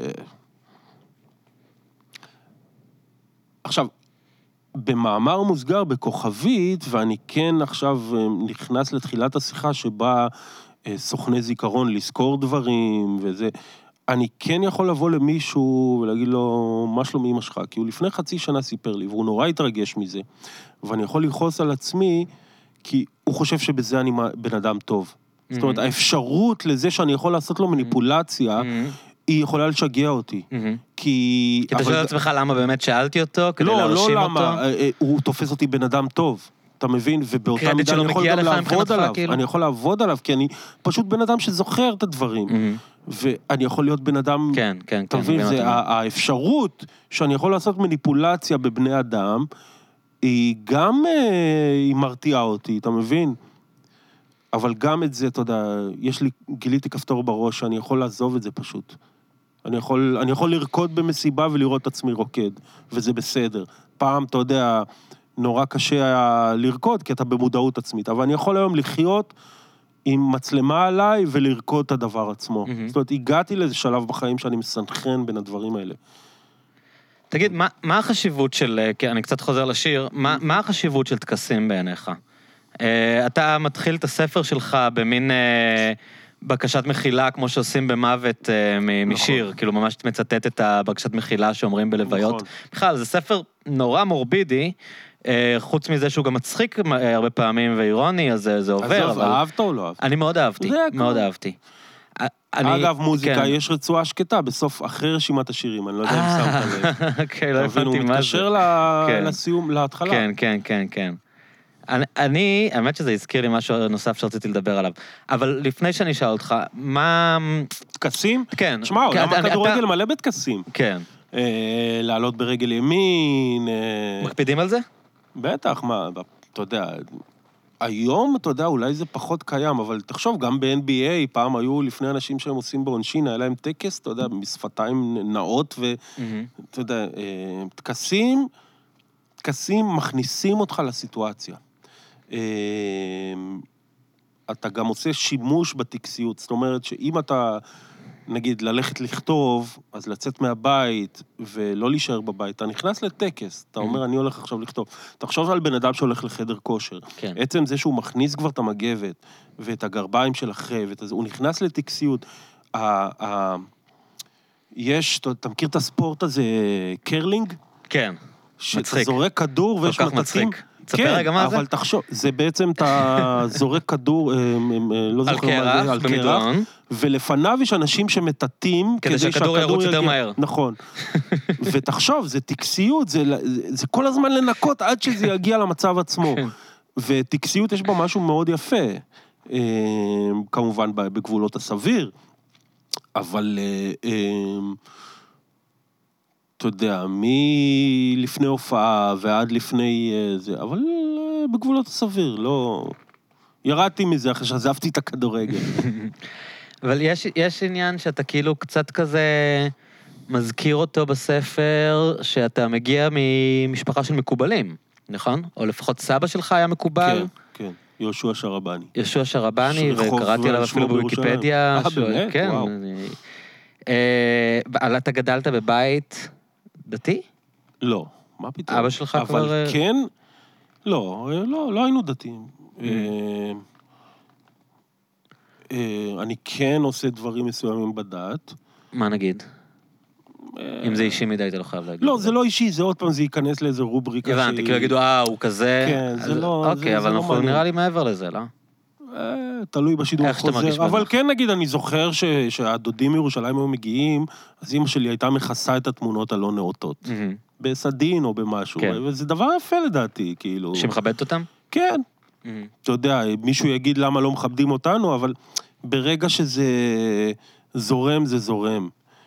עכשיו, במאמר מוסגר, בכוכבית, ואני כן עכשיו נכנס לתחילת השיחה שבה סוכני זיכרון לזכור דברים וזה, אני כן יכול לבוא למישהו ולהגיד לו, מה שלום אמא שלך? כי הוא לפני חצי שנה סיפר לי, והוא נורא התרגש מזה, ואני יכול לכעוס על עצמי, כי הוא חושב שבזה אני בן אדם טוב. זאת אומרת, האפשרות לזה שאני יכול לעשות לו מניפולציה, היא יכולה לשגע אותי. כי אתה שואל לעצמך למה באמת שאלתי אותו, כדי להרשים אותו? לא, למה, הוא תופס אותי בן אדם טוב, אתה מבין? ובאותה מידה אני יכול גם לעבוד עליו. אני יכול לעבוד עליו, כי אני פשוט בן אדם שזוכר את הדברים. ואני יכול להיות בן אדם, אתה מבין? האפשרות שאני יכול לעשות מניפולציה בבני אדם, היא גם היא מרתיעה אותי, אתה מבין? אבל גם את זה, אתה יודע, גיליתי כפתור בראש, שאני יכול לעזוב את זה פשוט. אני יכול לרקוד במסיבה ולראות את עצמי רוקד, וזה בסדר. פעם, אתה יודע, נורא קשה היה לרקוד, כי אתה במודעות עצמית, אבל אני יכול היום לחיות עם מצלמה עליי ולרקוד את הדבר עצמו. זאת אומרת, הגעתי לאיזה שלב בחיים שאני מסנכרן בין הדברים האלה. תגיד, מה החשיבות של, כי אני קצת חוזר לשיר, מה החשיבות של טקסים בעיניך? אתה מתחיל את הספר שלך במין בקשת מחילה, כמו שעושים במוות משיר, כאילו ממש מצטט את הבקשת מחילה שאומרים בלוויות. בכלל, זה ספר נורא מורבידי, חוץ מזה שהוא גם מצחיק הרבה פעמים ואירוני, אז זה עובר. אז אהבת או לא אהבת? אני מאוד אהבתי, מאוד אהבתי. אגב, מוזיקה, יש רצועה שקטה בסוף, אחרי רשימת השירים, אני לא יודע אם שמת לב. כן, לא הבנתי מה זה. הוא מתקשר לסיום, להתחלה. כן. האמת שזה הזכיר לי משהו נוסף שרציתי לדבר עליו. אבל לפני שאני אשאל אותך, מה... טקסים? כן. תשמע, עולם הכדורגל מלא בטקסים. כן. לעלות ברגל ימין. מקפידים על זה? בטח, מה, אתה יודע... היום, אתה יודע, אולי זה פחות קיים, אבל תחשוב, גם ב-NBA, פעם היו לפני אנשים שהם עושים בעונשין, היה להם טקס, אתה יודע, משפתיים נאות, ואתה יודע, טקסים מכניסים אותך לסיטואציה. אתה גם עושה שימוש בטקסיות, זאת אומרת שאם אתה, נגיד, ללכת לכתוב, אז לצאת מהבית ולא להישאר בבית, אתה נכנס לטקס, אתה אומר, אני הולך עכשיו לכתוב. תחשוב על בן אדם שהולך לחדר כושר. כן. עצם זה שהוא מכניס כבר את המגבת, ואת הגרביים של אחרי, הוא נכנס לטקסיות. אתה מכיר את הספורט הזה, קרלינג? כן, מצחיק. שאתה זורק כדור ויש מטטים. תספר רגע מה זה? אבל תחשוב, זה בעצם אתה זורק כדור, לא זוכר מה זה, על קרח, ולפניו יש אנשים שמטטים, כדי שהכדור ירוץ יותר מהר. נכון. ותחשוב, זה טקסיות, זה כל הזמן לנקות עד שזה יגיע למצב עצמו. וטקסיות יש בה משהו מאוד יפה, כמובן בגבולות הסביר, אבל... אתה יודע, מלפני הופעה ועד לפני זה, אבל בגבולות הסביר, לא... ירדתי מזה אחרי שעזבתי את הכדורגל. אבל יש עניין שאתה כאילו קצת כזה מזכיר אותו בספר, שאתה מגיע ממשפחה של מקובלים, נכון? או לפחות סבא שלך היה מקובל? כן, יהושע שרבני. יהושע שרבני, וקראתי עליו אפילו בוויקיפדיה. באמת? וואו. אתה גדלת בבית... דתי? לא, מה פתאום? אבא שלך כבר... אבל כן, לא היינו דתיים. אני כן עושה דברים מסוימים בדת. מה נגיד? אם זה אישי מדי, אתה לא חייב להגיד. לא, זה לא אישי, זה עוד פעם, זה ייכנס לאיזה רובריקה הבנתי, כאילו יגידו, הוא כזה... כן, זה לא... אוקיי, אבל אנחנו נראה לי מעבר לזה, לא? תלוי בשידור חוזר, אבל כן נגיד, אני זוכר שהדודים מירושלים היו מגיעים, אז אמא שלי הייתה מכסה את התמונות הלא נאותות, בסדין או במשהו, וזה דבר יפה לדעתי, כאילו... שמכבדת אותם? כן. אתה יודע, מישהו יגיד למה לא מכבדים אותנו, אבל ברגע שזה זורם, זה זורם.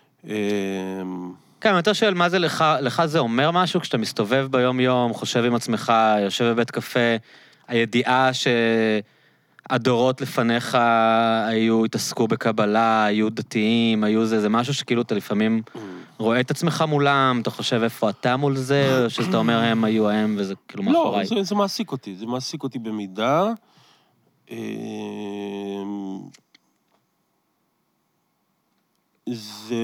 כן, אתה שואל, מה זה לך זה אומר משהו, כשאתה מסתובב ביום יום, חושב עם עצמך, יושב בבית קפה, הידיעה הדורות לפניך התעסקו בקבלה, היו דתיים, זה משהו שכאילו אתה לפעמים רואה את עצמך מולם, אתה חושב איפה אתה מול זה, או שאתה אומר הם היו הם, וזה כאילו מאחוריי. לא, זה מעסיק אותי במידה. זה...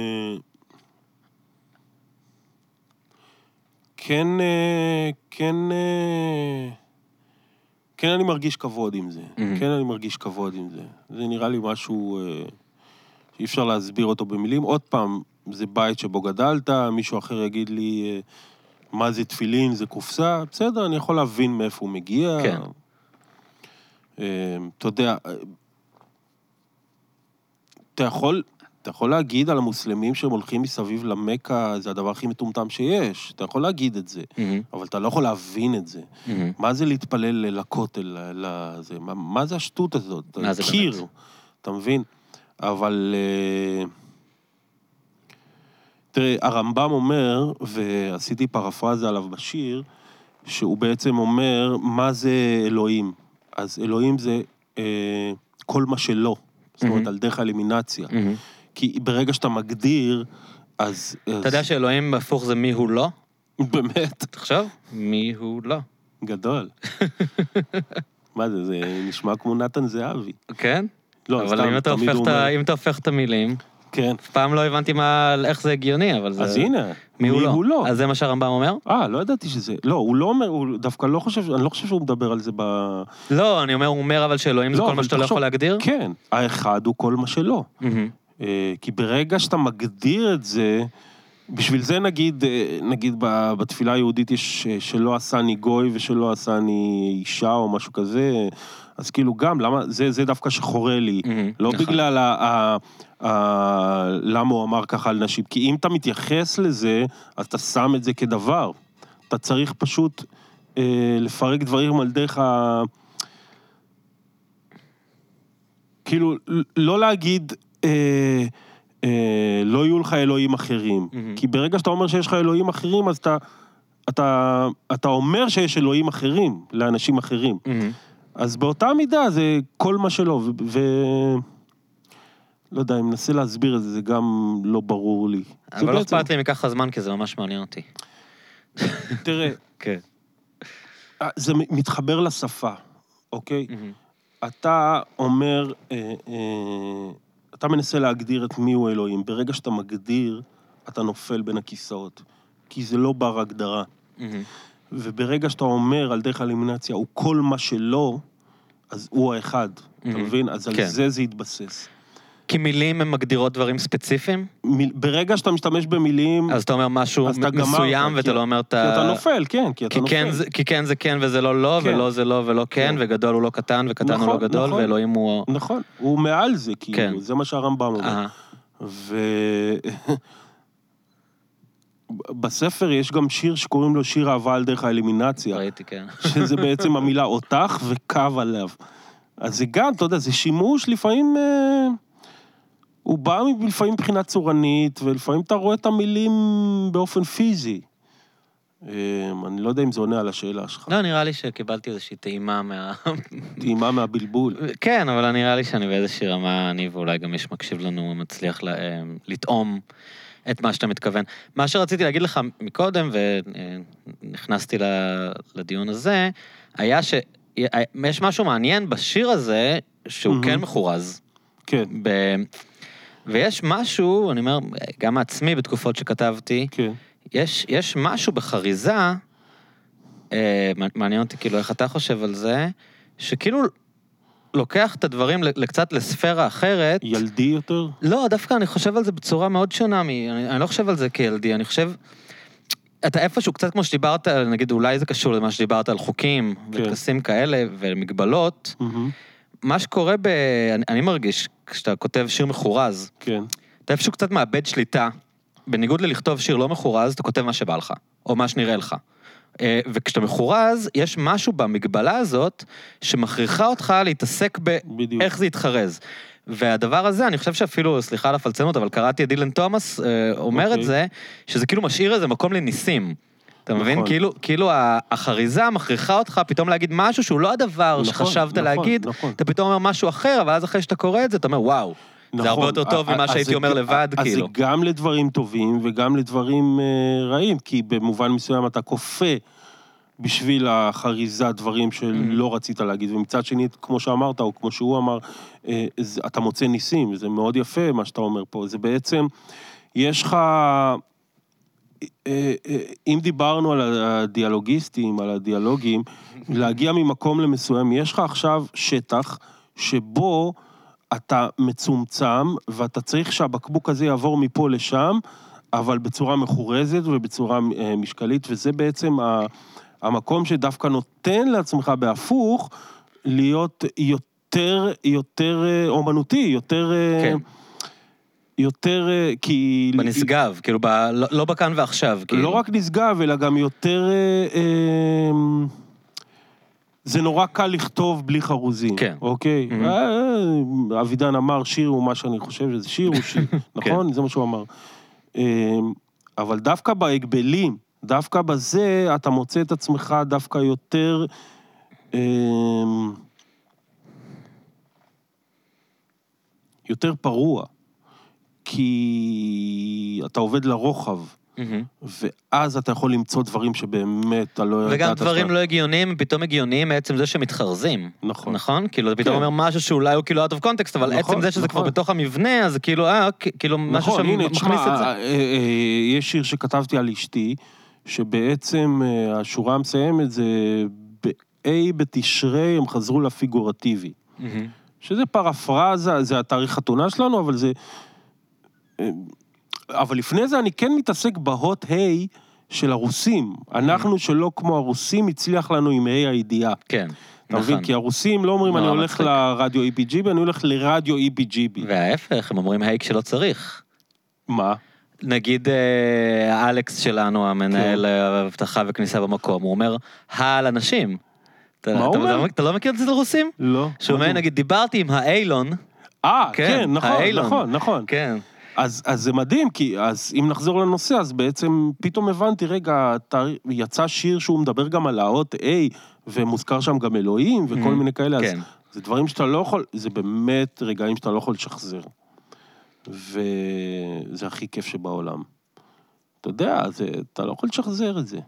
כן אני מרגיש כבוד עם זה. זה נראה לי משהו שאי אפשר להסביר אותו במילים. עוד פעם, זה בית שבו גדלת, מישהו אחר יגיד לי מה זה תפילין, זה קופסה. בסדר, אני יכול להבין מאיפה הוא מגיע. כן. אתה יודע, אתה יכול להגיד על המוסלמים שהם הולכים מסביב למקה, זה הדבר הכי מטומטם שיש. אתה יכול להגיד את זה, אבל אתה לא יכול להבין את זה. מה זה להתפלל לכותל, מה זה השטות הזאת? מה זה קיר, באמת? אתה מבין? אבל... תראה, הרמב"ם אומר, ועשיתי פרפרזה עליו בשיר, שהוא בעצם אומר, מה זה אלוהים? אז אלוהים זה כל מה שלא. זאת אומרת, על דרך האלימינציה. כי ברגע שאתה מגדיר, אז... אתה יודע שאלוהים הפוך זה מי הוא לא? באמת. תחשוב, מי הוא לא. גדול. מה זה, זה נשמע כמו נתן זהבי. כן? לא, אבל סתם, תמיד הוא אומר... אם אתה הופך את המילים, כן. אף פעם לא הבנתי איך זה הגיוני, אבל זה... אז הנה, מי הוא לא? לא. אז זה מה שהרמב"ם אומר? לא ידעתי שזה... לא, הוא לא אומר, הוא דווקא לא חושב, אני לא חושב שהוא מדבר על זה ב... לא, אני אומר, הוא אומר אבל שאלוהים זה כל מה שאתה לא יכול להגדיר? כן, האחד הוא כל מה שלא. כי ברגע שאתה מגדיר את זה, בשביל זה נגיד בתפילה היהודית יש שלא עשני גוי ושלא עשני אישה או משהו כזה, אז כאילו גם, למה, זה דווקא שחורה לי, לא בגלל למה הוא אמר ככה על נשים, כי אם אתה מתייחס לזה, אז אתה שם את זה כדבר, אתה צריך פשוט לפרק דברים על דרך כאילו, לא להגיד, לא יהיו לך אלוהים אחרים. כי ברגע שאתה אומר שיש לך אלוהים אחרים, אז אתה אומר שיש אלוהים אחרים, לאנשים אחרים. אז באותה מידה זה כל מה שלא, לא יודע, אם ננסה להסביר את זה, זה גם לא ברור לי. אבל לא אכפת לי מכך הזמן, כי זה ממש מעניין אותי. תראה, זה מתחבר לשפה, אוקיי? אתה אומר, אתה מנסה להגדיר את מי הוא אלוהים. ברגע שאתה מגדיר, אתה נופל בין הכיסאות. כי זה לא בר הגדרה. וברגע שאתה אומר על דרך האלימינציה, הוא כל מה שלא, אז הוא האחד. אתה מבין? אז על זה יתבסס. כי מילים הן מגדירות דברים ספציפיים? ברגע שאתה משתמש במילים... אז אתה אומר משהו מסוים, ואתה לא אומר את ה... כי אתה נופל, כן, כי אתה נופל. כי כן זה כן וזה לא לא, ולא זה לא ולא כן, וגדול הוא לא קטן, וקטן הוא לא גדול, ואלוהים הוא... נכון, הוא מעל זה, כאילו, זה מה שהרמב"ם אומר. בספר יש גם שיר שקוראים לו שיר אהבה על דרך האלימינציה. ראיתי, כן. שזה בעצם המילה אותך וקו עליו. אז זה גם, אתה יודע, זה שימוש לפעמים... הוא בא לפעמים מבחינה צורנית, ולפעמים אתה רואה את המילים באופן פיזי. אני לא יודע אם זה עונה על השאלה שלך. לא, נראה לי שקיבלתי איזושהי טעימה טעימה מהבלבול. כן, אבל נראה לי שאני באיזושהי רמה, אני ואולי גם יש מקשיב לנו, מצליח לטעום את מה שאתה מתכוון. מה שרציתי להגיד לך מקודם, ונכנסתי לדיון הזה, היה שיש משהו מעניין בשיר הזה, שהוא כן מחורז. כן. ויש משהו, אני אומר, גם מעצמי בתקופות שכתבתי, כן. יש משהו בחריזה, מעניין אותי כאילו איך אתה חושב על זה, שכאילו לוקח את הדברים קצת לספירה אחרת. ילדי יותר? לא, דווקא אני חושב על זה בצורה מאוד שונה, אני לא חושב על זה כילדי, אני חושב, אתה איפשהו קצת כמו שדיברת, נגיד אולי זה קשור למה שדיברת על חוקים, וטקסים כאלה ומגבלות, מה שקורה אני מרגיש, כשאתה כותב שיר מחורז, כן. אתה איפשהו קצת מאבד שליטה, בניגוד ללכתוב שיר לא מחורז, אתה כותב מה שבא לך, או מה שנראה לך. וכשאתה מחורז, יש משהו במגבלה הזאת, שמכריחה אותך להתעסק באיך זה יתחרז. והדבר הזה, אני חושב שאפילו, סליחה על הפלצנות, אבל קראתי את דילן תומאס, אומר את זה, שזה כאילו משאיר איזה מקום לניסים. אתה מבין? כאילו החריזה מכריחה אותך פתאום להגיד משהו שהוא לא הדבר שחשבת להגיד, אתה פתאום אומר משהו אחר, אבל אז אחרי שאתה קורא את זה, אתה אומר, וואו, זה הרבה יותר טוב ממה שהייתי אומר לבד, כאילו. אז זה גם לדברים טובים וגם לדברים רעים, כי במובן מסוים אתה כופה בשביל החריזה דברים שלא רצית להגיד, ומצד שני, כמו שאמרת, או כמו שהוא אמר, אתה מוצא ניסים, זה מאוד יפה מה שאתה אומר פה, זה בעצם, יש לך... אם דיברנו על הדיאלוגיסטים, על הדיאלוגים, להגיע ממקום למסוים, יש לך עכשיו שטח שבו אתה מצומצם, ואתה צריך שהבקבוק הזה יעבור מפה לשם, אבל בצורה מחורזת ובצורה משקלית, וזה בעצם המקום שדווקא נותן לעצמך בהפוך, להיות יותר אומנותי, יותר... כן. יותר, כי... בנשגב, כאילו, לא בכאן ועכשיו. לא רק נשגב, אלא גם יותר... זה נורא קל לכתוב בלי חרוזים. כן. אוקיי? אבידן אמר, שיר הוא מה שאני חושב שזה שיר הוא שיר. נכון? זה מה שהוא אמר. אבל דווקא בהגבלים, דווקא בזה, אתה מוצא את עצמך דווקא יותר... יותר פרוע, כי אתה עובד לרוחב, ואז אתה יכול למצוא דברים שבאמת אתה לא יודעת. וגם דברים לא הגיוניים, פתאום הגיוניים מעצם זה שמתחרזים. נכון. נכון? כאילו, אתה פתאום אומר משהו שאולי הוא כאילו out of context, אבל עצם זה שזה כבר בתוך המבנה, אז כאילו, כאילו משהו שמכניס את זה. יש שיר שכתבתי על אשתי, שבעצם השורה המסיימת זה באי בתשרי הם חזרו לפיגורטיבי. שזה פרפרזה, זה התאריך חתונה שלנו, אבל זה... אבל לפני זה אני כן מתעסק בהוט היי של הרוסים. אנחנו שלא כמו הרוסים הצליח לנו עם היי הידיעה. כן. אתה מבין? כי הרוסים לא אומרים אני הולך לרדיו EPGB, אני הולך לרדיו EPGB. וההפך, הם אומרים היי כשלא צריך. מה? נגיד האלכס שלנו, המנהל הבטחה וכניסה במקום, הוא אומר, על אנשים. מה הוא אומר? אתה לא מכיר את זה לרוסים? לא. שהוא אומר, נגיד, דיברתי עם האיילון. כן, נכון. כן. אז זה מדהים, כי אז אם נחזור לנושא, אז בעצם פתאום הבנתי, רגע, יצא שיר שהוא מדבר גם על האות A, ומוזכר שם גם אלוהים, וכל מיני כאלה, אז זה דברים שאתה לא יכול, זה באמת רגעים שאתה לא יכול לשחזר. וזה הכי כיף שבעולם. אתה יודע, אתה לא יכול לשחזר את זה.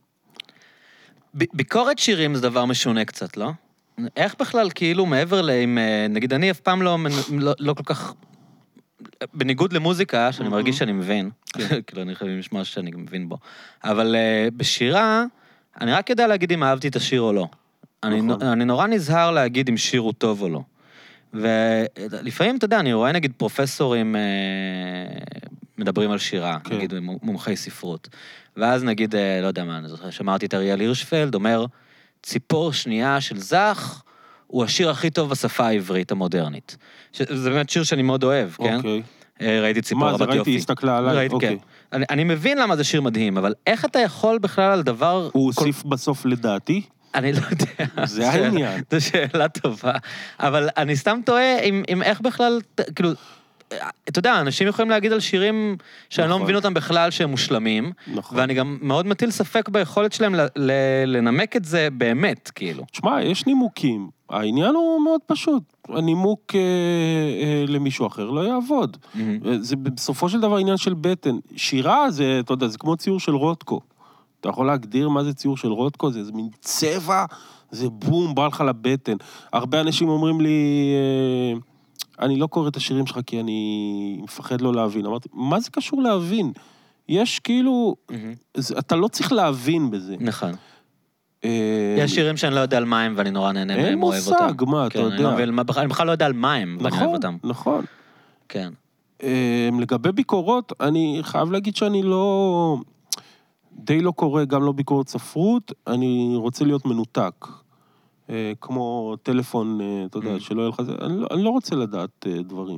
ביקורת שירים זה דבר משונה קצת, לא? איך בכלל, כאילו, מעבר להם, נגיד, אני אף פעם לא כל כך... בניגוד למוזיקה, שאני מרגיש שאני מבין, כאילו אני חייב לשמוע שאני מבין בו, אבל בשירה, אני רק יודע להגיד אם אהבתי את השיר או לא. אני נורא נזהר להגיד אם שיר הוא טוב או לא. ולפעמים, אתה יודע, אני רואה נגיד פרופסורים מדברים על שירה, נגיד מומחי ספרות, ואז נגיד, לא יודע מה, שמעתי את אריאל הירשפלד, אומר, ציפור שנייה של זך, הוא השיר הכי טוב בשפה העברית המודרנית. זה באמת שיר שאני מאוד אוהב, כן? ראיתי ציפור רבת יופי. מה, זה ראיתי, הסתכלה עליי? כן. אני מבין למה זה שיר מדהים, אבל איך אתה יכול בכלל על דבר... הוא הוסיף בסוף לדעתי? אני לא יודע. זה העניין. זו שאלה טובה. אבל אני סתם טועה עם איך בכלל, כאילו... אתה יודע, אנשים יכולים להגיד על שירים שאני לא מבין אותם בכלל שהם מושלמים, ואני גם מאוד מטיל ספק ביכולת שלהם לנמק את זה באמת, כאילו. תשמע, יש נימוקים. העניין הוא מאוד פשוט. הנימוק למישהו אחר לא יעבוד. זה בסופו של דבר עניין של בטן. שירה זה, אתה יודע, זה כמו ציור של רוטקו. אתה יכול להגדיר מה זה ציור של רוטקו? זה מין צבע, זה בום, בא לך לבטן. הרבה אנשים אומרים לי... אני לא קורא את השירים שלך כי אני מפחד לא להבין. אמרתי, מה זה קשור להבין? יש כאילו, אתה לא צריך להבין בזה. נכון. יש שירים שאני לא יודע על מה הם ואני נורא נהנה מהם, אוהב אותם. אין מושג, מה, אתה יודע. אני בכלל לא יודע על מה הם ואני אוהב אותם. נכון. כן. לגבי ביקורות, אני חייב להגיד שאני לא, די לא קורא, גם לא ביקורת ספרות, אני רוצה להיות מנותק. כמו טלפון, אתה יודע, שלא יהיה לך זה, אני לא רוצה לדעת דברים.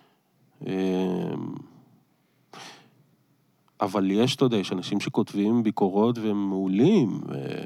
אבל יש, אתה יודע, יש אנשים שכותבים ביקורות והם מעולים,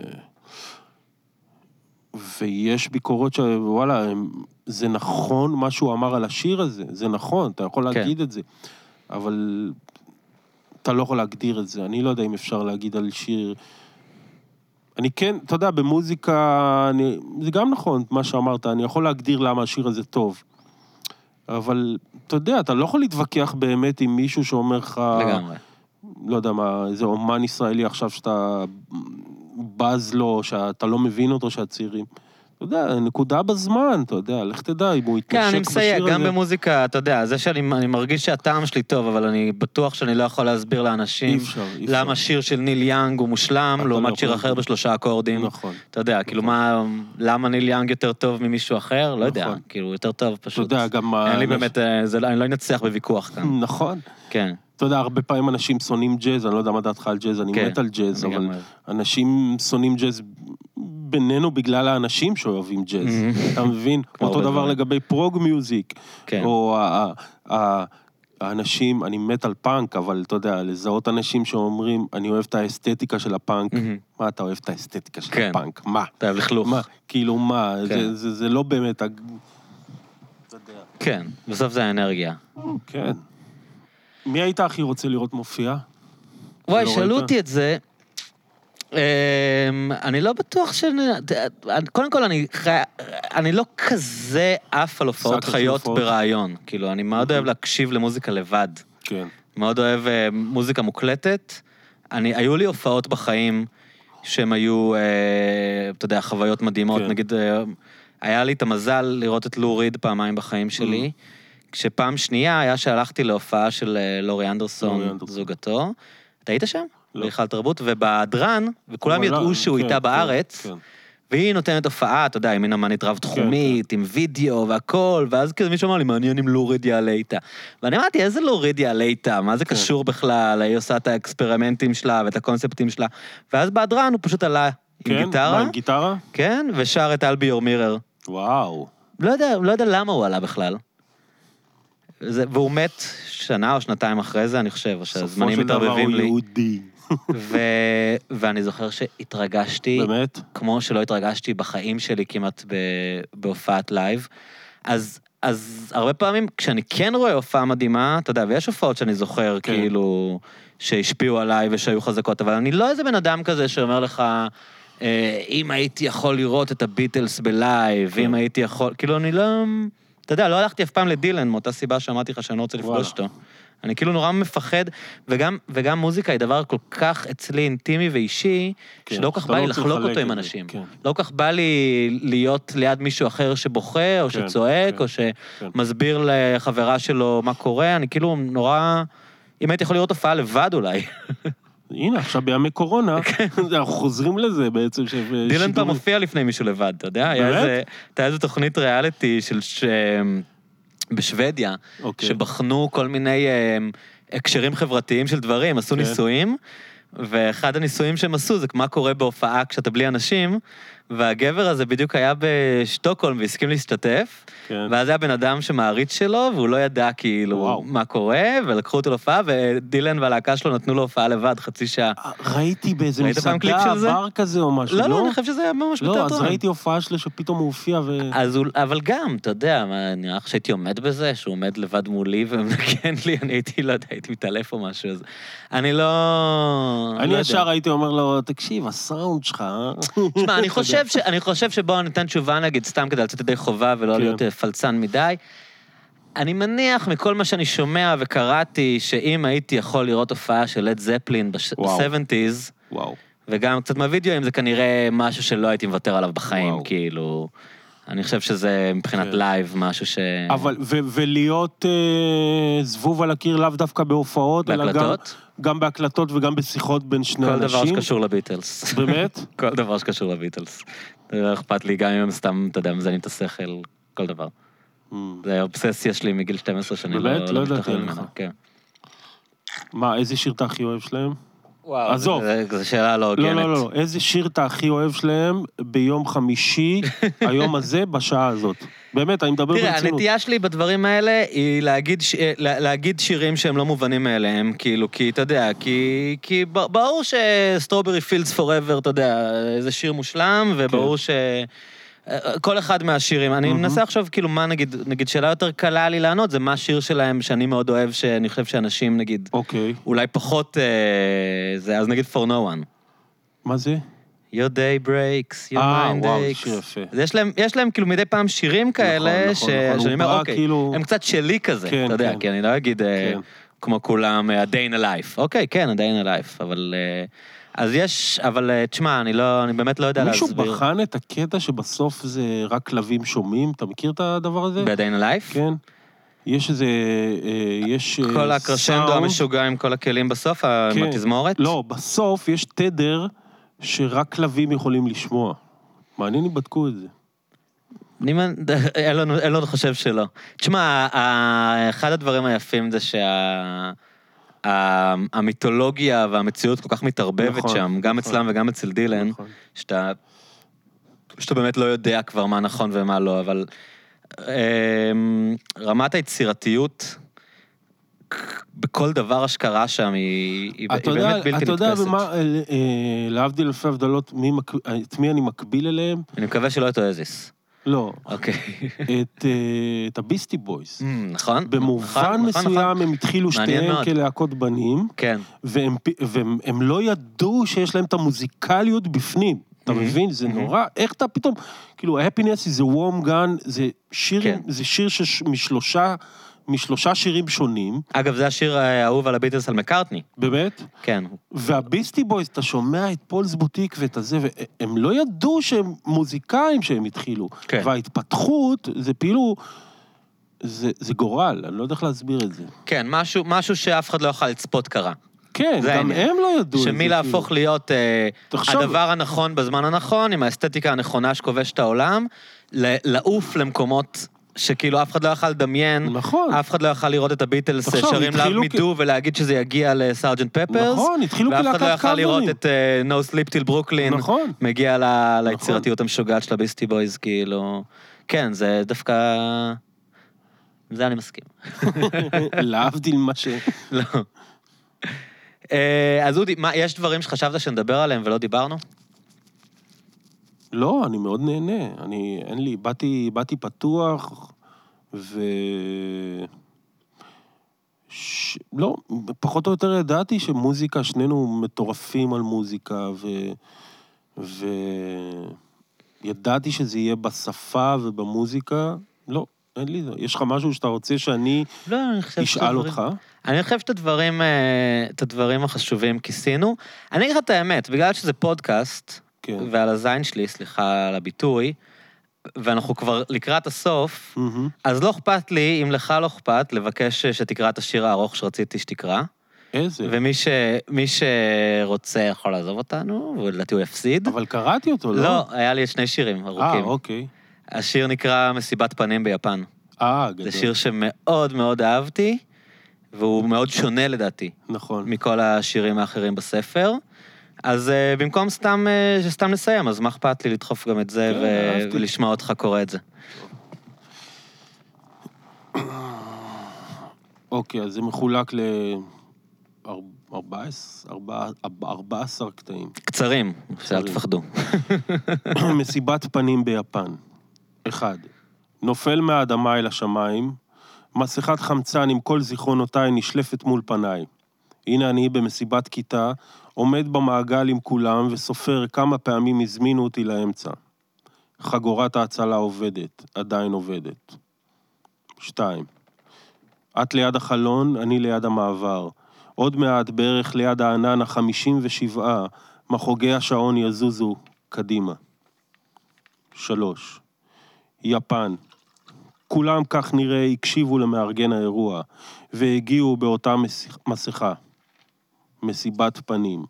ויש ביקורות שוואלה, זה נכון מה שהוא אמר על השיר הזה, זה נכון, אתה יכול להגיד את זה, אבל אתה לא יכול להגדיר את זה, אני לא יודע אם אפשר להגיד על שיר... אני כן, אתה יודע, במוזיקה, זה גם נכון, מה שאמרת, אני יכול להגדיר למה השיר הזה טוב. אבל, אתה יודע, אתה לא יכול להתווכח באמת עם מישהו שאומר לך... לגמרי. לא יודע מה, איזה אומן ישראלי עכשיו שאתה בז לו, שאתה לא מבין אותו, שהצעירים... אתה יודע, נקודה בזמן, אתה יודע, לך תדע, אם הוא יתנשק בשיר הזה... כן, אני מסייג, גם במוזיקה, אתה יודע, זה שאני מרגיש שהטעם שלי טוב, אבל אני בטוח שאני לא יכול להסביר לאנשים למה שיר של ניל יאנג הוא מושלם, לעומת שיר אחר בשלושה אקורדים. נכון. אתה יודע, כאילו למה ניל יאנג יותר טוב ממישהו אחר? לא יודע, כאילו יותר טוב פשוט. אתה יודע, גם... אין לי באמת, אני לא אנצח בוויכוח כאן. נכון. כן. אתה יודע, הרבה פעמים אנשים שונאים ג'אז, אני לא יודע מה דעתך על ג'אז, אני מת על ג'אז, אבל אנשים שונאים ג'אז בינינו בגלל האנשים שאוהבים ג'אז, אתה מבין? אותו דבר לגבי פרוג מיוזיק, או האנשים, אני מת על פאנק, אבל אתה יודע, לזהות אנשים שאומרים, אני אוהב את האסתטיקה של הפאנק, מה אתה אוהב את האסתטיקה של הפאנק? מה? אתה אוהב לכלוך. כאילו מה? זה לא באמת... כן, בסוף זה האנרגיה. כן. מי היית הכי רוצה לראות מופיע? וואי, שאלו אותי את זה, אני לא בטוח קודם כל, אני לא כזה אף על הופעות חיות ברעיון. כאילו, אני מאוד אוהב להקשיב למוזיקה לבד. כן. מאוד אוהב מוזיקה מוקלטת. היו לי הופעות בחיים שהן היו, אתה יודע, חוויות מדהימות. נגיד, היה לי את המזל לראות את לו ריד פעמיים בחיים שלי, כשפעם שנייה היה שהלכתי להופעה של לורי אנדרסון, זוגתו. אתה היית שם? בהיכל תרבות, ובהדרן, וכולם ידעו שהוא איתה בארץ, והיא נותנת הופעה, אתה יודע, עם מין אמנית רב-תחומית, עם וידאו והכל, ואז כזה מישהו אמר לי, מעניין אם לו ריד יעלה איתה. ואני אמרתי, איזה לו ריד יעלה איתה? מה זה קשור בכלל? היא עושה את האקספרימנטים שלה ואת הקונספטים שלה. ואז בהדרן הוא פשוט עלה עם גיטרה. עם גיטרה? כן, ושר את I'll be your mirror. וואו. לא יודע למה הוא עלה בכלל. והוא מת שנה או שנתיים אחרי זה, אני חושב, שהזמנים מתערבבים לי. סופו של דבר הוא יהודי. ואני זוכר שהתרגשתי, באמת? כמו שלא התרגשתי בחיים שלי כמעט בהופעת לייב. אז הרבה פעמים, כשאני כן רואה הופעה מדהימה, אתה יודע, ויש הופעות שאני זוכר, כאילו, שהשפיעו עליי ושהיו חזקות, אבל אני לא איזה בן אדם כזה שאומר לך, אם הייתי יכול לראות את הביטלס בלייב, אם הייתי יכול, כאילו, אני לא, אתה יודע, לא הלכתי אף פעם לדילן, מאותה סיבה שאמרתי לך שאני לא רוצה לפגוש אותו. אני כאילו נורא מפחד, וגם מוזיקה היא דבר כל כך אצלי אינטימי ואישי, שלא כך בא לי לחלוק אותו עם אנשים. לא כך בא לי להיות ליד מישהו אחר שבוכה, או שצועק, או שמסביר לחברה שלו מה קורה, אני כאילו נורא, אם הייתי יכול לראות הופעה לבד אולי. הנה, עכשיו בימי קורונה, אנחנו חוזרים לזה בעצם. דילן פעם מופיע לפני מישהו לבד, אתה יודע? הייתה איזו תוכנית ריאליטי בשוודיה, שבחנו כל מיני הקשרים חברתיים של דברים, עשו ניסויים, ואחד הניסויים שהם עשו זה מה קורה בהופעה כשאתה בלי אנשים, והגבר הזה בדיוק היה בשטוקהולם והסכים להשתתף, ואז היה בן אדם שמעריץ שלו, והוא לא ידע כאילו מה קורה, ולקחו אותו להופעה, ודילן והלהקה שלו נתנו לו הופעה לבד חצי שעה. ראיתי באיזה מסעדה, בר כזה או משהו, לא? לא, אני חושב שזה היה ממש לא, אז ראיתי הופעה שלו שפתאום הוא הופיע אבל גם, אתה יודע, נראה לך שהייתי עומד בזה, שהוא עומד לבד מולי ומנגן לי, אני הייתי, לא יודע, הייתי מתעלף או משהו, אז אני לא... אני ישר הייתי אומר לו, תקשיב, הסאונד שלך... תשמע, אני חושב שבואו ניתן תשובה, נגיד, סתם כדי לצאת ידי חובה ולא להיות פלצן מדי. אני מניח מכל מה שאני שומע וקראתי, שאם הייתי יכול לראות הופעה של לד זפלין ב-70s, וגם קצת מהווידאוים, זה כנראה משהו שלא הייתי מוותר עליו בחיים, כאילו... אני חושב שזה מבחינת לייב, משהו ש... אבל, ולהיות זבוב על הקיר לאו דווקא בהופעות, אלא גם בהקלטות וגם בשיחות בין שני אנשים. כל דבר שקשור לביטלס. באמת? כל דבר שקשור לביטלס. זה לא אכפת לי, גם אם הם סתם, אתה יודע, מזיינים את השכל, כל דבר. זה האובססיה שלי מגיל 12 שנים. באמת? לא ידעתי עליך. כן. מה, איזה שיר אתה הכי אוהב שלהם? וואו, עזוב. זו שאלה לא הוגנת. לא. איזה שיר אתה הכי אוהב שלהם ביום חמישי, היום הזה, בשעה הזאת? באמת, אני מדבר ברצינות. תראה, הנטייה שלי בדברים האלה היא להגיד שירים שהם לא מובנים מאליהם, כאילו, כי אתה יודע, כי ברור שסטרוברי פילדס פוראבר, אתה יודע, זה שיר מושלם, וברור כל אחד מהשירים, אני מנסה עכשיו, כאילו, מה נגיד שאלה יותר קלה לי לענות, זה מה השיר שלהם שאני מאוד אוהב, שאני חושב שאנשים, נגיד, אולי פחות, אז נגיד For No One. מה זה? Your day breaks, your mind וואו, aches. שיר יפה. יש להם כאילו מדי פעם שירים כאלה, שאני אומר, אוקיי, הם קצת שלי כזה, אתה יודע, כי אני לא אגיד כמו כולם, A Day in a Life. אוקיי, כן, A Day in a Life, אבל... אז יש, אבל תשמע, אני באמת לא יודע להסביר. מישהו בחן את הקטע שבסוף זה רק כלבים שומעים? אתה מכיר את הדבר הזה? ב-A Day in a Life? כן. יש איזה, יש כל הקרשנדו המשוגע עם כל הכלים בסוף, התזמורת? לא, בסוף יש תדר שרק כלבים יכולים לשמוע. מעניין אם בדקו את זה. אלון חושב שלא. תשמע, אחד הדברים היפים זה המיתולוגיה והמציאות כל כך מתערבבת שם, גם אצלם וגם אצל דילן, שאתה באמת לא יודע כבר מה נכון ומה לא, אבל רמת היצירתיות בכל דבר השקרה שם היא באמת בלתי נתפסת. אתה יודע במה, להבדיל אלפי הבדלות, את מי אני מקביל אליהם? אני מקווה שלא את אוהזיס. לא. אוקיי. את הביסטי בויז. נכון. במובן מסוים הם התחילו שתיהם כלהקות בנים, כן. והם לא ידעו שיש להם את המוזיקליות בפנים. אתה מבין? זה נורא, איך אתה פתאום, כאילו, Happiness is a warm gun, זה שיר משלושה שירים שונים. אגב, זה השיר האהוב על הביטלס על מקארטני. באמת? כן. והביסטי בויז, אתה שומע את פולס בוטיק ואת הזה, והם לא ידעו שהם מוזיקאים שהם התחילו. כן. וההתפתחות, זה כאילו, זה גורל, אני לא יודע איך להסביר את זה. כן, משהו שאף אחד לא יוכל לצפות קרה. כן, גם הם לא ידעו את זה. שמי להפוך להיות הדבר הנכון בזמן הנכון, עם האסתטיקה הנכונה שכובש את העולם, לעוף למקומות שכאילו אף אחד לא יוכל לדמיין, נכון. אף אחד לא יוכל לראות את הביטלס שרים לאב מידו ולהגיד שזה יגיע לסארג'נט פפרס, נכון, התחילו ואף אחד לא כלהקת יוכל לראות קאברים. את No Sleep Till Brooklyn, נכון. מגיע ליצירתיות המשוגעת של הביסטי בויז, כאילו, כן, זה דווקא, זה אני מסכים. להבדיל מה ש... לא. אז אודי, יש דברים שחשבת שנדבר עליהם ולא דיברנו? לא, אני מאוד נהנה. אין לי, באתי פתוח, לא, פחות או יותר ידעתי שמוזיקה, שנינו מטורפים על מוזיקה, וידעתי שזה יהיה בשפה ובמוזיקה. לא, אין לי, יש לך משהו שאתה רוצה שאני אשאל אותך? אני חושב שאת הדברים החשובים כיסינו. אני אגיד לך את האמת, בגלל שזה פודקאסט, ועל הזין שלי, סליחה על הביטוי, ואנחנו כבר לקראת הסוף, אז לא אכפת לי, אם לך לא אכפת, לבקש שתקרא את השיר הארוך שרציתי שתקרא. איזה? ומי שרוצה יכול לעזוב אותנו, ולדעתי הוא יפסיד. אבל קראתי אותו, לא? לא, היה לי 2 שירים ארוכים. אוקיי. השיר נקרא מסיבת פנים ביפן. גדול. זה שיר שמאוד מאוד אהבתי, והוא מאוד שונה לדעתי. נכון. מכל השירים האחרים בספר. אז במקום סתם נסיים, אז מה אכפת לי לדחוף גם את זה ולשמוע אותך קורא את זה. אוקיי, אז זה מחולק ל-14 קטעים. קצרים, שאל תפחדו. מסיבת פנים ביפן. 1. נופל מהאדמה אל השמיים, מסכת חמצן עם כל זיכרונותיי נשלפת מול פניי. הנה אני במסיבת כיתה, עומד במעגל עם כולם וסופר כמה פעמים הזמינו אותי לאמצע. חגורת ההצלה עובדת, עדיין עובדת. 2. את ליד החלון, אני ליד המעבר. עוד מעט בערך ליד הענן 57, מחוגי השעון יזוזו קדימה. 3. יפן. כולם כך נראה הקשיבו למארגן האירוע, והגיעו באותה מסכה. מסיבת פנים.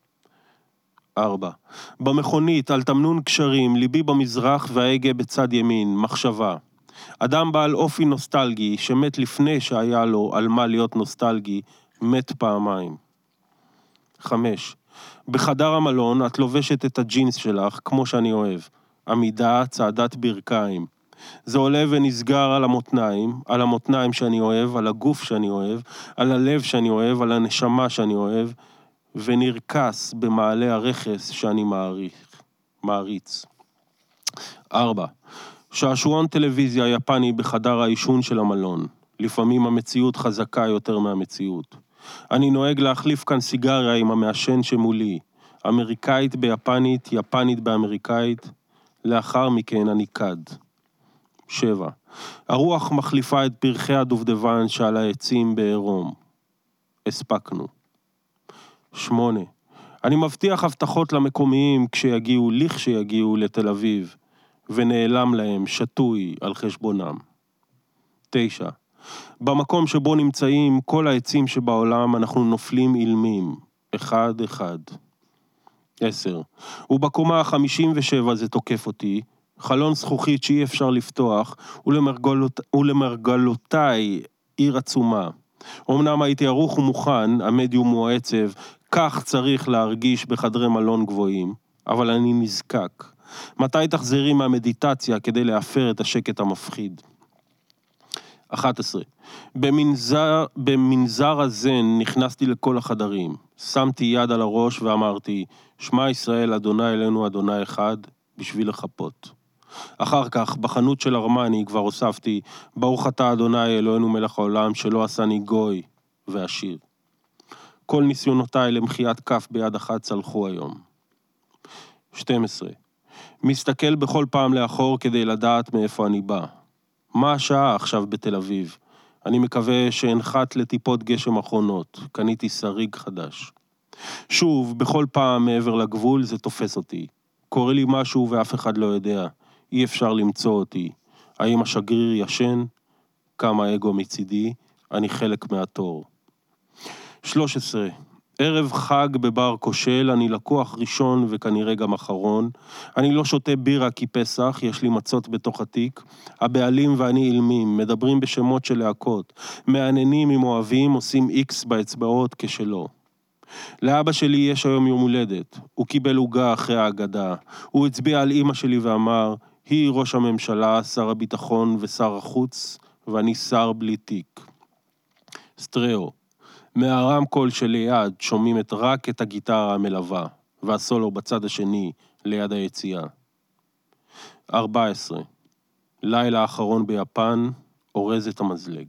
4. במכונית, על תמנון קשרים, ליבי במזרח וההגה בצד ימין, מחשבה. אדם בעל אופי נוסטלגי, שמת לפני שהיה לו על מה להיות נוסטלגי, מת פעמיים. 5. בחדר המלון, את לובשת את הג'ינס שלך, כמו שאני אוהב. עמידה, צעדת ברכיים. זה עולה ונסגר על המותניים שאני אוהב, על הגוף שאני אוהב, על הלב שאני אוהב, על הנשמה שאני אוהב, ונרקס במעלה הרכס שאני מעריץ. 4. שעשועון טלוויזיה יפני בחדר האישון של המלון. לפעמים המציאות חזקה יותר מהמציאות. אני נוהג להחליף כאן סיגריה עם המעשן שמולי. אמריקאית ביפנית, יפנית באמריקאית. לאחר מכן אני קד. 7. הרוח מחליפה את פרחי הדובדבן שעל העצים בעירום. הספקנו. 8. אני מבטיח הבטחות למקומיים כשיגיעו לתל אביב, ונעלם להם שטוי על חשבונם. 9. במקום שבו נמצאים כל העצים שבעולם אנחנו נופלים אילמים, אחד. 10. ובקומה ה-57 זה תוקף אותי, חלון זכוכית שאי אפשר לפתוח, ולמרגלותיי עיר עצומה. אמנם הייתי ערוך ומוכן, המדיום הוא העצב, כך צריך להרגיש בחדרי מלון גבוהים, אבל אני נזקק. מתי תחזרי מהמדיטציה כדי להפר את השקט המפחיד? 11. במנזר הזן נכנסתי לכל החדרים. שמתי יד על הראש ואמרתי, שמע ישראל, אדוני אלינו, אדוני אחד, בשביל לחפות. אחר כך, בחנות של ארמני כבר הוספתי, ברוך אתה אדוני אלוהינו מלך העולם, שלא עשני גוי ועשיר. כל ניסיונותיי למחיית כף ביד אחת צלחו היום. 12. מסתכל בכל פעם לאחור כדי לדעת מאיפה אני בא. מה השעה עכשיו בתל אביב? אני מקווה שאנחת לטיפות גשם אחרונות. קניתי שריג חדש. שוב, בכל פעם מעבר לגבול זה תופס אותי. קורה לי משהו ואף אחד לא יודע. אי אפשר למצוא אותי. האם השגריר ישן? כמה אגו מצידי? אני חלק מהתור. 13. ערב חג בבר כושל, אני לקוח ראשון וכנראה גם אחרון. אני לא שותה בירה כי פסח, יש לי מצות בתוך התיק. הבעלים ואני אילמים, מדברים בשמות של להקות. מעננים עם אוהבים, עושים איקס באצבעות כשלא. לאבא שלי יש היום יום הולדת. הוא קיבל עוגה אחרי ההגדה. הוא הצביע על אמא שלי ואמר, היא ראש הממשלה, שר הביטחון ושר החוץ, ואני שר בלי תיק. סטריאו. מהרמקול שליד שומעים רק את הגיטרה המלווה, והסולו בצד השני, ליד היציאה. 14. לילה האחרון ביפן, אורז את המזלג.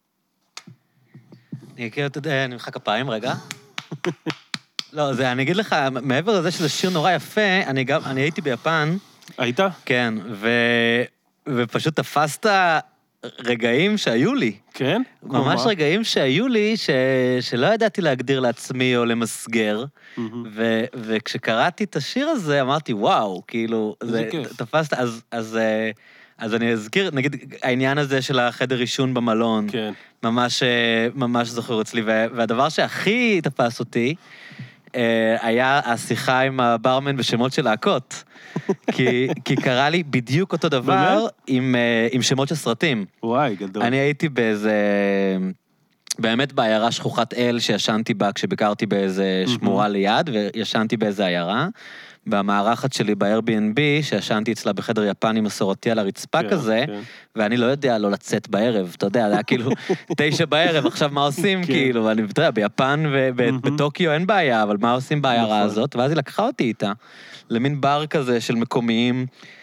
אני מחכה כפיים, רגע. לא, אני אגיד לך, מעבר לזה שזה שיר נורא יפה, אני הייתי ביפן. היית? כן, ופשוט תפסת רגעים שהיו לי. כן? ממש רגעים שהיו לי, שלא ידעתי להגדיר לעצמי או למסגר, וכשקראתי את השיר הזה, אמרתי, וואו, כאילו, זה כיף. תפסת, אז אני אזכיר, נגיד, העניין הזה של החדר עישון במלון, כן. ממש זוכר אצלי, והדבר שהכי תפס אותי, היה השיחה עם הברמן בשמות של להקות. כי קרה לי בדיוק אותו דבר עם שמות של סרטים. וואי, גדול. אני הייתי באיזה, באמת בעיירה שכוחת אל שישנתי בה כשביקרתי באיזה שמורה ליד, וישנתי באיזה עיירה. במערכת שלי ב-Airbnb, שישנתי אצלה בחדר יפני מסורתי על הרצפה כזה, ואני לא יודע לא לצאת בערב, אתה יודע, זה היה כאילו 9 בערב, עכשיו מה עושים כאילו, ואני יודע, ביפן ובטוקיו אין בעיה, אבל מה עושים בעיירה הזאת? ואז היא לקחה אותי איתה, למין בר כזה של מקומיים,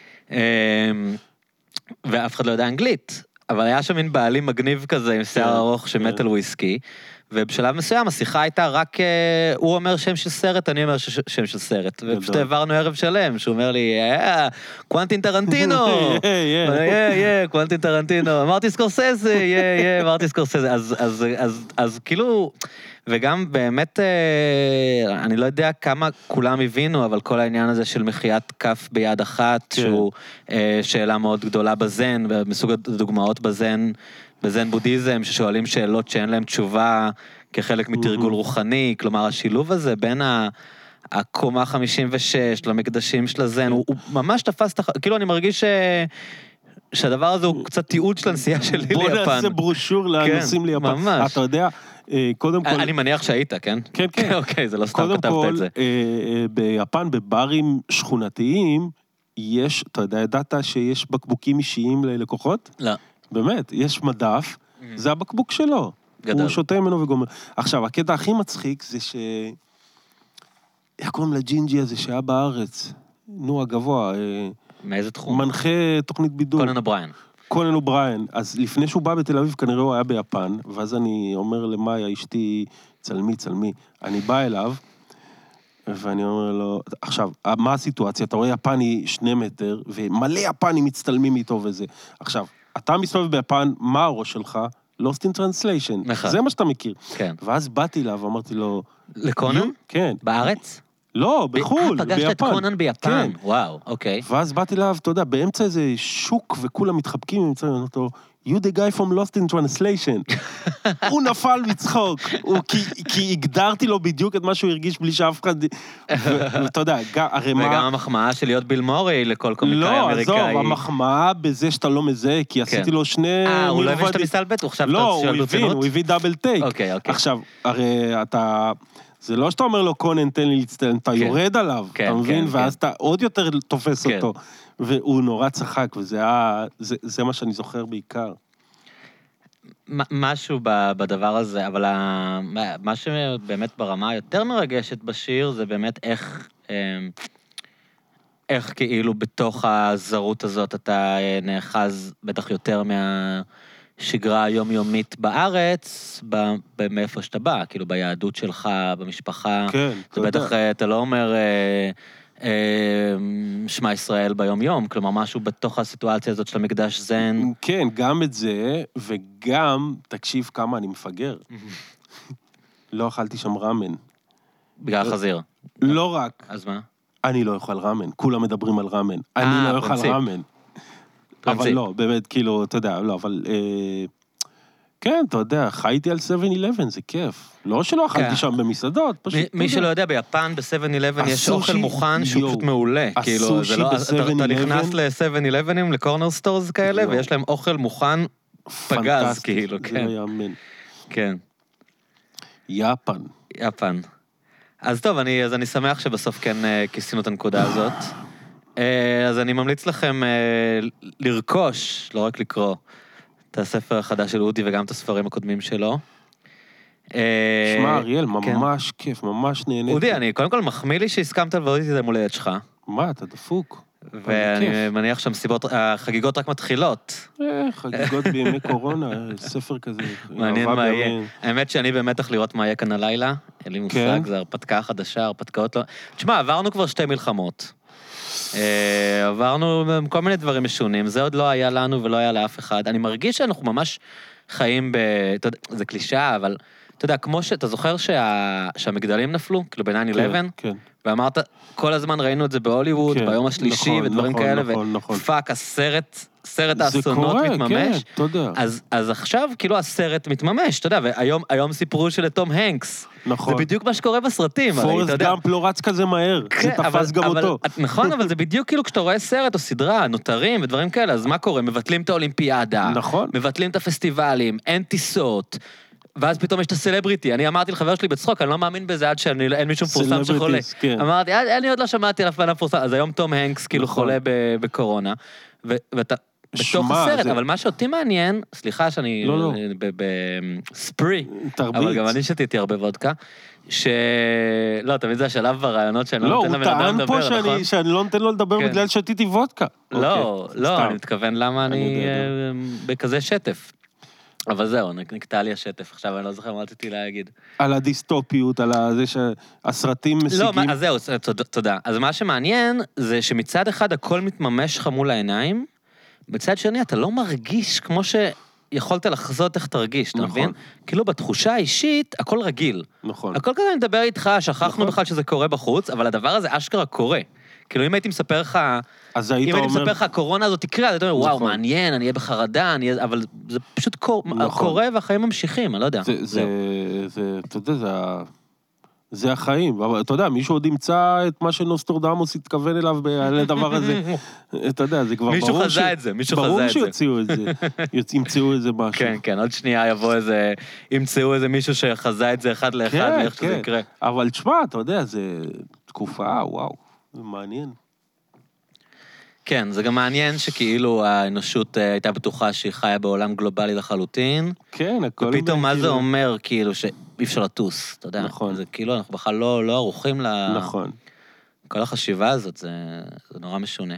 ואף אחד לא יודע אנגלית, אבל היה שם מין בעלים מגניב כזה, עם שיער ארוך שמת על וויסקי, ובשלב מסוים השיחה הייתה רק, הוא אומר שם של סרט, אני אומר שם של סרט, ופשוט העברנו ערב שלם, שהוא אומר לי, קוונטין טרנטינו, קוונטין טרנטינו, מרטין סקורסזה, מרטין סקורסזה, אז כאילו, וגם באמת, אני לא יודע כמה כולם הבינו, אבל כל העניין הזה של מחיית כף ביד אחת, שהוא שאלה מאוד גדולה בזן, ומסוג הדוגמאות בזן בודהיזם, ששואלים שאלות שאין להם תשובה כחלק מתרגול רוחני, כלומר השילוב הזה בין הקומה 56 למקדשים של הזן, הוא ממש תפס, כאילו אני מרגיש שהדבר הזה הוא קצת תיעוד של הנסיעה שלי ליפן. בוא נעשה ברושור לנוסעים ליפן. ממש. אתה יודע, קודם כל... אני מניח שהיית, כן? כן, כן. אוקיי, זה לא סתם כתבת את זה. קודם כל, ביפן, בברים שכונתיים, יש, אתה יודע, ידעת שיש בקבוקים אישיים ללקוחות? לא. באמת, יש מדף, זה הבקבוק שלו. גדל. הוא שותה ממנו וגומר. עכשיו, הקטע הכי מצחיק זה איך קוראים לג'ינג'י הזה שהיה בארץ? נו, הגבוה. מאיזה תחום? מנחה תוכנית בידור. קונן אובריין. קונן אובריין. אז לפני שהוא בא בתל אביב, כנראה הוא היה ביפן, ואז אני אומר למאיה, אשתי, צלמי. אני בא אליו, ואני אומר לו, עכשיו, מה הסיטואציה? אתה רואה יפני 2 מטר, ומלא יפנים מצטלמים איתו וזה. עכשיו, אתה מסתובב ביפן, מה הראש שלך? Lost in Translation. נכון. זה מה שאתה מכיר. כן. ואז באתי אליו ואמרתי לו... לקונן? כן. בארץ? לא, בחול, ביפן. פגשת את קונן ביפן? כן. וואו, אוקיי. ואז באתי אליו, אתה יודע, באמצע איזה שוק וכולם מתחבקים, ואני אומר לו, you the guy from Lost in Translation. הוא נפל מצחוק, כי הגדרתי לו בדיוק את מה שהוא הרגיש בלי שאף אחד... ואתה יודע, הרי מה... וגם המחמאה של להיות ביל מורי לכל קומיקאי אמריקאי. לא, עזוב, המחמאה בזה שאתה לא מזהה, כי עשיתי לו 2... הוא לא הבין שאתה מסתלבט, הוא חשב לא, הוא הביא דאבל טייק. אוקיי. עכשיו, הרי אתה... זה לא שאתה אומר לו, קונן, תן לי להצטלם, אתה יורד עליו, אתה מבין? ואז אתה עוד יותר תופס אותו. והוא נורא צחק, וזה מה שאני זוכר בעיקר. משהו בדבר הזה, אבל מה שבאמת ברמה היותר מרגשת בשיר, זה באמת איך איך כאילו בתוך הזרות הזאת אתה נאחז בטח יותר מהשגרה היומיומית בארץ, מאיפה שאתה בא, כאילו ביהדות שלך, במשפחה. כן, אתה יודע. בטח אתה לא אומר שמע ישראל ביום יום, כלומר משהו בתוך הסיטואציה הזאת של המקדש זן. כן, גם את זה, וגם, תקשיב כמה אני מפגר. לא אכלתי שם ראמן. בגלל חזיר. לא רק. אז מה? אני לא אוכל ראמן, כולם מדברים על ראמן. אני לא אוכל ראמן. אבל לא, באמת, כאילו, אתה יודע, לא, אבל... כן, אתה יודע, חייתי על 7-11, זה כיף. לא שלא אכלתי שם במסעדות, פשוט... מי שלא יודע, ביפן ב-7-11 יש אוכל מוכן שהוא פשוט מעולה. הסושי ב-7-11... אתה נכנס ל-7-11, לקורנר סטורס כאלה, ויש להם אוכל מוכן פגז, כאילו, כן. זה לא יאמן. כן. יפן. אז טוב, אז אני שמח שבסוף כן כיסינו את הנקודה הזאת. אז אני ממליץ לכם לרכוש, לא רק לקרוא, את הספר החדש של אודי וגם את הספרים הקודמים שלו. שמע, אריאל, ממש כיף, ממש נהנית. אודי, אני קודם כל מחמיא לי שהסכמת לבוא איתי את המולדת שלך. מה, אתה דפוק. ואני מניח שהמסיבות, החגיגות רק מתחילות. חגיגות בימי קורונה, ספר כזה. מעניין מה יהיה. האמת שאני במתח לראות מה יהיה כאן הלילה. אין לי מושג, זה הרפתקה חדשה, הרפתקאות לא... תשמע, עברנו כבר 2 מלחמות. עברנו כל מיני דברים משונים, זה עוד לא היה לנו ולא היה לאף אחד. אני מרגיש שאנחנו ממש חיים זה קלישה, אבל אתה יודע, כמו שאתה זוכר שהמגדלים נפלו, כאילו ב-9-11, ואמרת, כל הזמן ראינו את זה בהוליווד, ביום השלישי ודברים כאלה, ופאק, סרט האסונות מתממש. אז עכשיו כאילו הסרט מתממש, אתה יודע, והיום סיפרו שלתום הנקס, זה בדיוק מה שקורה בסרטים. פורסט גאמפ לא רץ כזה מהר, זה תפס גם אותו. נכון, אבל זה בדיוק כאילו כשאתה רואה סרט או סדרה, נותרים ודברים כאלה, אז מה קורה? מבטלים את האולימפיאדה, מבטלים את הפסטיבלים, אין טיסות, ואז פתאום יש את הסלבריטי. אני אמרתי לחבר שלי בצחוק, אני לא מאמין בזה עד שאין מישהו מפורסם שחולה. אמרתי, אני עוד לא שמעתי על אף פעם מפורסם, אז היום תום הנקס כאילו חולה בקורונה, ואתה בתוך הסרט, אבל מה שאותי מעניין, סליחה שאני בספרי, אבל גם אני שתיתי הרבה וודקה, לא, תמיד זה השלב ברעיונות שאני לא נותן לבן אדם לדבר, נכון? לא, הוא טען פה שאני לא נותן לו לדבר בגלל שתיתי וודקה. לא, אני מתכוון למה אני בכזה שטף. אבל זהו, נקטע לי השטף, עכשיו אני לא זוכר מה רציתי להגיד. על הדיסטופיות, על זה שהסרטים משיגים... לא, אז זהו, תודה. אז מה שמעניין זה שמצד אחד הכל מתממש לך מול העיניים, בצד שני אתה לא מרגיש כמו שיכולת לחזות איך תרגיש, אתה מבין? כאילו בתחושה האישית הכל רגיל. נכון. הכל כזה מדבר איתך, שכחנו בכלל שזה קורה בחוץ, אבל הדבר הזה אשכרה קורה. כאילו אם הייתי מספר לך... אם הייתי מספר לך, הקורונה הזאת תקרה, אתה אומר, וואו, מעניין, אני אהיה בחרדה, אבל זה פשוט קורה והחיים ממשיכים, אני לא יודע. אתה יודע, זה החיים, אבל אתה יודע, מישהו עוד ימצא את מה שנוסטרדמוס התכוון אליו לדבר הזה. אתה יודע, זה כבר ברור מישהו חזה את זה, ברור שיוציאו את זה, ימצאו איזה משהו. כן, כן, עוד שנייה יבוא איזה, ימצאו איזה מישהו שחזה את זה אחד לאחד, ואיך שזה יקרה. אבל תשמע, אתה יודע, זה תקופה, וואו, זה מעניין. כן, זה גם מעניין שכאילו האנושות הייתה בטוחה שהיא חיה בעולם גלובלי לחלוטין. כן, הכל... ופתאום מה זה אומר, כאילו, שאי אפשר לטוס, אתה יודע. נכון. זה כאילו, אנחנו בכלל לא ערוכים נכון. כל החשיבה הזאת, זה נורא משונה.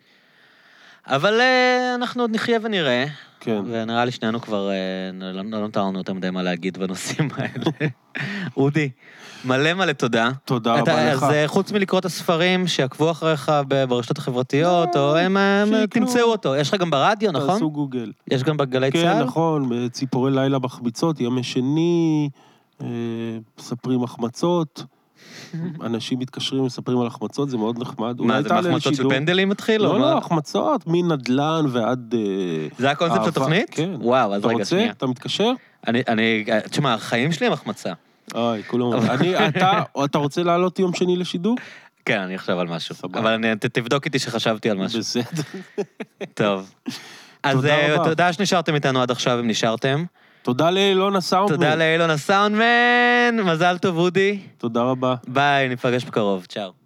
אבל אנחנו עוד נחיה ונראה. כן. ונראה לי שנינו כבר, לא נותרנו יותר מדי מה להגיד בנושאים האלה. אודי. מלא תודה. תודה רבה לך. אז חוץ מלקרוא את הספרים שעקבו אחריך ברשתות החברתיות, או הם תמצאו אותו. יש לך גם ברדיו, נכון? תעשו גוגל. יש גם בגלי צהל? כן, נכון, בציפורי לילה מחמיצות, ימי שני, מספרים החמצות, אנשים מתקשרים ומספרים על החמצות, זה מאוד נחמד. מה, זה מחמצות של פנדלים מתחיל? לא, החמצות, מנדלן ועד... זה הקונספט של התוכנית? כן. וואו, אז רגע, שנייה. אתה מתקשר? תשמע, החיים שלי הם החמצה. אוי, כולם... אתה רוצה לעלות יום שני לשידור? כן, אני חושב על משהו. אבל תבדוק איתי שחשבתי על משהו. בסדר. טוב. אז תודה שנשארתם איתנו עד עכשיו, אם נשארתם. תודה לאילון הסאונדמן. תודה לאילון הסאונדמן. מזל טוב, אודי. תודה רבה. ביי, ניפגש בקרוב. צ'או.